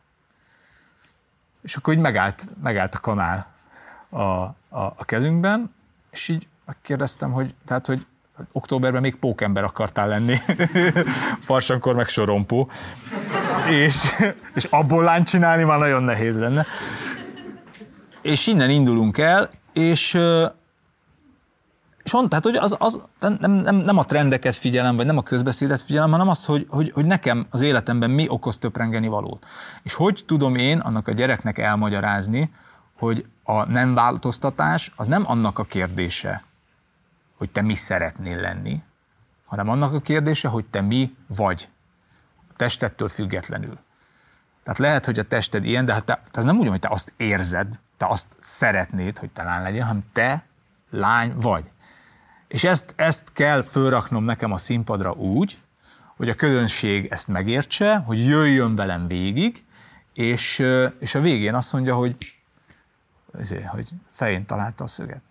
És akkor így megállt, megállt a kanál a, a, a kezünkben, és így kérdeztem, hogy, tehát, hogy októberben még pókember akartál lenni, farsankor meg sorompó, és, és abból lányt csinálni már nagyon nehéz lenne. És innen indulunk el, és és on, tehát, hogy az, az, nem, nem, nem a trendeket figyelem, vagy nem a közbeszédet figyelem, hanem azt, hogy, hogy, hogy nekem az életemben mi okoz töprengeni valót. És hogy tudom én annak a gyereknek elmagyarázni, hogy a nem változtatás az nem annak a kérdése, hogy te mi szeretnél lenni, hanem annak a kérdése, hogy te mi vagy. A testettől függetlenül. Tehát lehet, hogy a tested ilyen, de hát te, te az nem úgy, hogy te azt érzed, te azt szeretnéd, hogy te lány legyen, hanem te lány vagy. És ezt, ezt kell fölraknom nekem a színpadra úgy, hogy a közönség ezt megértse, hogy jöjjön velem végig, és, és a végén azt mondja, hogy, ezért, hogy fején találta a szöget.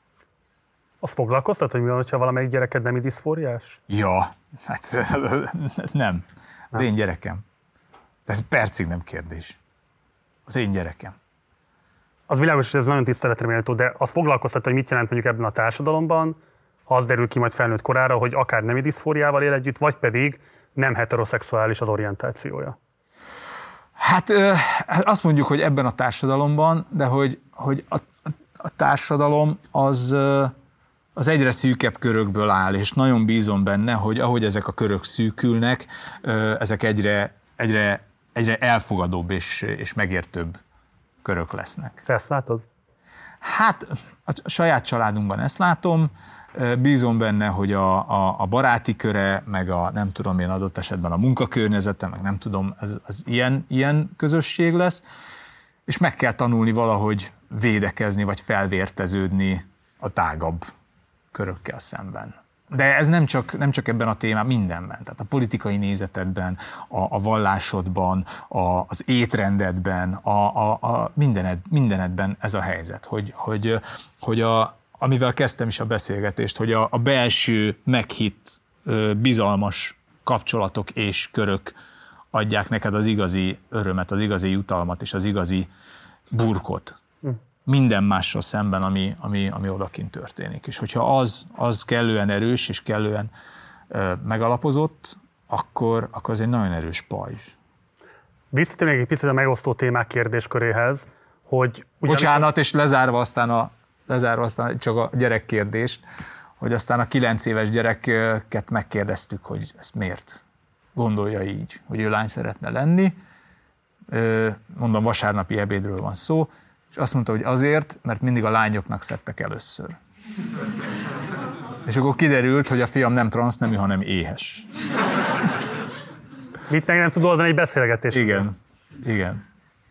Azt foglalkoztat, hogy mi van, ha valamelyik gyereked nemi diszfóriás? Ja, hát nem. Az én gyerekem. Ez percig nem kérdés. Az én gyerekem. Az világos, hogy ez nagyon tiszteletre méltó, de az foglalkoztat, hogy mit jelent mondjuk ebben a társadalomban, ha az derül ki majd felnőtt korára, hogy akár nemi diszfóriával él együtt, vagy pedig nem heteroszexuális az orientációja. Hát azt mondjuk, hogy ebben a társadalomban, de hogy, hogy a, a társadalom az, az egyre szűkebb körökből áll, és nagyon bízom benne, hogy ahogy ezek a körök szűkülnek, ezek egyre, egyre, egyre elfogadóbb és, és megértőbb körök lesznek. Te ezt látod? Hát a saját családunkban ezt látom, bízom benne, hogy a, a, a baráti köre, meg a nem tudom én adott esetben a munkakörnyezete, meg nem tudom, ez, az ilyen, ilyen közösség lesz, és meg kell tanulni valahogy védekezni, vagy felvérteződni a tágabb körökkel szemben. De ez nem csak, nem csak ebben a témában, mindenben. Tehát a politikai nézetedben, a, a vallásodban, a, az étrendedben, a, a, a mindened, mindenedben ez a helyzet, hogy, hogy, hogy a, amivel kezdtem is a beszélgetést, hogy a, a belső, meghitt, bizalmas kapcsolatok és körök adják neked az igazi örömet, az igazi jutalmat és az igazi burkot. Hm. Minden mással szemben, ami, ami, ami odakint történik. És hogyha az, az kellően erős és kellően ö, megalapozott, akkor, akkor ez egy nagyon erős pajzs. Visszatérnék egy picit a megosztó témák kérdésköréhez, hogy... Bocsánat, és lezárva aztán, a, lezárva aztán csak a gyerekkérdést, hogy aztán a kilenc éves gyereket megkérdeztük, hogy ezt miért gondolja így, hogy ő lány szeretne lenni. Mondom, vasárnapi ebédről van szó, és azt mondta, hogy azért, mert mindig a lányoknak szedtek először. És akkor kiderült, hogy a fiam nem transznemű, hanem éhes. Mit meg nem tud oldani egy beszélgetés? Igen, igen.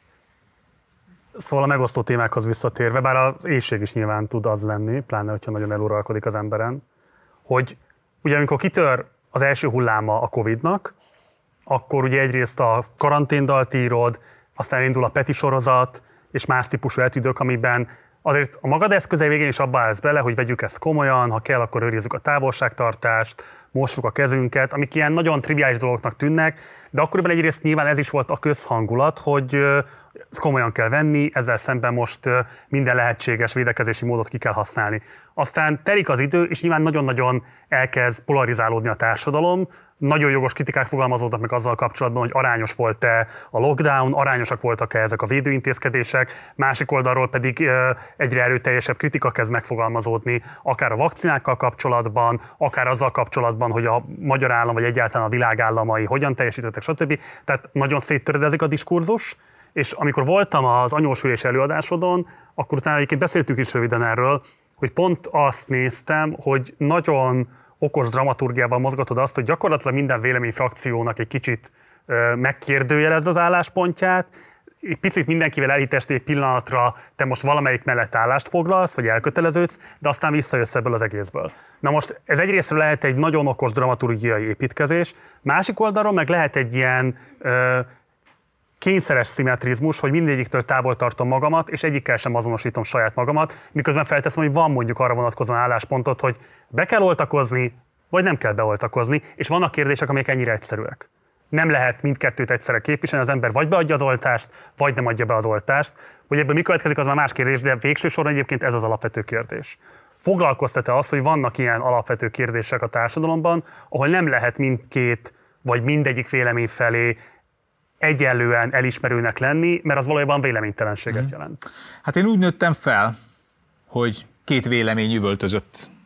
Szóval a megosztó témákhoz visszatérve, bár az éhség is nyilván tud az lenni, pláne, hogyha nagyon eluralkodik az emberen, hogy ugye amikor kitör az első hulláma a Covidnak, akkor ugye egyrészt a karanténdalt írod, aztán indul a Peti sorozat, és más típusú etüdök, amiben azért a magad eszközei végén is abba állsz bele, hogy vegyük ezt komolyan, ha kell, akkor őrizzük a távolságtartást, mossuk a kezünket, amik ilyen nagyon triviális dolgoknak tűnnek, de akkoriban egyrészt nyilván ez is volt a közhangulat, hogy ezt komolyan kell venni, ezzel szemben most minden lehetséges védekezési módot ki kell használni. Aztán telik az idő, és nyilván nagyon-nagyon elkezd polarizálódni a társadalom, nagyon jogos kritikák fogalmazódnak meg azzal kapcsolatban, hogy arányos volt-e a lockdown, arányosak voltak-e ezek a védőintézkedések, másik oldalról pedig egyre erőteljesebb kritika kezd megfogalmazódni, akár a vakcinákkal kapcsolatban, akár azzal kapcsolatban, hogy a magyar állam vagy egyáltalán a világ államai hogyan teljesítettek, stb. Tehát nagyon széttöredezik a diskurzus, és amikor voltam az anyósülés előadásodon, akkor utána egyébként beszéltük is röviden erről, hogy pont azt néztem, hogy nagyon okos dramaturgiával mozgatod azt, hogy gyakorlatilag minden véleményfrakciónak egy kicsit ö, megkérdőjelez az álláspontját, egy picit mindenkivel elhitesd egy pillanatra, te most valamelyik mellett állást foglalsz, vagy elköteleződsz, de aztán visszajössz ebből az egészből. Na most ez egyrésztről lehet egy nagyon okos dramaturgiai építkezés, másik oldalról meg lehet egy ilyen ö, kényszeres szimmetrizmus, hogy mindegyiktől távol tartom magamat, és egyikkel sem azonosítom saját magamat, miközben felteszem, hogy van mondjuk arra vonatkozóan álláspontot, hogy be kell oltakozni, vagy nem kell beoltakozni, és vannak kérdések, amelyek ennyire egyszerűek. Nem lehet mindkettőt egyszerre képviselni, az ember vagy beadja az oltást, vagy nem adja be az oltást. Hogy ebből mi következik, az már más kérdés, de végső soron egyébként ez az alapvető kérdés. Foglalkoztat-e azt, hogy vannak ilyen alapvető kérdések a társadalomban, ahol nem lehet mindkét, vagy mindegyik vélemény felé egyenlően elismerőnek lenni, mert az valójában véleménytelenséget jelent. Hát én úgy nőttem fel, hogy két vélemény üvöltözött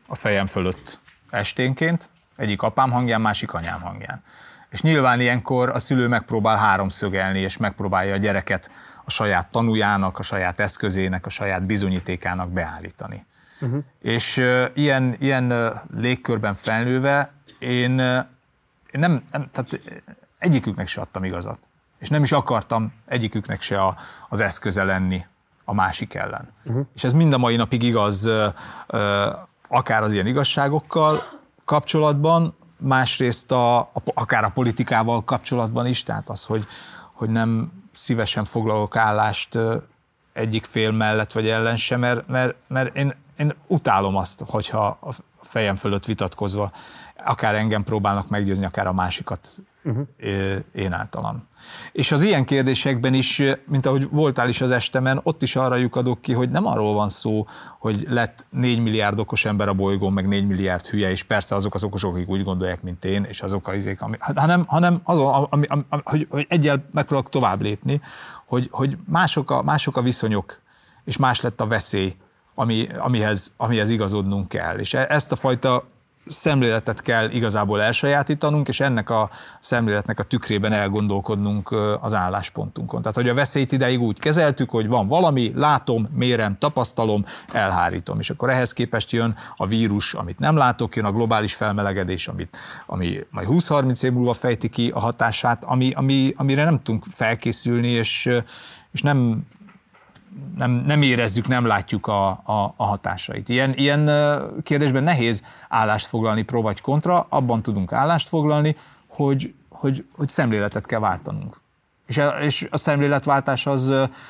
a fejem fölött esténként, egyik apám hangján, másik anyám hangján. És nyilván ilyenkor a szülő megpróbál háromszögelni, és megpróbálja a gyereket a saját tanújának, a saját eszközének, a saját bizonyítékának beállítani. Uh-huh. És uh, ilyen, ilyen uh, légkörben felnőve én, uh, én nem, nem, tehát egyiküknek se adtam igazat. És nem is akartam egyiküknek se a, az eszköze lenni a másik ellen. Uh-huh. És ez mind a mai napig igaz, uh, uh, akár az ilyen igazságokkal kapcsolatban, másrészt a, a, akár a politikával kapcsolatban is, tehát az, hogy, hogy nem szívesen foglalok állást egyik fél mellett vagy ellen sem, mert, mert, mert én, én utálom azt, hogyha a fejem fölött vitatkozva akár engem próbálnak meggyőzni, akár a másikat uh-huh. én általam. És az ilyen kérdésekben is, mint ahogy voltál is az estemen, ott is arra lyukadok ki, hogy nem arról van szó, hogy lett négy milliárd okos ember a bolygón, meg négy milliárd hülye, és persze azok az okosok, akik úgy gondolják, mint én, és azok az izék, ami, hanem, hanem azon, ami, ami, hogy, hogy egyel megpróbálok tovább lépni, hogy, hogy mások, a, mások a viszonyok, és más lett a veszély, ami, amihez, amihez igazodnunk kell. És ezt a fajta szemléletet kell igazából elsajátítanunk, és ennek a szemléletnek a tükrében elgondolkodnunk az álláspontunkon. Tehát, hogy a veszélyt ideig úgy kezeltük, hogy van valami, látom, mérem, tapasztalom, elhárítom. És akkor ehhez képest jön a vírus, amit nem látok, jön a globális felmelegedés, amit, ami majd húsz-harminc év múlva fejti ki a hatását, ami, ami, amire nem tudunk felkészülni, és, és nem Nem, nem érezzük, nem látjuk a, a, a hatásait. Ilyen, ilyen kérdésben nehéz állást foglalni pro vagy kontra, abban tudunk állást foglalni, hogy, hogy, hogy szemléletet kell váltanunk. És a, és a szemléletváltás az,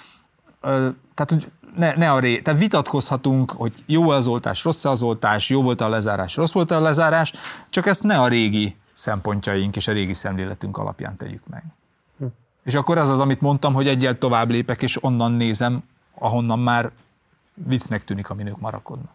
tehát, hogy ne, ne a ré, tehát vitatkozhatunk, hogy jó az oltás, rossz az oltás, jó volt a lezárás, rossz volt a lezárás, csak ezt ne a régi szempontjaink és a régi szemléletünk alapján tegyük meg. Hm. És akkor az az, amit mondtam, hogy egyel tovább lépek, és onnan nézem, ahonnan már viccnek tűnik, amin ők marakodnak.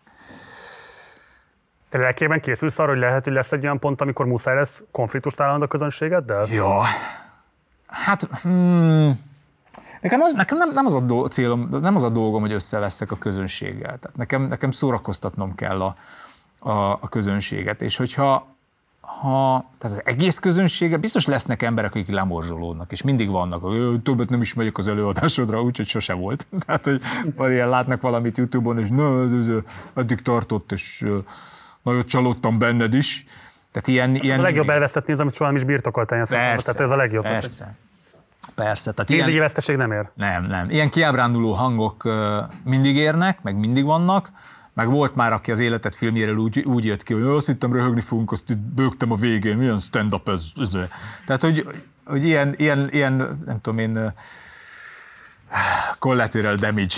Te lelkében készülsz arra, hogy lehet, hogy lesz egy olyan pont, amikor muszáj lesz konfliktust vállalnod a közönségeddel? Ja. Hát, hmm, nekem, az, nekem nem, nem, az a do, célom, nem az a dolgom, hogy összeveszek a közönséggel. Tehát nekem, nekem szórakoztatnom kell a, a, a közönséget, és hogyha Ha, tehát az egész közönsége, biztos lesznek emberek, akik lemorzsolódnak, és mindig vannak, hogy többet nem is megyek az előadásodra, úgyhogy sose volt. Tehát, hogy van ilyen, látnak valamit YouTube-on, és na, ez, ez eddig tartott, és nagyon csalódtam benned is. Tehát ilyen, ilyen... A legjobb elvesztetni az, amit soha nem is birtokoltál ilyen persze, tehát ez a legjobb. Persze, persze. Tehát pénzügyi ilyen... veszteség nem ér? Nem, nem. Ilyen kiábránduló hangok mindig érnek, meg mindig vannak. Meg volt már, aki az életet filmjéről úgy, úgy jött ki, hogy azt hittem röhögni fogunk, azt itt bőgtem a végén, milyen stand-up ez. ez. Tehát, hogy, hogy ilyen, ilyen, ilyen, nem tudom én, collateral damage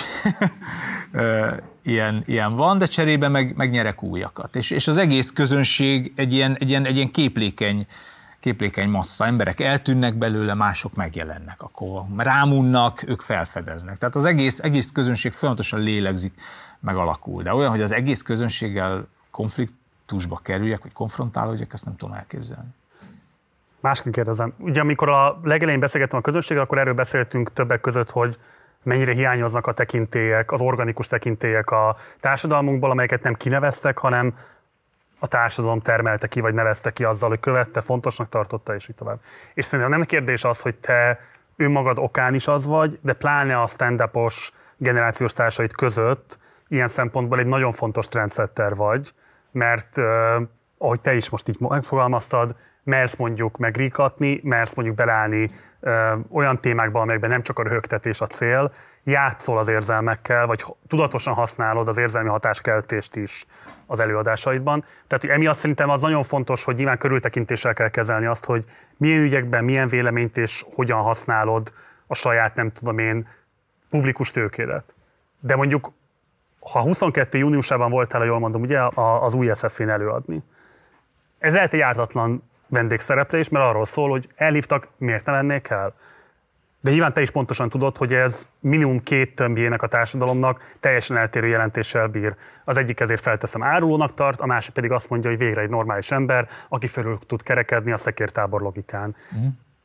ilyen, ilyen van, de cserébe meg, meg nyerek újakat. És, és az egész közönség egy ilyen, egy ilyen, egy ilyen képlékeny, képlékeny massza. Emberek eltűnnek belőle, mások megjelennek, akkor rámunnak, ők felfedeznek. Tehát az egész, egész közönség folyamatosan lélegzik, megalakul. De olyan, hogy az egész közönséggel konfliktusba kerüljek, vagy konfrontálódjak, ezt nem tudom elképzelni. Másként kérdezem. Ugye amikor a legelején beszélgettem a közönséggel, akkor erről beszéltünk többek között, hogy mennyire hiányoznak a tekintélyek, az organikus tekintélyek a társadalmunkból, amelyeket nem kineveztek, hanem a társadalom termelte ki, vagy nevezte ki azzal, hogy követte, fontosnak tartotta, és így tovább. És szerintem nem kérdés az, hogy te önmagad okán is az vagy, de pláne a stand-upos generációs társait között ilyen szempontból egy nagyon fontos trendsetter vagy, mert uh, ahogy te is most így megfogalmaztad, mersz mondjuk megrikatni, mersz mondjuk beleállni uh, olyan témákba, amelyekben nem csak a röhögtetés a cél, játszol az érzelmekkel, vagy tudatosan használod az érzelmi hatáskeltést is az előadásaidban. Tehát hogy emiatt szerintem az nagyon fontos, hogy nyilván körültekintéssel kell kezelni azt, hogy milyen ügyekben, milyen véleményt és hogyan használod a saját, nem tudom én, publikus tőkédet. De mondjuk, ha huszonkettő júniusában voltál, ha jól mondom, ugye, az új es ef en előadni. Ez lehet egy ártatlan vendégszereplés, mert arról szól, hogy elhívtak, miért nem mennék el. De nyilván te is pontosan tudod, hogy ez minimum két tömbjének a társadalomnak teljesen eltérő jelentéssel bír. Az egyik ezért felteszem árulónak tart, a másik pedig azt mondja, hogy végre egy normális ember, aki fölül tud kerekedni a szekértábor logikán. Mm.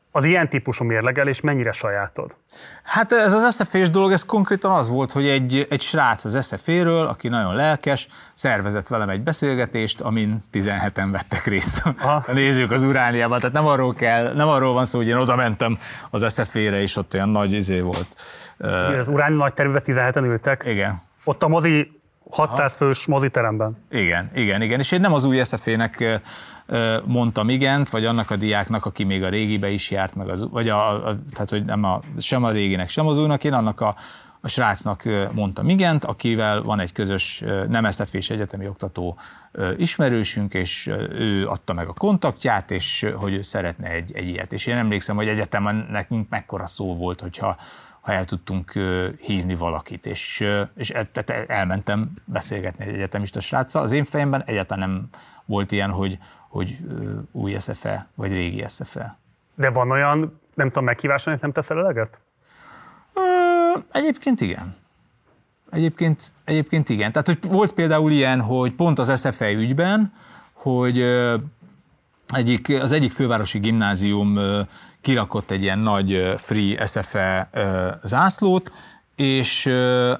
Az ilyen típusú mérlegelés mennyire sajátod? Hát ez az es ef é-s dolog, ez konkrétan az volt, hogy egy, egy srác az es ef é-ről, aki nagyon lelkes, szervezett velem egy beszélgetést, amin tizenheten vettek részt a nézők az Urániában. Tehát nem arról kell, nem arról van szó, hogy én oda mentem az es ef é-re, és ott olyan nagy izé volt. Az Uráni nagy területben tizenheten ültek? Igen. Ott a mozi hatszáz fős moziteremben? Igen, igen, igen. És én nem az új es ef é-nek mondtam igent, vagy annak a diáknak, aki még a régibe is járt, meg az, vagy a, a, tehát hogy nem a, sem a réginek, sem az újnak, én annak a, a srácnak mondtam igent, akivel van egy közös nem es ef é-s egyetemi oktató ismerősünk, és ő adta meg a kontaktját, és hogy ő szeretne egy, egy ilyet. És én emlékszem, hogy egyetemen nekünk mekkora szó volt, hogyha ha el tudtunk hívni valakit, és, és elmentem beszélgetni egy egyetemista sráccal. Az én fejemben egyáltalán nem volt ilyen, hogy hogy új es ef é, vagy régi es ef é. De van olyan, nem tudom, meghívás, amit nem teszel eleget? Egyébként igen. Egyébként, egyébként igen. Tehát hogy volt például ilyen, hogy pont az es ef é ügyben, hogy egyik, az egyik fővárosi gimnázium kirakott egy ilyen nagy free es ef é zászlót, és,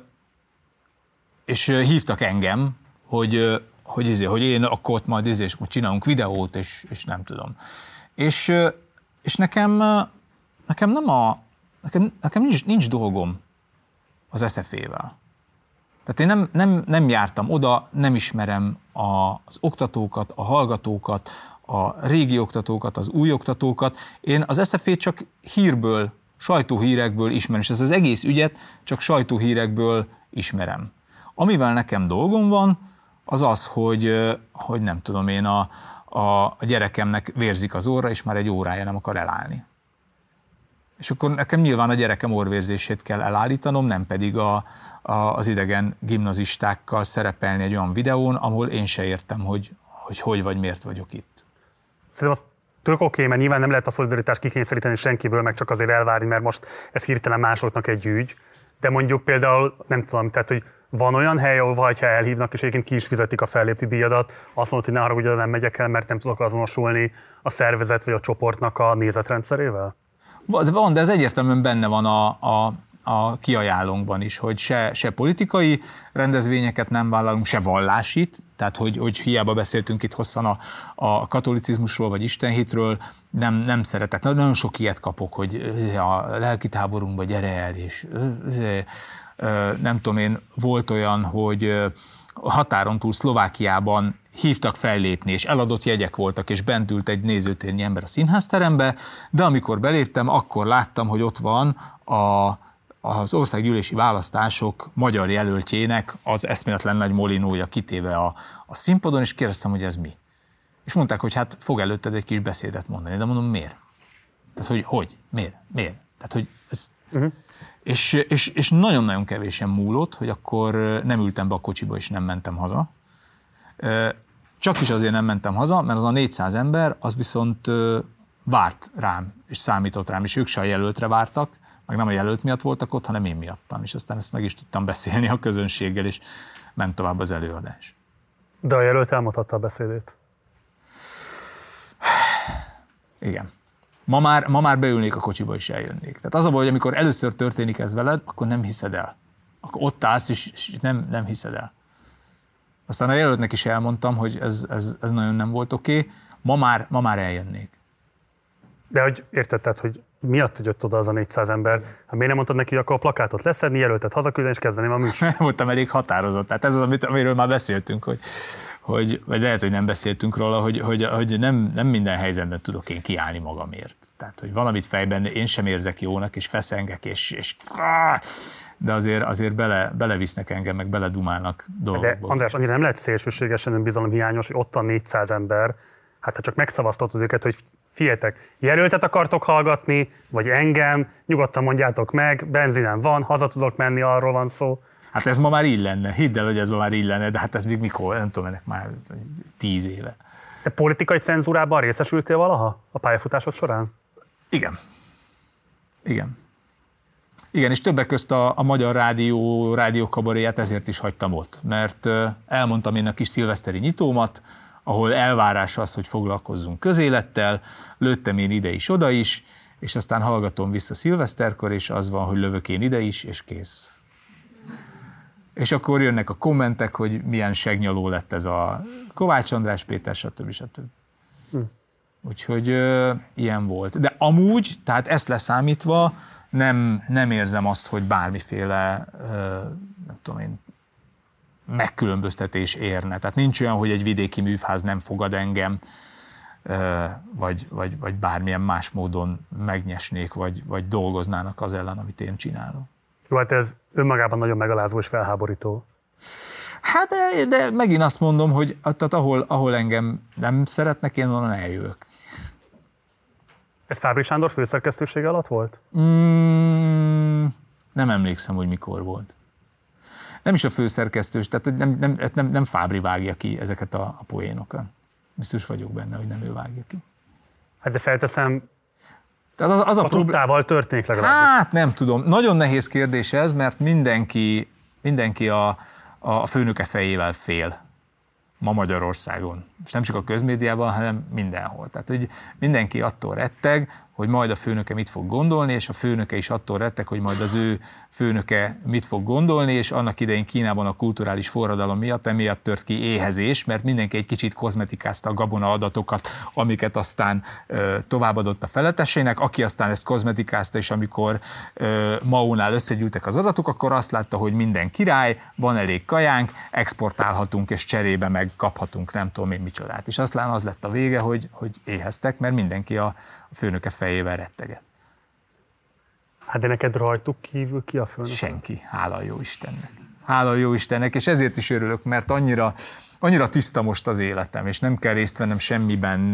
és hívtak engem, hogy hogy, izé, hogy én akkor ott majd izé, és csinálunk videót, és, és nem tudom. És, és nekem, nekem nem a, nekem, nekem nincs, nincs dolgom az es ef é-vel. Tehát én nem, nem, nem jártam oda, nem ismerem a, az oktatókat, a hallgatókat, a régi oktatókat, az új oktatókat. Én az es ef é-t csak hírből, sajtóhírekből ismerem, és ez az egész ügyet csak sajtóhírekből ismerem. Amivel nekem dolgom van, az az, hogy, hogy nem tudom én, a, a gyerekemnek vérzik az orra, és már egy órája nem akar elállni. És akkor nekem nyilván a gyerekem orvérzését kell elállítanom, nem pedig a, a, az idegen gimnazistákkal szerepelni egy olyan videón, ahol én se értem, hogy hogy, hogy vagy miért vagyok itt. Szerintem az tök oké, mert nyilván nem lehet a szolidaritást kikényszeríteni senkiből, meg csak azért elvárni, mert most ez hirtelen másoknak egy ügy. De mondjuk például, nem tudom, tehát, hogy van olyan hely, ahol ha elhívnak, és egyébként ki is fizetik a fellépti díjadat, azt mondod, hogy ne haragudj, nem megyek el, mert nem tudok azonosulni a szervezet vagy a csoportnak a nézetrendszerével? Van, de ez egyértelműen benne van a, a, a kiajánlónkban is, hogy se, se politikai rendezvényeket nem vállalunk, se vallásit, tehát hogy, hogy hiába beszéltünk itt hosszan a, a katolicizmusról vagy istenhitről, nem, nem szeretek. Nagyon sok ilyet kapok, hogy a lelkitáborunkba gyere el, és nem tudom én, volt olyan, hogy határon túl Szlovákiában hívtak fellépni, és eladott jegyek voltak, és bent ült egy nézőtérnyi ember a színházterembe, de amikor beléptem, akkor láttam, hogy ott van a, az országgyűlési választások magyar jelöltjének az eszméletlen nagy molinója kitéve a, a színpadon, és kérdeztem, hogy ez mi. És mondták, hogy hát fog előtted egy kis beszédet mondani, de mondom, miért? Tehát, hogy hogy? Miért? Miért? Tehát, hogy ez... Uh-huh. És, és, és nagyon-nagyon kevésen múlott, hogy akkor nem ültem be a kocsiba, és nem mentem haza. Csak is azért nem mentem haza, mert az a négyszáz ember, az viszont várt rám, és számított rám, és ők se a jelöltre vártak, meg nem a jelölt miatt voltak ott, hanem én miattam, és aztán ezt meg is tudtam beszélni a közönséggel, és ment tovább az előadás. De a jelölt elmondhatta a beszédét. Igen. Ma már, ma már beülnék a kocsiba, és eljönnék. Tehát az a baj, hogy amikor először történik ez veled, akkor nem hiszed el. Akkor ott állsz, és, és nem, nem hiszed el. Aztán a jelöltnek is elmondtam, hogy ez, ez, ez nagyon nem volt oké. Okay. Ma már, ma már eljönnék. De hogy értetted, hogy miatt jött oda az a négyszáz ember? Hát miért nem mondtad neki, hogy akkor a plakátot leszedni, jelöltet hazaküldeni, és kezdeni a műsor? Voltam elég határozott. Tehát ez az, amit, amiről már beszéltünk, hogy, hogy, vagy lehet, hogy nem beszéltünk róla, hogy, hogy, hogy nem, nem minden helyzetben tudok én kiállni magamért. Tehát, hogy valamit fejben én sem érzek jónak, és feszengek, és, és de azért, azért bele, belevisznek engem, meg beledumálnak dolgokból. De András, annyira nem lehet szélsőségesen önbizalomhiányos, hogy ott a négyszáz ember, hát ha csak megszavaztatod őket, hogy figyeljetek, jelöltet akartok hallgatni, vagy engem, nyugodtan mondjátok meg, benzinem van, haza tudok menni, arról van szó. Hát ez ma már így lenne, hidd el, hogy ez ma már így lenne, de hát ez még mikor, nem tudom, ennek már tíz éve. Te politikai cenzúrában részesültél valaha a pályafutásod során? Igen. Igen. Igen, és többek közt a, a Magyar Rádió, rádiókabaréját ezért is hagytam ott, mert elmondtam én a kis szilveszteri nyitómat, ahol elvárás az, hogy foglalkozzunk közélettel, lőttem én ide is, oda is, és aztán hallgatom vissza szilveszterkor, és az van, hogy lövök én ide is, és kész. És akkor jönnek a kommentek, hogy milyen segnyaló lett ez a Kovács András Péter, stb. stb. Hm. Úgyhogy ö, ilyen volt. De amúgy, tehát ezt leszámítva nem, nem érzem azt, hogy bármiféle, ö, nem tudom én, megkülönböztetés érne. Tehát nincs olyan, hogy egy vidéki műfáz nem fogad engem, ö, vagy, vagy, vagy bármilyen más módon megnyesnék, vagy, vagy dolgoznának az ellen, amit én csinálok. Jó, hát ez önmagában nagyon megalázó és felháborító. Hát de, de megint azt mondom, hogy tehát ahol, ahol engem nem szeretnek, én onnan eljövök. Ez Fábry Sándor főszerkesztősége alatt volt? Mm, nem emlékszem, hogy mikor volt. Nem is a főszerkesztős, tehát nem, nem, nem, nem Fábry vágja ki ezeket a, a poénokat. Biztos vagyok benne, hogy nem ő vágja ki. Hát de felteszem, tehát az, az a, a problém... tudtával történik legalábbis. Hát nem tudom. Nagyon nehéz kérdés ez, mert mindenki, mindenki a, a főnöke fejével fél ma Magyarországon. És nem csak a közmédiában, hanem mindenhol. Tehát, hogy mindenki attól retteg, hogy majd a főnöke mit fog gondolni, és a főnöke is attól retteg, hogy majd az ő főnöke mit fog gondolni, és annak idején Kínában a kulturális forradalom miatt emiatt tört ki éhezés, mert mindenki egy kicsit kozmetikázta a gabona adatokat, amiket aztán ö, továbbadott a felettesének, aki aztán ezt kozmetikázta, és amikor ö, Maónál összegyűltek az adatok, akkor azt látta, hogy minden király, van elég kajánk, exportálhatunk, és cserébe meg kaphatunk nem tudom én micsodát. És aztán az lett a vége, hogy, hogy éheztek, mert mindenki a, a főnöke fejével retteget. Hát de neked rajtuk kívül ki a főnök? Senki, hála a jó Istennek. Hála a jó Istennek, és ezért is örülök, mert annyira, annyira tiszta most az életem, és nem kell részt vennem semmiben,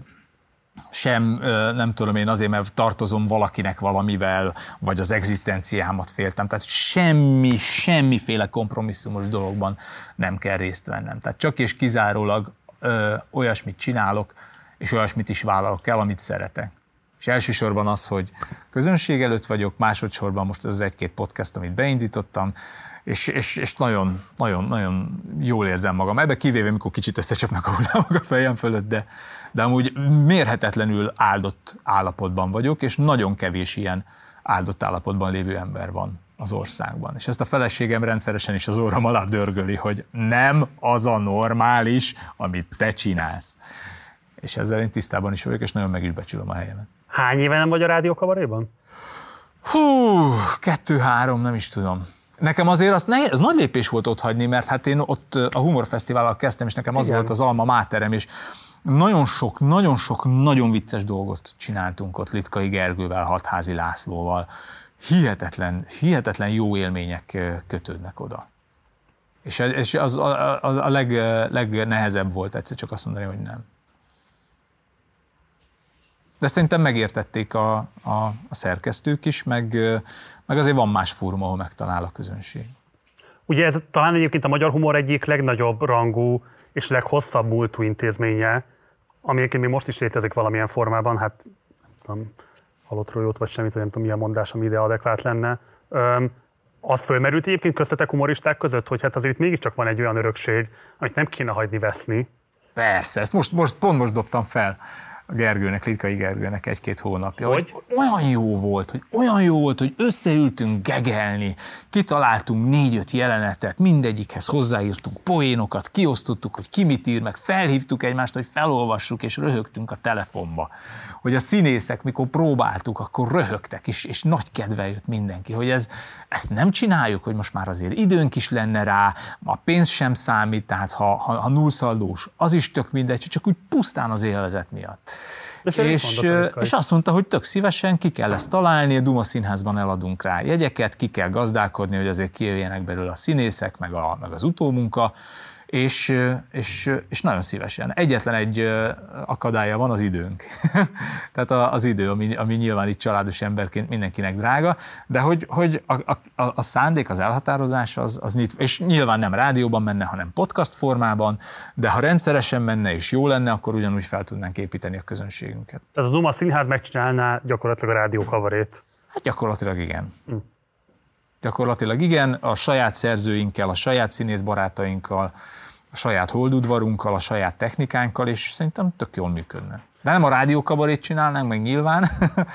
sem, nem tudom én, azért, mert tartozom valakinek valamivel, vagy az egzisztenciámat féltem. Tehát semmi, semmiféle kompromisszumos dologban nem kell részt vennem. Tehát csak és kizárólag ö, olyasmit csinálok, és olyasmit is vállalok el, amit szeretek. És elsősorban az, hogy közönség előtt vagyok, másodszorban most az egy-két podcast, amit beindítottam, és, és, és nagyon, nagyon, nagyon jól érzem magam. Ebbe kivéve, amikor kicsit összecsapnak a hullámok a fejem fölött, de, de amúgy mérhetetlenül áldott állapotban vagyok, és nagyon kevés ilyen áldott állapotban lévő ember van az országban. És ezt a feleségem rendszeresen is az orrom alá dörgöli, hogy nem az a normális, amit te csinálsz. És ezzel én tisztában is vagyok, és nagyon meg is becsülöm a helyemet. Hány éve nem vagy a Rádió Kabaréban? Hú, kettő-három, nem is tudom. Nekem azért az, nehéz, az nagy lépés volt ott hagyni, mert hát én ott a Humorfesztivállal kezdtem, és nekem az Igen. volt az alma máterem, és nagyon sok, nagyon sok, nagyon vicces dolgot csináltunk ott Litkai Gergővel, Hatházi Lászlóval. Hihetetlen, hihetetlen jó élmények kötődnek oda. És ez az a, a, a leg, legnehezebb volt egyszer csak azt mondani, hogy nem. De szerintem megértették a, a, a szerkesztők is, meg, meg azért van más fórum, ahol megtalál a közönség. Ugye ez talán egyébként a magyar humor egyik legnagyobb rangú és leghosszabb múltú intézménye, ami egyébként még most is létezik valamilyen formában, hát nem tudom, halottról jót vagy semmit, vagy nem tudom, milyen mondás, ami ide adekvát lenne. Öm, az fölmerült egyébként köztetek humoristák között, hogy hát azért itt mégiscsak van egy olyan örökség, amit nem kéne hagyni veszni. Persze, ezt most, most pont most dobtam fel a Gergőnek, Litkai Gergőnek egy-két hónapja, hogy? hogy olyan jó volt, hogy olyan jó volt, hogy összeültünk gegelni, kitaláltunk négy-öt jelenetet, mindegyikhez hozzáírtunk poénokat, kiosztottuk, hogy ki mit ír, meg felhívtuk egymást, hogy felolvassuk, és röhögtünk a telefonba. Hogy a színészek, mikor próbáltuk, akkor röhögtek, és, és nagy kedve jött mindenki, hogy ez, ezt nem csináljuk, hogy most már azért időnk is lenne rá, a pénz sem számít, tehát ha, ha, ha nullszaldós, az is tök mindegy, csak úgy pusztán az élvezet miatt. És, és, és azt mondta, hogy tök szívesen ki kell ezt találni, a Duma Színházban eladunk rá jegyeket, ki kell gazdálkodni, hogy azért kijöjjenek belőle a színészek, meg, a, meg az utómunka, és, és, és nagyon szívesen. Egyetlen egy akadálya van, az időnk. Tehát az idő, ami, ami nyilván itt családos emberként mindenkinek drága, de hogy, hogy a, a, a szándék, az elhatározás, az, az nyit, és nyilván nem rádióban menne, hanem podcast formában, de ha rendszeresen menne és jó lenne, akkor ugyanúgy fel tudnánk építeni a közönségünket. Tehát a Duma Színház megcsinálná gyakorlatilag a Rádió Kabarét? Hát gyakorlatilag igen. Hm. Gyakorlatilag igen, a saját szerzőinkkel, a saját színészbarátainkkal, a saját holdudvarunkkal, a saját technikánkkal, és szerintem tök jól működne. De nem a Rádió Kabarét csinálnánk meg nyilván,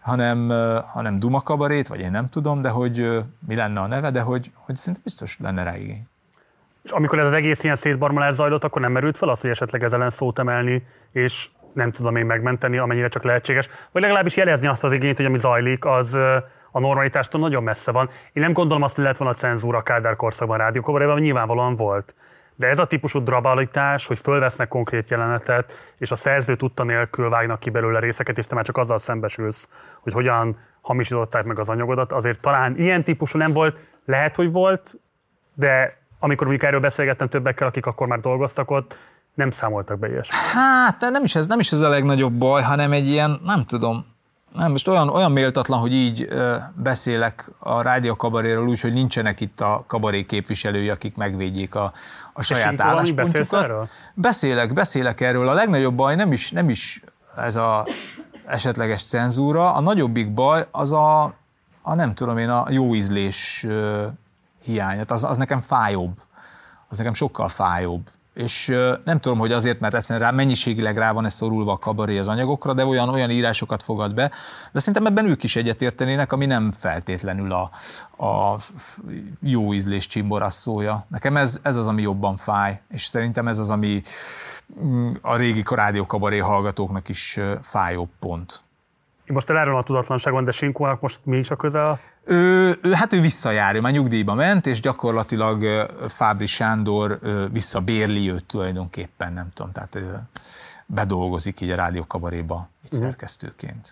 hanem, hanem Duma kabarét, vagy én nem tudom, de hogy mi lenne a neve, de hogy, hogy szerintem biztos lenne rá igény. És amikor ez az egész ilyen szétbarmolás zajlott, akkor nem merült fel az, hogy esetleg ezzel ellen szót emelni, és nem tudom én megmenteni, amennyire csak lehetséges, vagy legalábbis jelezni azt az igényt, hogy ami zajlik, az a normalitástól nagyon messze van. Én nem gondolom azt, hogy lett volna cenzúra Kádár korszakban rádiókabaréban, nyilvánvalóan volt. De ez a típusú drabalitás, hogy fölvesznek konkrét jelenetet, és a szerző tudta nélkül vágnak ki belőle részeket, és te már csak azzal szembesülsz, hogy hogyan hamisították meg az anyagodat, azért talán ilyen típusú nem volt, lehet, hogy volt, de amikor mondjuk erről beszélgettem többekkel, akik akkor már dolgoztak ott, nem számoltak be ilyesmi. Hát nem is, ez, nem is ez a legnagyobb baj, hanem egy ilyen, nem tudom, nem, most olyan, olyan méltatlan, hogy így ö, beszélek a rádiókabaréről úgy, hogy nincsenek itt a kabaré képviselői, akik megvédjék a, a saját álláspontjukat. Beszélek, beszélek erről. A legnagyobb baj nem is, nem is ez a esetleges cenzúra, a nagyobbik baj az a, a nem tudom én, a jó ízlés ö, hiányát. Az, az nekem fájóbb. Az nekem sokkal fájóbb. És nem tudom, hogy azért, mert egyszerűen rá, mennyiségileg rá van ez szorulva a kabaré az anyagokra, de olyan, olyan írásokat fogad be, de szerintem ebben ők is egyetértenének, ami nem feltétlenül a, a jó ízlés csimborasszója. Nekem ez, ez az, ami jobban fáj, és szerintem ez az, ami a régi rádiókabaré hallgatóknak is fájóbb pont. Én most elárulom a tudatlanságon, de Sinkónak most mi is a közel? Ő, ő, hát ő visszajár, ő már nyugdíjba ment, és gyakorlatilag Fábry Sándor visszabérli őt tulajdonképpen, nem tudom, tehát bedolgozik így a rádiókabaréba így uh-huh. szerkesztőként.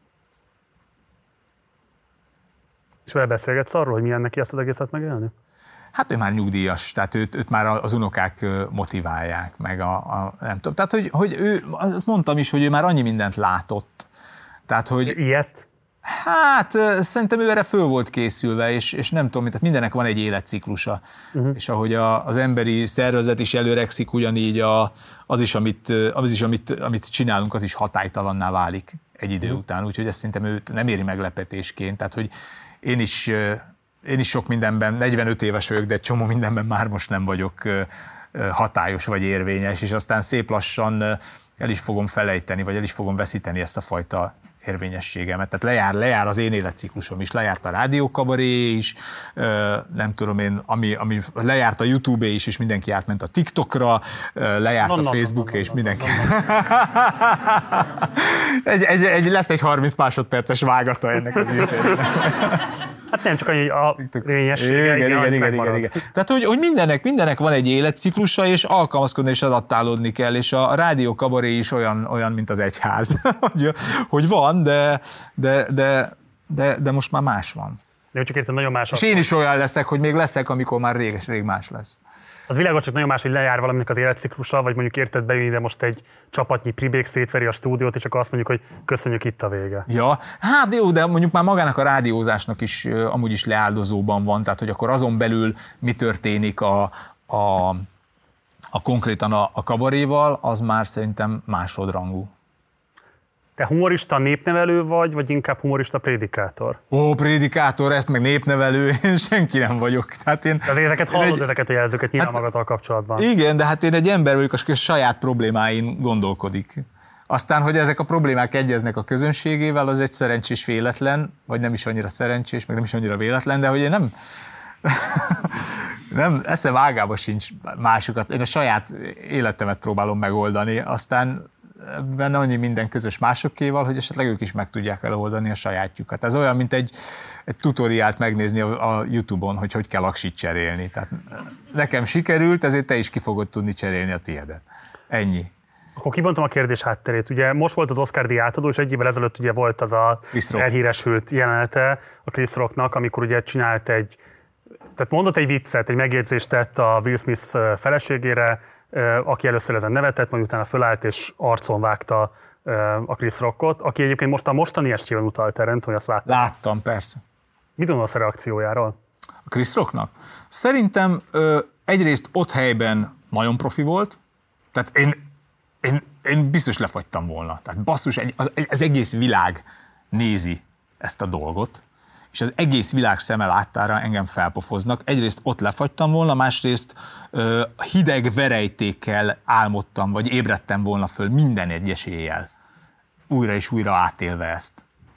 És vele beszélgetsz arról, hogy milyen neki ezt az egészet megélni? Hát ő már nyugdíjas, tehát őt, őt már az unokák motiválják, meg a, a nem tudom, tehát hogy, hogy ő, mondtam is, hogy ő már annyi mindent látott. Tehát, hogy... Ilyet? Hát szerintem ő erre föl volt készülve, és, és nem tudom, tehát mindennek van egy életciklusa. Uh-huh. És ahogy a, az emberi szervezet is előregszik, ugyanígy a, az is, amit, az is amit, amit csinálunk, az is hatálytalanná válik egy idő uh-huh. után. Úgyhogy ezt szerintem őt nem éri meglepetésként. Tehát, hogy én is, én is sok mindenben, negyvenöt éves vagyok, de egy csomó mindenben már most nem vagyok hatályos vagy érvényes, és aztán szép lassan el is fogom felejteni, vagy el is fogom veszíteni ezt a fajta érvényességemet. Tehát lejár, lejár az én életciklusom is, lejárt a rádiókabaré is, nem tudom én, ami, ami lejárt a YouTube is, és mindenki átment a TikTokra, lejárt no, a Facebook, no, no, és no, mindenki... No, no, no. egy, egy, egy, lesz egy harminc másodperces vágata ennek az űrtérnek. Hát nem csak annyi, hogy a lényessége, igen, igen, igen, igen, igen. Tehát, hogy, hogy mindennek, mindennek van egy életciklusa, és alkalmazkodni és adaptálódni kell, és a rádió kabaré is olyan, olyan mint az egyház, hogy, hogy van, de, de, de, de, de most már más van. De csak értem, nagyon más. És én is olyan leszek, hogy még leszek, amikor már réges-rég más lesz. Az világos, csak nagyon más, hogy lejár valaminek az életciklusa, vagy mondjuk érted bejönni, de most egy csapatnyi pribék szétveri a stúdiót, és akkor azt mondjuk, hogy köszönjük, itt a vége. Ja, hát jó, de mondjuk már magának a rádiózásnak is uh, amúgy is leáldozóban van, tehát hogy akkor azon belül mi történik a, a, a konkrétan a, a kabaréval, az már szerintem másodrangú. Te humorista népnevelő vagy, vagy inkább humorista prédikátor? Ó, prédikátor, ezt meg népnevelő, én senki nem vagyok. Tehát én, azért ezeket hallod, egy, ezeket a jelzőket nyilván hát, magadtal kapcsolatban. Igen, de hát én egy ember vagyok, aki a saját problémáin gondolkodik. Aztán, hogy ezek a problémák egyeznek a közönségével, az egy szerencsés véletlen, vagy nem is annyira szerencsés, meg nem is annyira véletlen, de hogy én nem... nem, eszem ágába sincs másokat. Én a saját életemet próbálom megoldani, aztán benne annyi minden közös másokéval, hogy esetleg ők is meg tudják eloldani a sajátjukat. Ez olyan, mint egy, egy tutoriált megnézni a, a YouTube-on, hogy hogy kell aksit cserélni. Tehát nekem sikerült, ezért te is ki fogod tudni cserélni a tiédet. Ennyi. Akkor kibontom a kérdés hátterét. Ugye most volt az Oscar-díj átadó, és egy évvel ezelőtt ugye volt az a elhíresült jelenete a Chris Rocknak, amikor ugye csinált egy, tehát mondott egy viccet, egy megjegyzést tett a Will Smith feleségére, aki először ezen nevetett, majd utána fölállt és arcon vágta a Chris Rockot, aki egyébként most a mostani estében utalt erre, nem tudom, hogy azt láttam. Láttam, persze. Mit gondolsz a reakciójáról? A Chris Rocknak? Szerintem ö, egyrészt ott helyben nagyon profi volt, tehát én, én, én biztos lefagytam volna. Tehát basszus, egy, az, az egész világ nézi ezt a dolgot, és az egész világ szeme láttára engem felpofoznak. Egyrészt ott lefagytam volna, másrészt ö, hideg verejtékkel álmodtam, vagy ébredtem volna föl minden egyes éjjel. Újra és újra átélve ezt.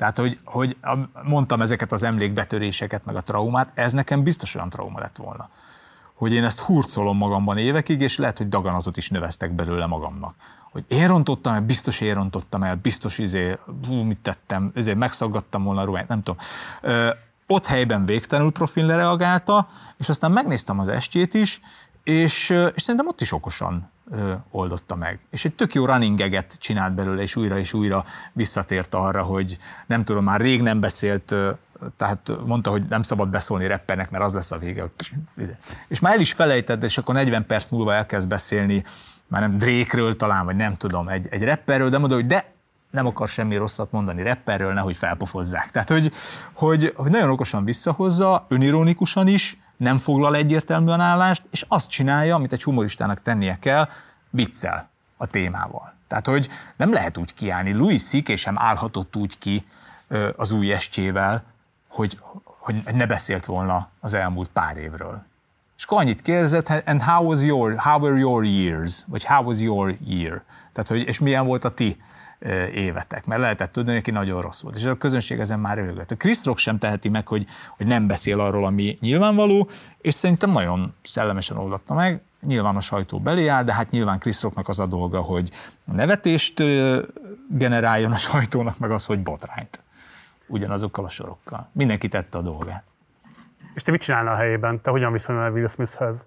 Tehát, hogy, hogy mondtam ezeket az emlékbetöréseket, meg a traumát, ez nekem biztos olyan trauma lett volna, hogy én ezt hurcolom magamban évekig, és lehet, hogy daganatot is növeztek belőle magamnak. Hogy én rontottam el, biztos én rontottam el, biztos izé, hú, mit tettem, ezért megszaggattam volna a ruháját, nem tudom. Ö, ott helyben végtelenül profil reagálta, és aztán megnéztem az estjét is, és, és szerintem ott is okosan ö, oldotta meg. És egy tök jó running gaget csinált belőle, és újra és újra visszatért arra, hogy nem tudom, már rég nem beszélt, ö, tehát mondta, hogy nem szabad beszólni rappernek, mert az lesz a vége. Hogy... És már el is felejtett, és akkor negyven perc múlva elkezd beszélni, már nem Drake-ről talán, vagy nem tudom, egy, egy rapperről, de mondta, hogy de nem akar semmi rosszat mondani rapperről, nehogy felpofozzák. Tehát, hogy, hogy, hogy nagyon okosan visszahozza, önironikusan is, nem foglal egyértelműen állást, és azt csinálja, amit egy humoristának tennie kell, viccel a témával. Tehát, hogy nem lehet úgy kiállni. Louis cé ká sem állhatott úgy ki az új estjével, hogy, hogy ne beszélt volna az elmúlt pár évről. És akkor annyit kérdezett, and how was your, how were your years? Vagy how was your year? Tehát, hogy, és milyen volt a ti évetek, mert lehetett tudni, hogy nagyon rossz volt. És a közönség ezen már röhögött. A Chris Rock sem teheti meg, hogy, hogy nem beszél arról, ami nyilvánvaló, és szerintem nagyon szellemesen oldotta meg, nyilván a sajtó belé áll, de hát nyilván Chris Rocknak az a dolga, hogy nevetést generáljon a sajtónak, meg az, hogy botrányt. Ugyanazokkal a sorokkal. Mindenki tette a dolgát. És te mit csinálnál a helyében? Te hogyan viszonyulnál Will Smithhez?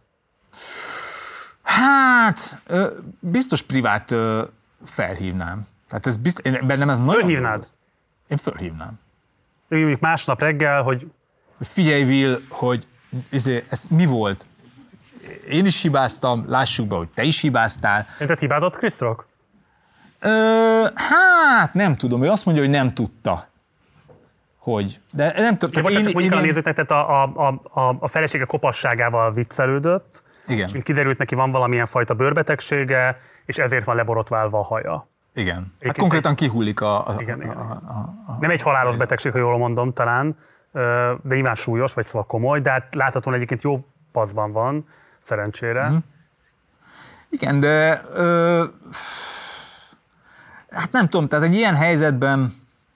Hát, biztos privát felhívnám. Tehát ez biztos, én, bennem ez nagyon... Fölhívnád? Én fölhívnám. Mondjuk másnap reggel, hogy... Figyelj, Will, hogy ez, ez mi volt? Én is hibáztam, lássuk be, hogy te is hibáztál. Szerinted hibázott Chris Rock? Ö, hát, nem tudom. Ő azt mondja, hogy nem tudta. Hogy. De nem tudom. Ja, én, mondjuk én, a nézőknek, tehát a, a, a, a felesége kopasságával viccelődött, igen. És mint kiderült, neki van valamilyen fajta bőrbetegsége, és ezért van leborotválva a haja. Igen. Hát konkrétan egy... kihullik a... a, igen, igen. a, a, a nem egy halálos betegség, ha jól mondom talán, de nyilván súlyos, vagy szóval komoly, de hát láthatóan egyébként jó paszban van, szerencsére. Mm. Igen, de... Ö, hát nem tudom, tehát egy ilyen helyzetben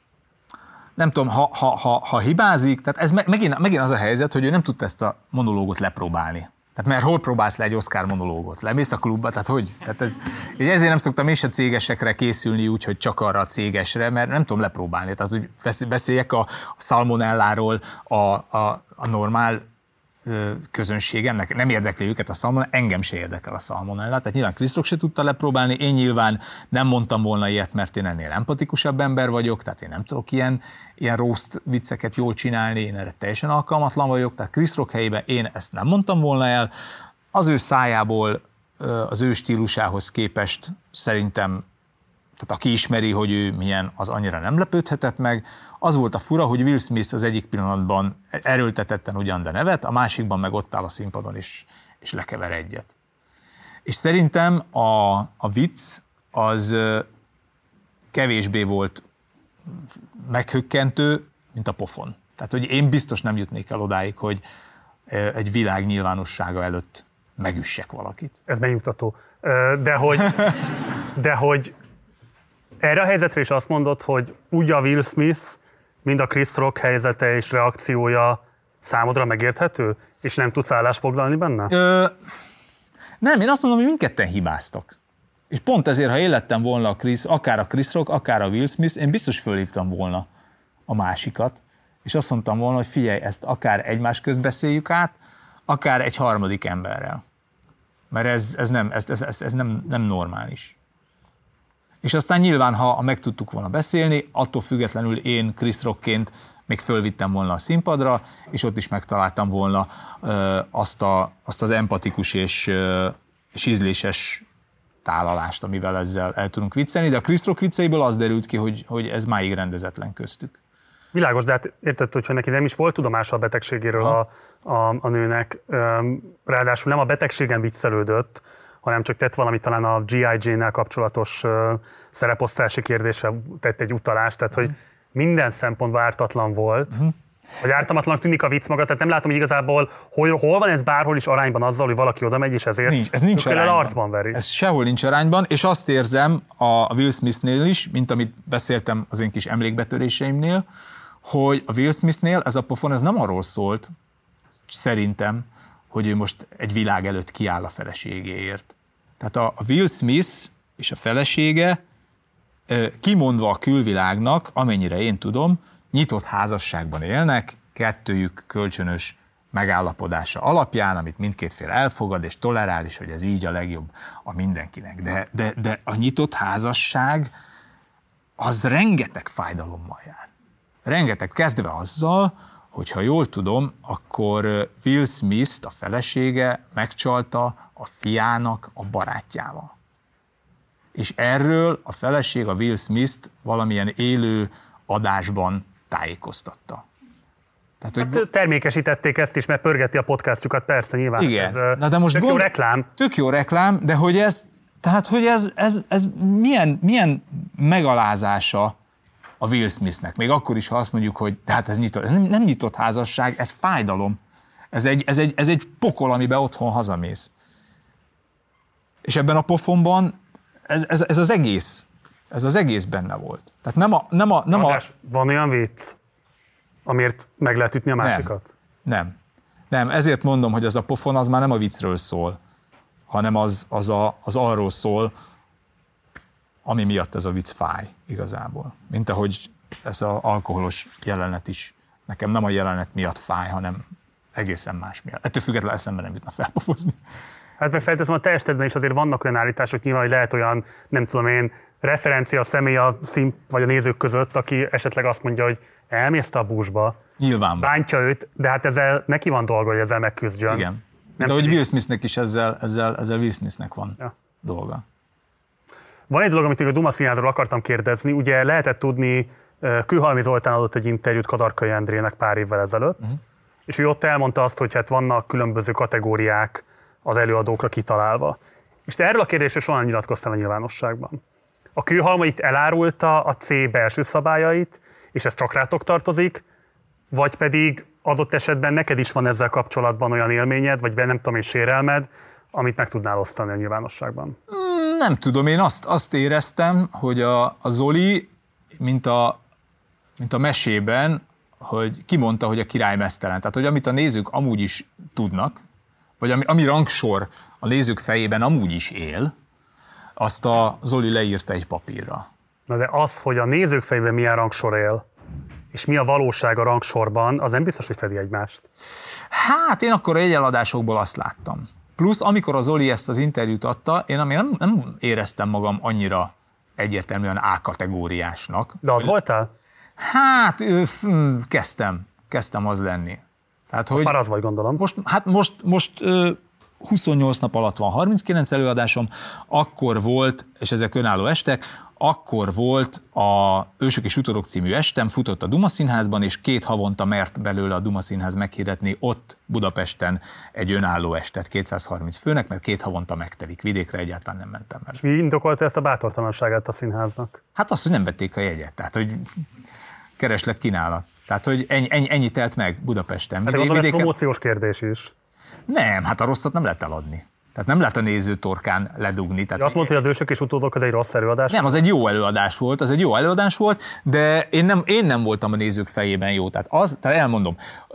nem tudom, ha, ha, ha, ha hibázik, tehát ez megint, megint az a helyzet, hogy ő nem tudta ezt a monológot lepróbálni. Tehát mert hol próbálsz le egy Oscar monológot? Lemész a klubba? Tehát hogy? Tehát ez, ezért nem szoktam én se cégesekre készülni úgy, hogy csak arra a cégesre, mert nem tudom lepróbálni. Tehát hogy beszéljek a szalmonelláról a, a, a normál közönségemnek, nem érdekli őket a szalmonella, engem se érdekel a szalmonella, tehát nyilván Chris Rock se tudta lepróbálni, én nyilván nem mondtam volna ilyet, mert én ennél empatikusabb ember vagyok, tehát én nem tudok ilyen, ilyen roast vicceket jól csinálni, én erre teljesen alkalmatlan vagyok, tehát Chris Rock helyében én ezt nem mondtam volna el, az ő szájából, az ő stílusához képest szerintem, tehát aki ismeri, hogy ő milyen, az annyira nem lepődhetett meg. Az volt a fura, hogy Will Smith az egyik pillanatban erőltetetten ugyan, de nevet, a másikban meg ott áll a színpadon és, és lekever egyet. És szerintem a, a vicc az kevésbé volt meghökkentő, mint a pofon. Tehát, hogy én biztos nem jutnék el odáig, hogy egy világ nyilvánossága előtt megüssek valakit. Ez megnyugtató. De hogy, de hogy erre a helyzetre is azt mondod, hogy úgy a Will Smith, mind a Chris Rock helyzete és reakciója számodra megérthető, és nem tudsz állást foglalni benne? Ö, nem, én azt mondom, hogy mindketten hibáztak. És pont ezért, ha én lettem volna a Chris, akár a Chris Rock, akár a Will Smith, én biztos fölhívtam volna a másikat, és azt mondtam volna, hogy figyelj, ezt akár egymás közt beszéljük át, akár egy harmadik emberrel. Mert ez, ez, nem, ez, ez, ez, ez nem, nem normális. És aztán nyilván, ha meg tudtuk volna beszélni, attól függetlenül én Chris Rockként még fölvittem volna a színpadra, és ott is megtaláltam volna ö, azt, a, azt az empatikus és, ö, és ízléses tálalást, amivel ezzel el tudunk viccelni, de a Chris Rock vicceiből az derült ki, hogy, hogy ez máig rendezetlen köztük. Világos, de hát érted, hogyha neki nem is volt tudomása a betegségéről a, a, a nőnek, ráadásul nem a betegségen viccelődött, hanem csak tett valami, talán a G I Jane-nel kapcsolatos uh, szereposztási kérdése tett egy utalást, tehát hogy minden szempontból ártatlan volt. Uh-huh. Vagy ártalmatlanak tűnik a vicc maga, tehát nem látom, hogy igazából hol, hol van ez bárhol is arányban azzal, hogy valaki oda megy, és ezért nincs, ez nincs arányban. arcban veri. Ez sehol nincs arányban, és azt érzem a Will Smithnél is, mint amit beszéltem az én kis emlékbetöréseimnél, hogy a Will Smithnél ez a pofon ez nem arról szólt, szerintem, hogy ő most egy világ előtt kiáll a feleségéért. Tehát a Will Smith és a felesége kimondva a külvilágnak, amennyire én tudom, nyitott házasságban élnek, kettőjük kölcsönös megállapodása alapján, amit mindkét fél elfogad és tolerál, és hogy ez így a legjobb a mindenkinek. De, de, de a nyitott házasság az rengeteg fájdalommal jár. Rengeteg, kezdve azzal, hogyha jól tudom, akkor Will Smith, a felesége megcsalta a fiának a barátjával. És erről a feleség a Will Smith-t valamilyen élő adásban tájékoztatta. Tehát, hogy... hát, termékesítették ezt is, mert pörgeti a podcastjukat, persze, nyilván. Igen. Ez, Na de most tök gond... jó reklám. Tök jó reklám, de hogy ez, tehát, hogy ez, ez, ez milyen, milyen megalázása a Will Smithnek. Még akkor is, ha azt mondjuk, hogy tehát ez, nyitott, ez nem, nem nyitott házasság, ez fájdalom. Ez egy, ez, egy, ez egy pokol, amiben otthon hazamész. És ebben a pofonban ez, ez, ez az egész, ez az egész benne volt. Tehát nem a... Nem a, nem András, a... van olyan vicc, amiért meg lehet ütni a másikat? Nem. Nem. Nem. Ezért mondom, hogy ez a pofon az már nem a viccről szól, hanem az, az, a, az arról szól, ami miatt ez a vicc fáj igazából. Mint ahogy ez az alkoholos jelenet is nekem nem a jelenet miatt fáj, hanem egészen más miatt. Ettől függetlenül eszembe nem jutna felpofozni. Hát meg felteszem, a testedben is azért vannak olyan állítások, nyilván, hogy lehet olyan, nem tudom én, referencia a személy a szín, vagy a nézők között, aki esetleg azt mondja, hogy elmész te a búzsba, nyilván bántja őt, de hát ezzel neki van dolga, hogy ezzel megküzdjön. Igen. De hogy Will Smithnek is ezzel, ezzel, ezzel Will Smithnek van ja. dolga. Van egy dolog, amit a Duma Színházról akartam kérdezni. Ugye lehetett tudni, Kőhalmi Zoltán adott egy interjút Kadarkai Endrének pár évvel ezelőtt, uh-huh. és ő ott elmondta azt, hogy hát vannak különböző kategóriák az előadókra kitalálva. És te erről a kérdésről soha nem nyilatkoztál a nyilvánosságban. A Kőhalmi itt elárulta a C belső szabályait, és ez csak rátok tartozik, vagy pedig adott esetben neked is van ezzel kapcsolatban olyan élményed, vagy nem tudom én sérelmed, amit meg tudnál osztani a nyilvánosságban? Nem tudom, én azt, azt éreztem, hogy a, a Zoli, mint a, mint a mesében, hogy kimondta, hogy a király meztelen. Tehát, hogy amit a nézők amúgy is tudnak, vagy ami, ami rangsor a nézők fejében amúgy is él, azt a Zoli leírta egy papírra. Na de az, hogy a nézők fejében milyen rangsor él, és mi a valóság a rangsorban, az nem biztos, hogy fedi egymást. Hát én akkor a jegyeladásokból azt láttam. Plusz amikor a Zoli ezt az interjút adta, én nem, nem éreztem magam annyira egyértelműen A-kategóriásnak. De az voltál? Hát kezdtem, kezdtem az lenni. Tehát, most hogy már az vagy, gondolom. Most, hát most, most huszonnyolc nap alatt van harminckilenc előadásom, akkor volt, és ezek önálló estek, akkor volt a Ősök és Utódok című estem, futott a Duma Színházban, és két havonta mert belőle a Duma Színház meghirdetni ott Budapesten egy önálló estet kétszázharminc főnek, mert két havonta megtelik. Vidékre egyáltalán nem mentem meg. És mi indokolta ezt a bátortalanságát a színháznak? Hát azt, hogy nem vették a jegyet, tehát hogy kereslet kínálat. Tehát, hogy ennyi, ennyi, ennyi telt meg Budapesten. Hát gondolom, ez promóciós kérdés is. Nem, hát a rosszat nem lehet eladni. Tehát nem lehet a néző torkán ledugni. Tehát azt mondta, hogy az Ősök és Utódok az egy rossz előadás? Nem, az egy jó előadás volt, az egy jó előadás volt, de én nem, én nem voltam a nézők fejében jó. Tehát, az, tehát elmondom,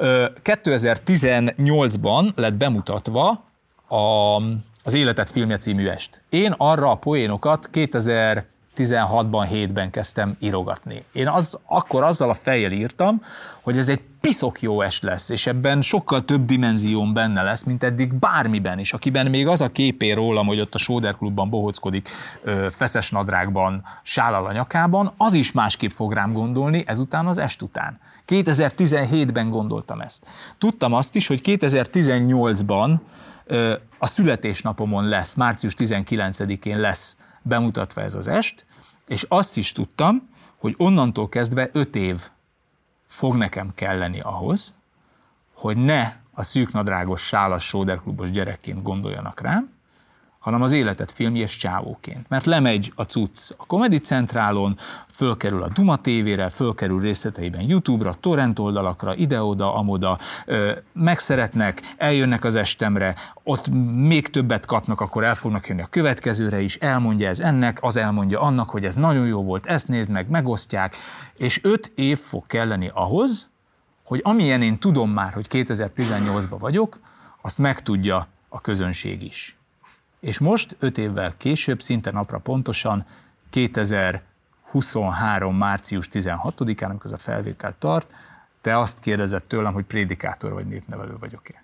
kétezer-tizennyolcban lett bemutatva a, az Életed filmje című est. Én arra a poénokat kétezer-tizenhatban, hétben kezdtem írogatni. Én az, akkor azzal a fejjel írtam, hogy ez egy piszok jó est lesz, és ebben sokkal több dimenzión benne lesz, mint eddig bármiben is, akiben még az a képé rólam, hogy ott a Sóder Klubban bohóckodik, feszes nadrágban, sállal a nyakában, az is másképp fog rám gondolni ezután az est után. kétezer-tizenhétben gondoltam ezt. Tudtam azt is, hogy kétezer-tizennyolcban a születésnapomon lesz, március tizenkilencedikén lesz bemutatva ez az est, és azt is tudtam, hogy onnantól kezdve öt év fog nekem kelleni ahhoz, hogy ne a szűknadrágos, sálas, sóderklubos gyerekként gondoljanak rám, hanem az életed filmjes csávóként. Mert lemegy a cucc a Comedy Centrálon, fölkerül a Duma té vére, fölkerül részleteiben YouTube-ra, torrent oldalakra, ide-oda, amoda, megszeretnek, eljönnek az estemre, ott még többet kapnak, akkor el fognak jönni a következőre is, elmondja ez ennek, az elmondja annak, hogy ez nagyon jó volt, ezt nézd meg, megosztják, és öt év fog kelleni ahhoz, hogy amilyen én tudom már, hogy kétezer-tizennyolcban vagyok, azt megtudja a közönség is. És most, öt évvel később, szinte napra pontosan, kétezer-huszonhárom. március tizenhatodikán, amikor ez a felvétel tart, te azt kérdezed tőlem, hogy prédikátor vagy népnevelő vagyok-e.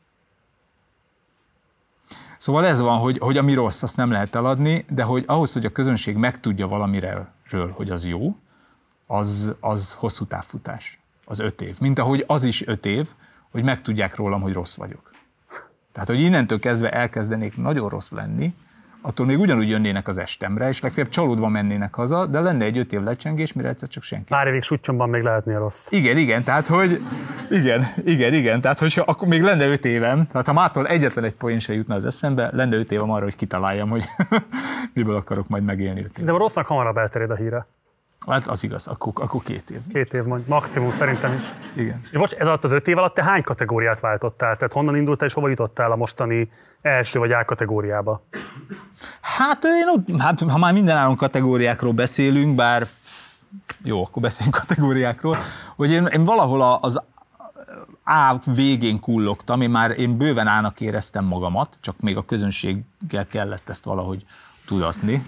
Szóval ez van, hogy, hogy ami rossz, azt nem lehet eladni, de hogy ahhoz, hogy a közönség megtudja valamiről, hogy az jó, az, az hosszú távfutás, az öt év. Mint ahogy az is öt év, hogy megtudják rólam, hogy rossz vagyok. Tehát, hogy innentől kezdve elkezdenék nagyon rossz lenni, attól még ugyanúgy jönnének az estemre, és legfeljebb csalódva mennének haza, de lenne egy öt év lecsengés, mire egyszer csak senki. Pár évig suttyomban még lehetnél rossz. Igen, igen, tehát, hogy igen, igen, igen, tehát, hogyha akkor még lenne öt évem, tehát ha mától egyetlen egy poén se jutna az eszembe, lenne öt évem arra, hogy kitaláljam, hogy miből akarok majd megélni öt év. De a rossznak hamarabb elterjed a híre. Hát az igaz, akkor, akkor két év. Két év mondj, maximum szerintem is. Igen. És most ez alatt az öt év alatt te hány kategóriát váltottál? Tehát honnan indultál és hova jutottál a mostani első vagy A kategóriába? Hát, én, hát ha már mindenáron kategóriákról beszélünk, bár jó, akkor beszéljünk kategóriákról, hogy én, én valahol az A végén kullogtam, én már én bőven A-nak éreztem magamat, csak még a közönséggel kellett ezt valahogy tudatni.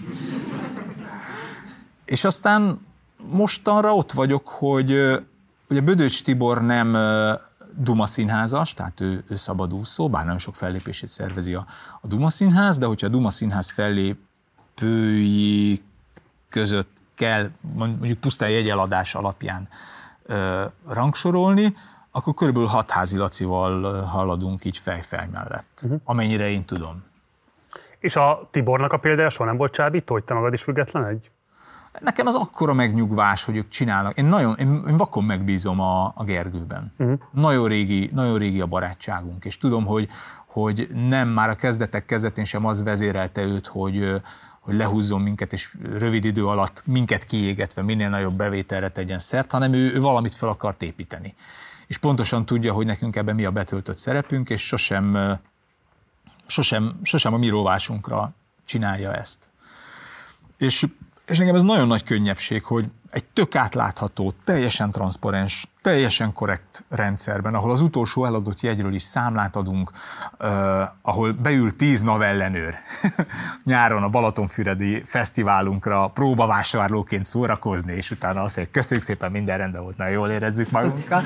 És aztán mostanra ott vagyok, hogy, hogy a Bödöcs Tibor nem Duma színházas, tehát ő, ő szabadúszó, bár nagyon sok fellépését szervezi a, a Duma Színház, de hogyha a Duma Színház fellépői között kell mondjuk pusztán jegyeladás alapján ö, rangsorolni, akkor körülbelül hat Házi Lacival haladunk így fejfej mellett, uh-huh. amennyire én tudom. És a Tibornak a példája soha nem volt csábító, hogy te magad is független egy? Nekem az akkora megnyugvás, hogy ők csinálnak. Én nagyon, én, én vakon megbízom a, a Gergőben. Uh-huh. Nagyon régi, nagyon régi a barátságunk, és tudom, hogy, hogy nem már a kezdetek kezdetén sem az vezérelte őt, hogy, hogy lehúzzon minket, és rövid idő alatt minket kiégetve minél nagyobb bevételre tegyen szert, hanem ő, ő valamit fel akart építeni. És pontosan tudja, hogy nekünk ebben mi a betöltött szerepünk, és sosem, sosem, sosem a mi rovásunkra csinálja ezt. És És nekem ez nagyon nagy könnyebbség, hogy egy tök átlátható, teljesen transzparens, teljesen korrekt rendszerben, ahol az utolsó eladott jegyről is számlát adunk, uh, ahol beül tíz navellenőr nyáron a Balatonfüredi fesztiválunkra próbavásárlóként szórakozni, és utána azt mondja, köszönjük szépen, minden rendben volt, nagyon jól érezzük magunkat.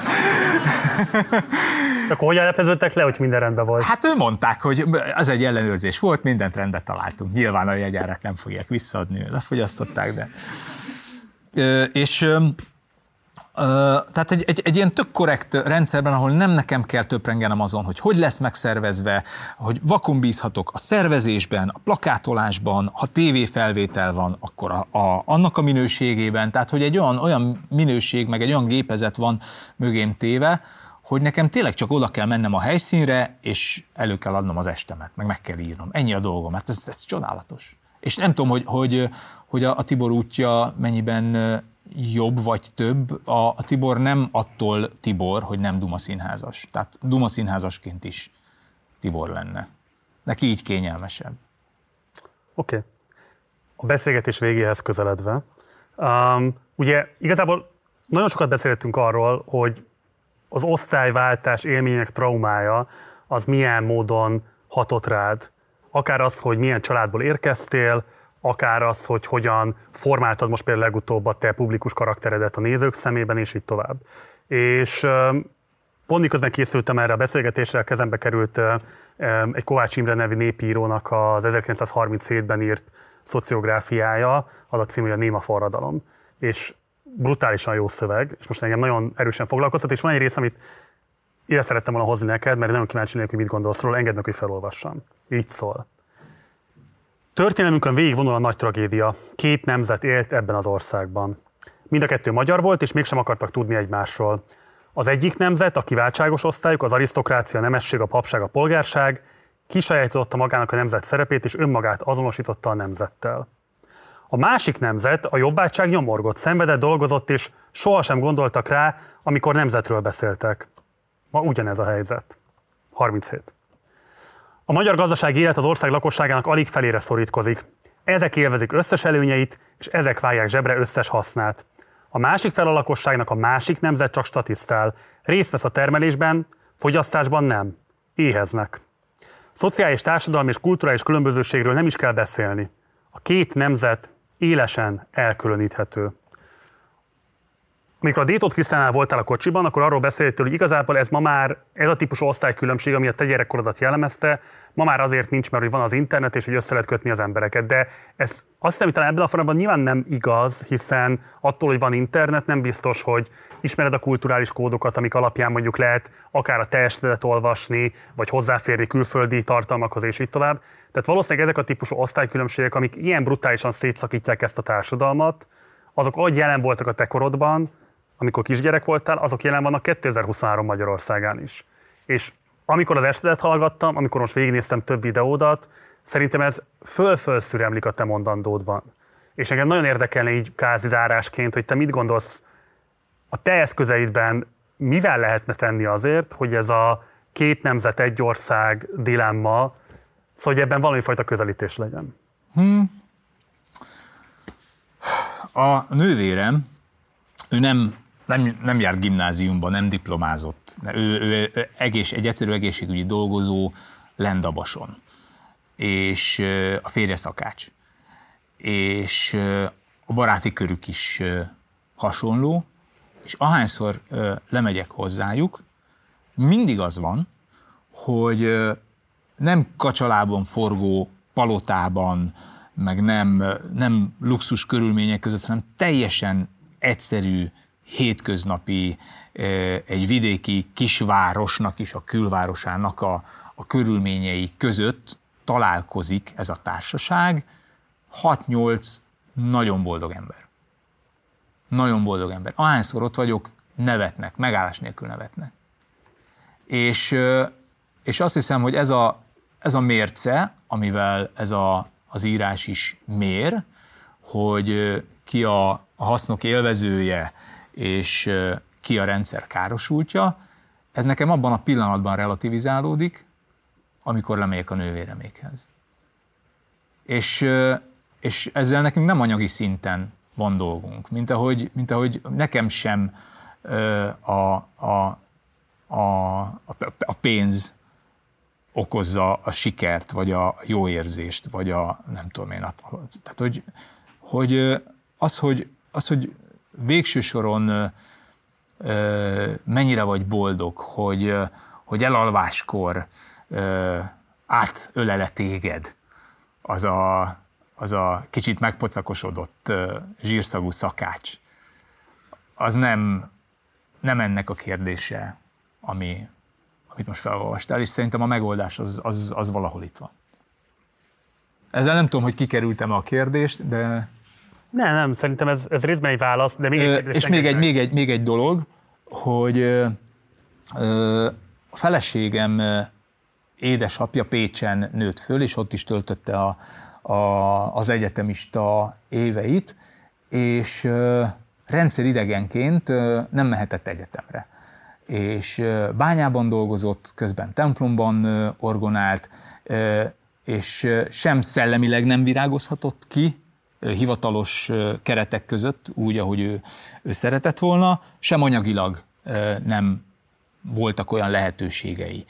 Akkor hogyan lepeződtek le, hogy minden rendben volt? Hát ő mondták, hogy ez egy ellenőrzés volt, mindent rendben találtunk. Nyilván a jegyárat nem fogják visszaadni, lefogyasztották, de... Ö, és ö, ö, tehát egy, egy, egy ilyen tök korrekt rendszerben, ahol nem nekem kell töprengenem azon, hogy hogy lesz megszervezve, hogy vakon bízhatok a szervezésben, a plakátolásban, ha tévéfelvétel van, akkor a, a, annak a minőségében, tehát hogy egy olyan, olyan minőség, meg egy olyan gépezet van mögém téve, hogy nekem tényleg csak oda kell mennem a helyszínre, és elő kell adnom az estemet, meg meg kell írnom. Ennyi a dolgom, hát ez, ez csodálatos. És nem tudom, hogy, hogy, hogy a, a Tibor útja mennyiben jobb vagy több. A, a Tibor nem attól Tibor, hogy nem Duma színházas. Tehát Duma színházasként is Tibor lenne. Neki így kényelmesebb. Oké. Okay. A beszélgetés végéhez közeledve. Um, ugye igazából nagyon sokat beszéltünk arról, hogy az osztályváltás élmények traumája az milyen módon hatott rád. Akár az, hogy milyen családból érkeztél, akár az, hogy hogyan formáltad most például legutóbb a te publikus karakteredet a nézők szemében, és így tovább. És pont miközben készültem erre a beszélgetésre, a kezembe került egy Kovács Imre nevű népírónak az ezerkilencszázharminchétben írt szociográfiája, az a cím, hogy a Néma forradalom. És brutálisan jó szöveg, és most engem nagyon erősen foglalkoztat, és van egy rész, amit ide szerettem volna hozni neked, mert nagyon kíváncsi lennék, hogy mit gondolsz róla, engedd meg, hogy felolvassam. Így szól. Történelmünkön végigvonul a nagy tragédia. Két nemzet élt ebben az országban. Mind a kettő magyar volt, és mégsem akartak tudni egymásról. Az egyik nemzet, a kiváltságos osztályok, az arisztokrácia, a nemesség, a papság, a polgárság kisajátította magának a nemzet szerepét, és önmagát azonosította a nemzettel. A másik nemzet, a jobbátság nyomorgott, szenvedett, dolgozott, és sohasem gondoltak rá, amikor nemzetről beszéltek. Ma ugyanez a helyzet. harminchét. A magyar gazdasági élet az ország lakosságának alig felére szorítkozik. Ezek élvezik összes előnyeit, és ezek vágják zsebre összes hasznát. A másik fel a lakosságnak, a másik nemzet csak statisztál. Részt vesz a termelésben, fogyasztásban nem. Éheznek. Szociális, társadalmi és kulturális különbözőségről nem is kell beszélni. A két nemzet élesen elkülöníthető. Amikor a Détót Krisztánál voltál a kocsiban, akkor arról beszéltél, hogy igazából ez ma már, ez a típusú osztálykülönbség, ami a te gyerekkorodat jellemezte, ma már azért nincs, mert hogy van az internet, és hogy össze lehet kötni az embereket. De ez azt hiszem, hogy talán ebben a formában nyilván nem igaz, hiszen attól, hogy van internet, nem biztos, hogy ismered a kulturális kódokat, amik alapján mondjuk lehet akár a te estedet olvasni, vagy hozzáférni külföldi tartalmakhoz, és így tovább. Tehát valószínűleg ezek a típusú osztálykülönbségek, amik ilyen brutálisan szétszakítják ezt a társadalmat, azok ahogy jelen voltak a te korodban, amikor kisgyerek voltál, azok jelen vannak kétezer-huszonhárom Magyarországán is. És amikor az estedet hallgattam, amikor most végignéztem több videódat, szerintem ez föl-föl szüremlik a te mondandódban. És engem nagyon érdekelne így kázi zárásként, hogy te mit gondolsz a te eszközeidben, mivel lehetne tenni azért, hogy ez a két nemzet, egy ország dilemma, szóval hogy ebben valamifajta közelítés legyen. Hmm. A nővérem, ő nem, nem, nem jár gimnáziumba, nem diplomázott. Ő, ő, ő egész, egy egyszerű egészségügyi dolgozó Lendabason. És a férje szakács. És a baráti körük is hasonló, és ahányszor lemegyek hozzájuk, mindig az van, hogy nem kacsalában forgó palotában, meg nem, nem luxus körülmények között, hanem teljesen egyszerű, hétköznapi, egy vidéki kisvárosnak is, a külvárosának a, a körülményei között találkozik ez a társaság, hat-nyolc nagyon boldog ember. Nagyon boldog ember. Ahányszor ott vagyok, nevetnek, megállás nélkül nevetnek. És, és azt hiszem, hogy ez a, ez a mérce, amivel ez a, az írás is mér, hogy ki a, a hasznok élvezője, és ki a rendszer károsultja, ez nekem abban a pillanatban relativizálódik, amikor lemegyek a nővéremékhez. És, és ezzel nekünk nem anyagi szinten van dolgunk, mint ahogy, mint ahogy nekem sem a, a, a, a pénz okozza a sikert, vagy a jó érzést, vagy a nem tudom én. Tehát, hogy, hogy az, hogy, az, hogy végső soron mennyire vagy boldog, hogy, hogy elalváskor átölele téged az a, az a kicsit megpocakosodott zsírszagú szakács, az nem, nem ennek a kérdése, ami, amit most felolvastál, és szerintem a megoldás az, az, az valahol itt van. Ezzel nem tudom, hogy kikerültem a kérdést, de... Nem, nem, szerintem ez, ez részben egy válasz, de még egy És még egy, még, egy, még egy dolog, hogy ö, a feleségem édesapja Pécsen nőtt föl, és ott is töltötte a, a, az egyetemista éveit, és ö, rendszeridegenként ö, nem mehetett egyetemre. És ö, bányában dolgozott, közben templomban ö, orgonált, ö, és ö, sem szellemileg nem virágozhatott ki, hivatalos keretek között, úgy, ahogy ő, ő szeretett volna, sem anyagilag nem voltak olyan lehetőségei.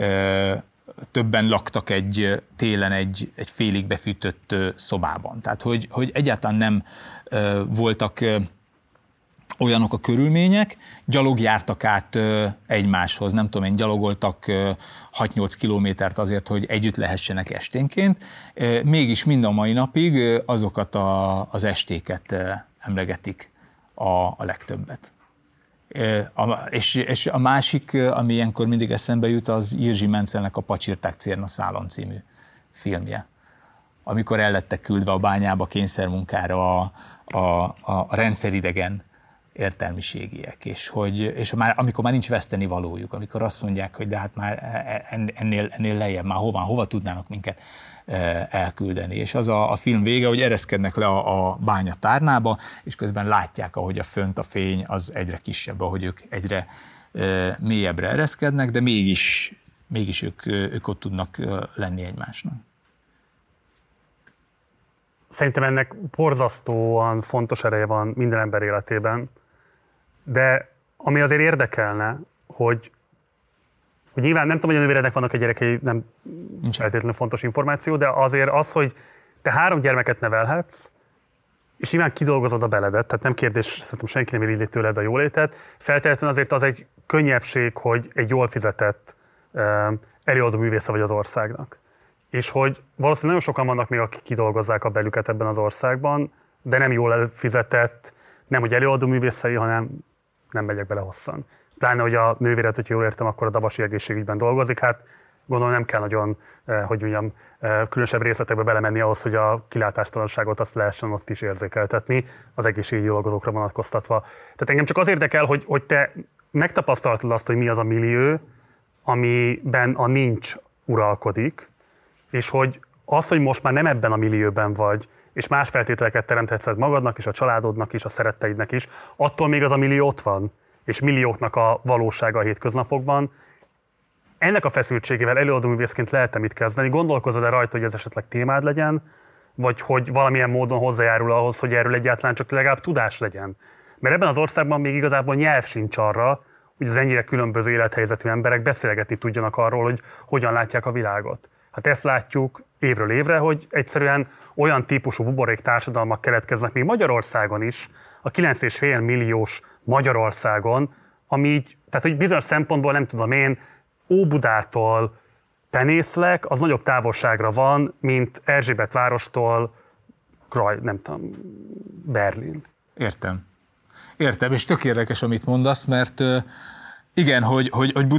Többen laktak egy télen egy, egy félig befűtött szobában. Tehát, hogy, hogy egyáltalán nem voltak olyanok a körülmények, gyalog jártak át egymáshoz, nem tudom én, gyalogoltak hat-nyolc kilométert azért, hogy együtt lehessenek esténként, mégis mind a mai napig azokat a, az estéket emlegetik a, a legtöbbet. A, és, és a másik, ami ilyenkor mindig eszembe jut, az Jirzsi Mencelnek a Pacsirták Cérna szálon című filmje. Amikor el lettek küldve a bányába kényszermunkára a, a, a rendszeridegen értelmiségiek, és, hogy, és már, amikor már nincs veszteni valójuk, amikor azt mondják, hogy de hát már ennél, ennél lejjebb, már hova, hova tudnának minket elküldeni. És az a, a film vége, hogy ereszkednek le a, a bánya tárnába, és közben látják, ahogy a fönt a fény az egyre kisebb, ahogy ők egyre e, mélyebbre ereszkednek, de mégis, mégis ők, ők ott tudnak lenni egymásnak. Szerintem ennek borzasztóan fontos ereje van minden ember életében, de ami azért érdekelne, hogy, hogy nyilván nem tudom, hogy a nővérednek vannak egy gyerekei, nem nincs feltétlenül fontos információ, de azért az, hogy te három gyermeket nevelhetsz, és nyilván kidolgozod a beledet, tehát nem kérdés, szerintem senki nem irigyli tőled a jólétet, feltétlenül azért az egy könnyebbség, hogy egy jól fizetett előadó művésze vagy az országnak. És hogy valószínűleg nagyon sokan vannak még, akik kidolgozzák a belüket ebben az országban, de nem jól fizetett, nem hogy előadó művészei, hanem nem megyek bele hosszan. Pláne, hogy a nővéret, hogyha jól értem, akkor a dabasi egészségügyben dolgozik, hát gondolom nem kell nagyon, hogy mondjam, különösebb részletekbe belemenni ahhoz, hogy a kilátástalanságot azt lehessen ott is érzékeltetni, az egészségügyi dolgozókra vonatkoztatva. Tehát engem csak az érdekel, hogy, hogy te megtapasztaltad azt, hogy mi az a millió, amiben a nincs uralkodik, és hogy az, hogy most már nem ebben a millióben vagy, és más feltételeket teremthetsz magadnak is, a családodnak is, a szeretteidnek is, attól még az a millió ott van, és millióknak a valósága a hétköznapokban. Ennek a feszültségével előadóművészként lehet-e mit kezdeni? Gondolkozod-e rajta, hogy ez esetleg témád legyen, vagy hogy valamilyen módon hozzájárul ahhoz, hogy erről egyáltalán csak legalább tudás legyen? Mert ebben az országban még igazából nyelv sincs arra, hogy az ennyire különböző élethelyzetű emberek beszélgetni tudjanak arról, hogy hogyan látják a világot. Hát ezt látjuk évről évre, hogy egyszerűen olyan típusú buborék társadalmak keletkeznek még Magyarországon is, a kilenc és fél milliós Magyarországon, ami így, tehát hogy bizonyos szempontból nem tudom én, Óbudától Penészlek, az nagyobb távolságra van, mint Erzsébetvárostól, Kraj, nem tudom, Berlin. Értem. Értem, és tök érdekes, amit mondasz, mert igen, hogy, hogy, hogy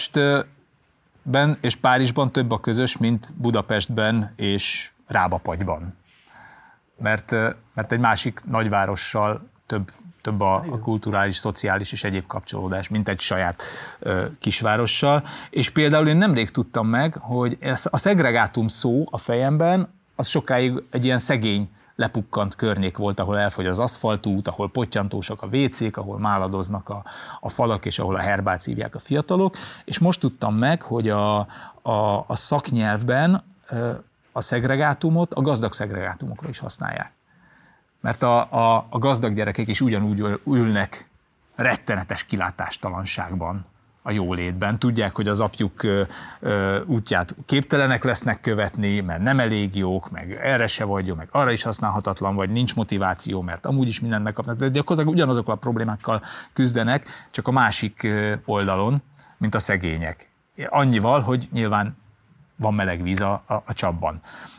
Budapestben és Párizsban több a közös, mint Budapestben és Rábapagyban. Mert, mert egy másik nagyvárossal több, több a, a kulturális, szociális és egyéb kapcsolódás, mint egy saját ö, kisvárossal. És például én nemrég tudtam meg, hogy ez, a szegregátum szó a fejemben, az sokáig egy ilyen szegény, lepukkant környék volt, ahol elfogy az aszfaltút, ahol pottyantósak a vécék, ahol máladoznak a, a falak, és ahol a herbát szívják a fiatalok. És most tudtam meg, hogy a, a, a szaknyelvben a szegregátumot a gazdag szegregátumokra is használják. Mert a, a, a gazdag gyerekek is ugyanúgy ülnek rettenetes kilátástalanságban, a jólétben. Tudják, hogy az apjuk ö, ö, útját képtelenek lesznek követni, mert nem elég jók, meg erre se vagy jó, meg arra is használhatatlan, vagy nincs motiváció, mert amúgy is mindent megkapnak. De gyakorlatilag ugyanazokkal a problémákkal küzdenek, csak a másik oldalon, mint a szegények. Annyival, hogy nyilván van meleg víz a, a, a csapban.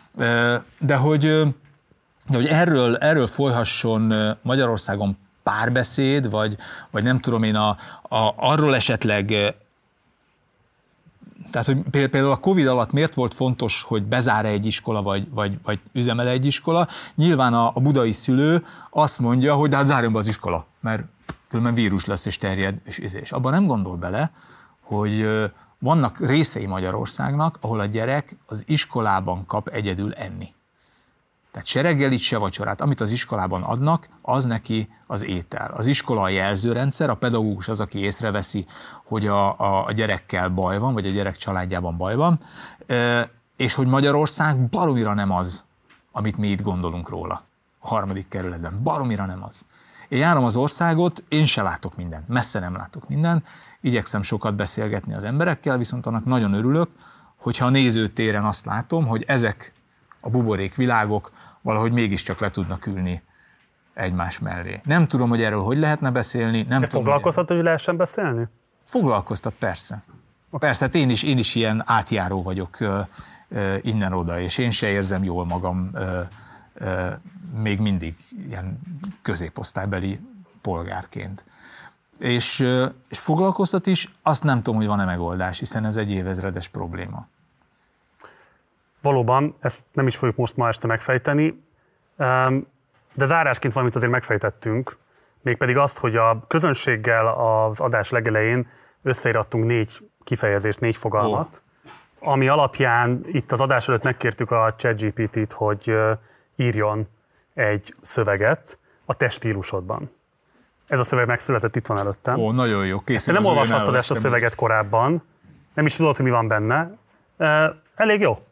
De hogy, de hogy erről, erről folyhasson Magyarországon párbeszéd, vagy, vagy nem tudom én, a, a, arról esetleg, tehát hogy például a Covid alatt miért volt fontos, hogy bezár egy iskola, vagy, vagy, vagy üzemel egy iskola, nyilván a, a budai szülő azt mondja, hogy de hát zárjon be az iskola, mert különben vírus lesz és terjed, és, és abban nem gondol bele, hogy vannak részei Magyarországnak, ahol a gyerek az iskolában kap egyedül enni. Tehát se reggelit, se vacsorát. Amit az iskolában adnak, az neki az étel. Az iskola a jelzőrendszer, a pedagógus az, aki észreveszi, hogy a, a, a gyerekkel baj van, vagy a gyerek családjában baj van, e, és hogy Magyarország baromira nem az, amit mi itt gondolunk róla. A harmadik kerületben. Baromira nem az. Én járom az országot, én se látok mindent, messze nem látok mindent, igyekszem sokat beszélgetni az emberekkel, viszont annak nagyon örülök, hogyha a nézőtéren azt látom, hogy ezek a buborék világok valahogy mégiscsak le tudnak ülni egymás mellé. Nem tudom, hogy erről hogy lehetne beszélni. Nem De tudom, foglalkoztat, hogy, hogy lehessen beszélni? Foglalkoztat, persze. Persze, hát én is, én is ilyen átjáró vagyok uh, uh, innen-oda, és én se érzem jól magam uh, uh, még mindig ilyen középosztálybeli polgárként. És, uh, és foglalkoztat is, azt nem tudom, hogy van-e megoldás, hiszen ez egy évezredes probléma. Valóban, ezt nem is fogjuk most ma este megfejteni, de zárásként valamit azért megfejtettünk, Mégpedig azt, hogy a közönséggel az adás legelején összeírattunk négy kifejezést, négy fogalmat, oh. ami alapján itt az adás előtt megkértük a ChatGPT-t, hogy írjon egy szöveget a te stílusodban. Ez a szöveg megszületett, itt van előttem. Ó, nagyon jó. Te nem olvashattad ezt a szöveget korábban, nem is tudod, hogy mi van benne. Elég jó.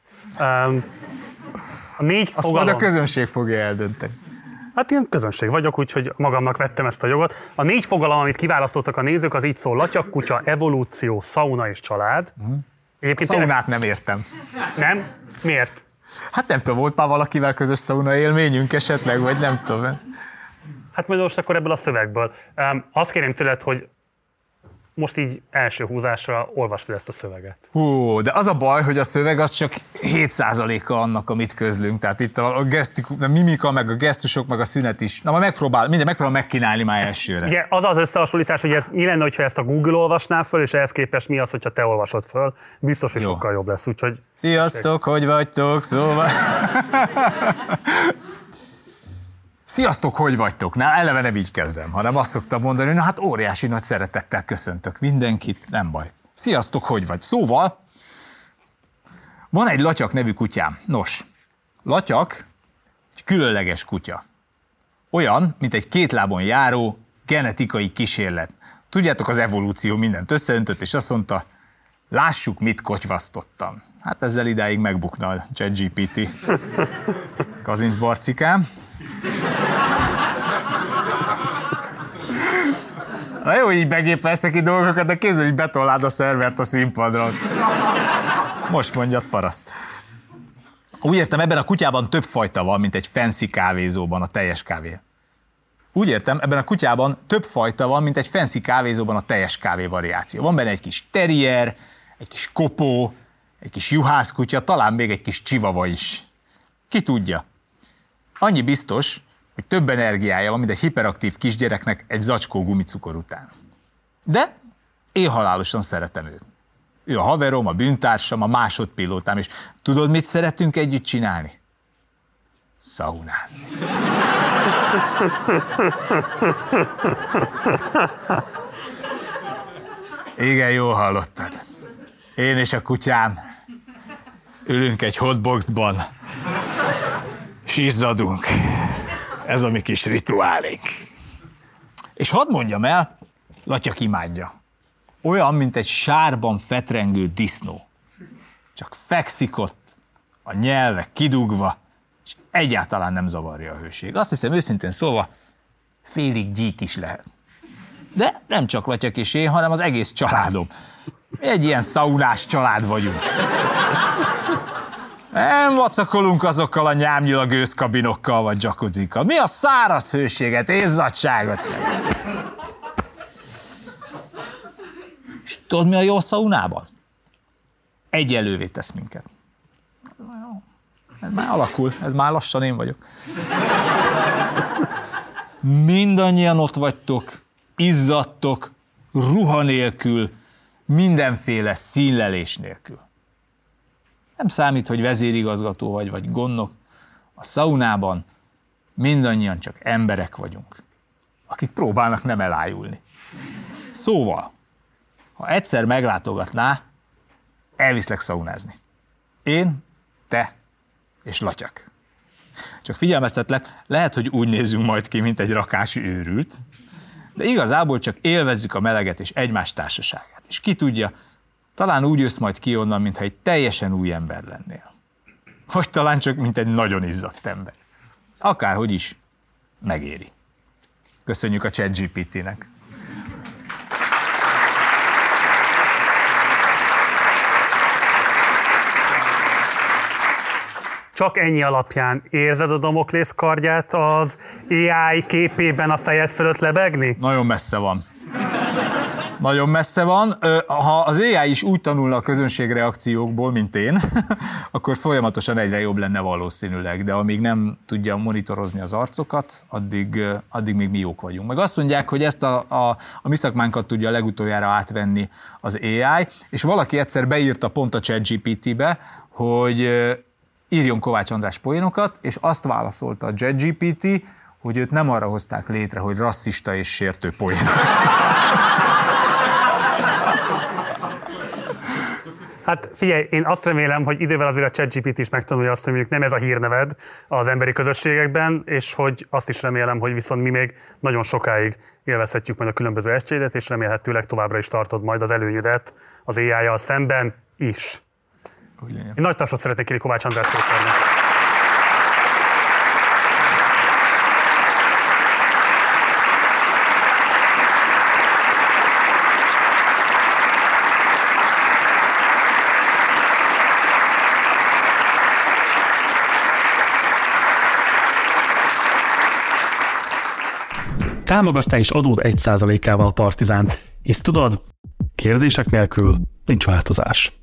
A négy Azt fogalom... majd a közönség fogja eldönteni. Hát ilyen közönség vagyok, úgyhogy magamnak vettem ezt a jogot. A négy fogalom, amit kiválasztottak a nézők, az így szól: latyak, kutya, evolúció, szauna és család. Uh-huh. Egyébként a szaunát tényleg... nem értem. Nem? Miért? Hát nem tudom, volt már valakivel közös szauna élményünk esetleg, vagy nem tudom. Hát majd most akkor ebből a szövegből. Um, azt kérem tőled, hogy most így első húzásra olvasd fel ezt a szöveget. Hú, de az a baj, hogy a szöveg az csak hét százaléka annak, amit közlünk. Tehát itt a, gesztik, a mimika, meg a gesztusok, meg a szünet is. Na, majd megpróbál, minden megpróbál megkínálni már elsőre. Ugye az az összehasonlítás, hogy ez mi lenne, hogyha ezt a Google olvasná föl, és ehhez képest mi az, hogyha te olvasod föl. Biztos, hogy Jó. sokkal jobb lesz, úgyhogy... Sziasztok, hogy vagytok, szóval... Sziasztok, hogy vagytok? Na, eleve nem így kezdem, hanem azt szoktam mondani, hogy na hát óriási nagy szeretettel köszöntök mindenkit, nem baj. Sziasztok, hogy vagy? Szóval, van egy Latyak nevű kutyám. Nos, Latyak egy különleges kutya. Olyan, mint egy két lábon járó genetikai kísérlet. Tudjátok, az evolúció mindent összeöntött, és azt mondta, lássuk, mit kotyvasztottam. Hát ezzel idáig megbukna a ChatGPT. Kazinc Barcikám. Na jó, így begépeztek ki dolgokat, de kézzel is betollád a szervert a színpadra. Most mondjad, paraszt. Úgy értem, ebben a kutyában több fajta van, mint egy fancy kávézóban a teljes kávé. Úgy értem, ebben a kutyában több fajta van, mint egy fancy kávézóban a teljes kávé variáció. Van benne egy kis terrier, egy kis kopó, egy kis juhászkutya, talán még egy kis csivava is. Ki tudja. Annyi biztos, hogy több energiája van, mint egy hiperaktív kisgyereknek egy zacskó gumicukor után. De én halálosan szeretem őt. Ő a haverom, a bűntársam, a másodpilótám, és tudod, mit szeretünk együtt csinálni? Szaunázni. Igen, jól hallottad. Én és a kutyám ülünk egy hotboxban, és izzadunk. Ez a mi kis rituálénk. És hadd mondjam el, Latyak imádja. Olyan, mint egy sárban fetrengő disznó. Csak fekszik ott, a nyelve kidugva, és egyáltalán nem zavarja a hőség. Azt hiszem, őszintén szólva, félig gyík is lehet. De nem csak Latyak és én, hanem az egész családom. Mi egy ilyen szaunás család vagyunk. Nem vacakolunk azokkal a nyámnyila gőzkabinokkal vagy jacuzzikkal. Mi a száraz hőséget, izzadságot szeretünk. És tudod, mi a jó szaunában? Egyelővé tesz minket. Ez már alakul, ez már lassan én vagyok. Mindannyian ott vagytok, izzadtok, ruha nélkül, mindenféle színlelés nélkül. Nem számít, hogy vezérigazgató vagy, vagy gondnok. A szaunában mindannyian csak emberek vagyunk, akik próbálnak nem elájulni. Szóval, ha egyszer meglátogatná, elviszlek szaunázni. Én, te és Latyak. Csak figyelmeztetlek, lehet, hogy úgy nézzünk majd ki, mint egy rakási őrült, de igazából csak élvezzük a meleget és egymás társaságát. És ki tudja, talán úgy jössz majd ki onnan, mintha egy teljesen új ember lennél. Vagy talán csak, mint egy nagyon izzadt ember. Akárhogy is, megéri. Köszönjük a ChatGPT-nek. Csak ennyi alapján érzed a Damoklész kardját az á i képében a fejed fölött lebegni? Nagyon messze van. Nagyon messze van. Ha az á i is úgy tanulna a közönségreakciókból, mint én, akkor folyamatosan egyre jobb lenne valószínűleg, de amíg nem tudja monitorozni az arcokat, addig, addig még mi jók vagyunk. Meg azt mondják, hogy ezt a, a, a mi szakmánkat tudja legutoljára átvenni az á i, és valaki egyszer beírta pont a ChatGPT-be, hogy írjon Kovács András poénokat, és azt válaszolta a ChatGPT, hogy őt nem arra hozták létre, hogy rasszista és sértő poén. Hát figyelj, én azt remélem, hogy idővel azért a ChatGPT is megtanulja azt, hogy mondjuk nem ez a hírneved az emberi közösségekben, és hogy azt is remélem, hogy viszont mi még nagyon sokáig élvezhetjük majd a különböző estjédet, és remélhetőleg továbbra is tartod majd az előnyödet az á í-jal szemben is. Én nagy tapsot szeretnék kérni Kovács András Péternek. Támogass te is adód egy százalékával a Partizánt, hisz tudod, kérdések nélkül nincs változás.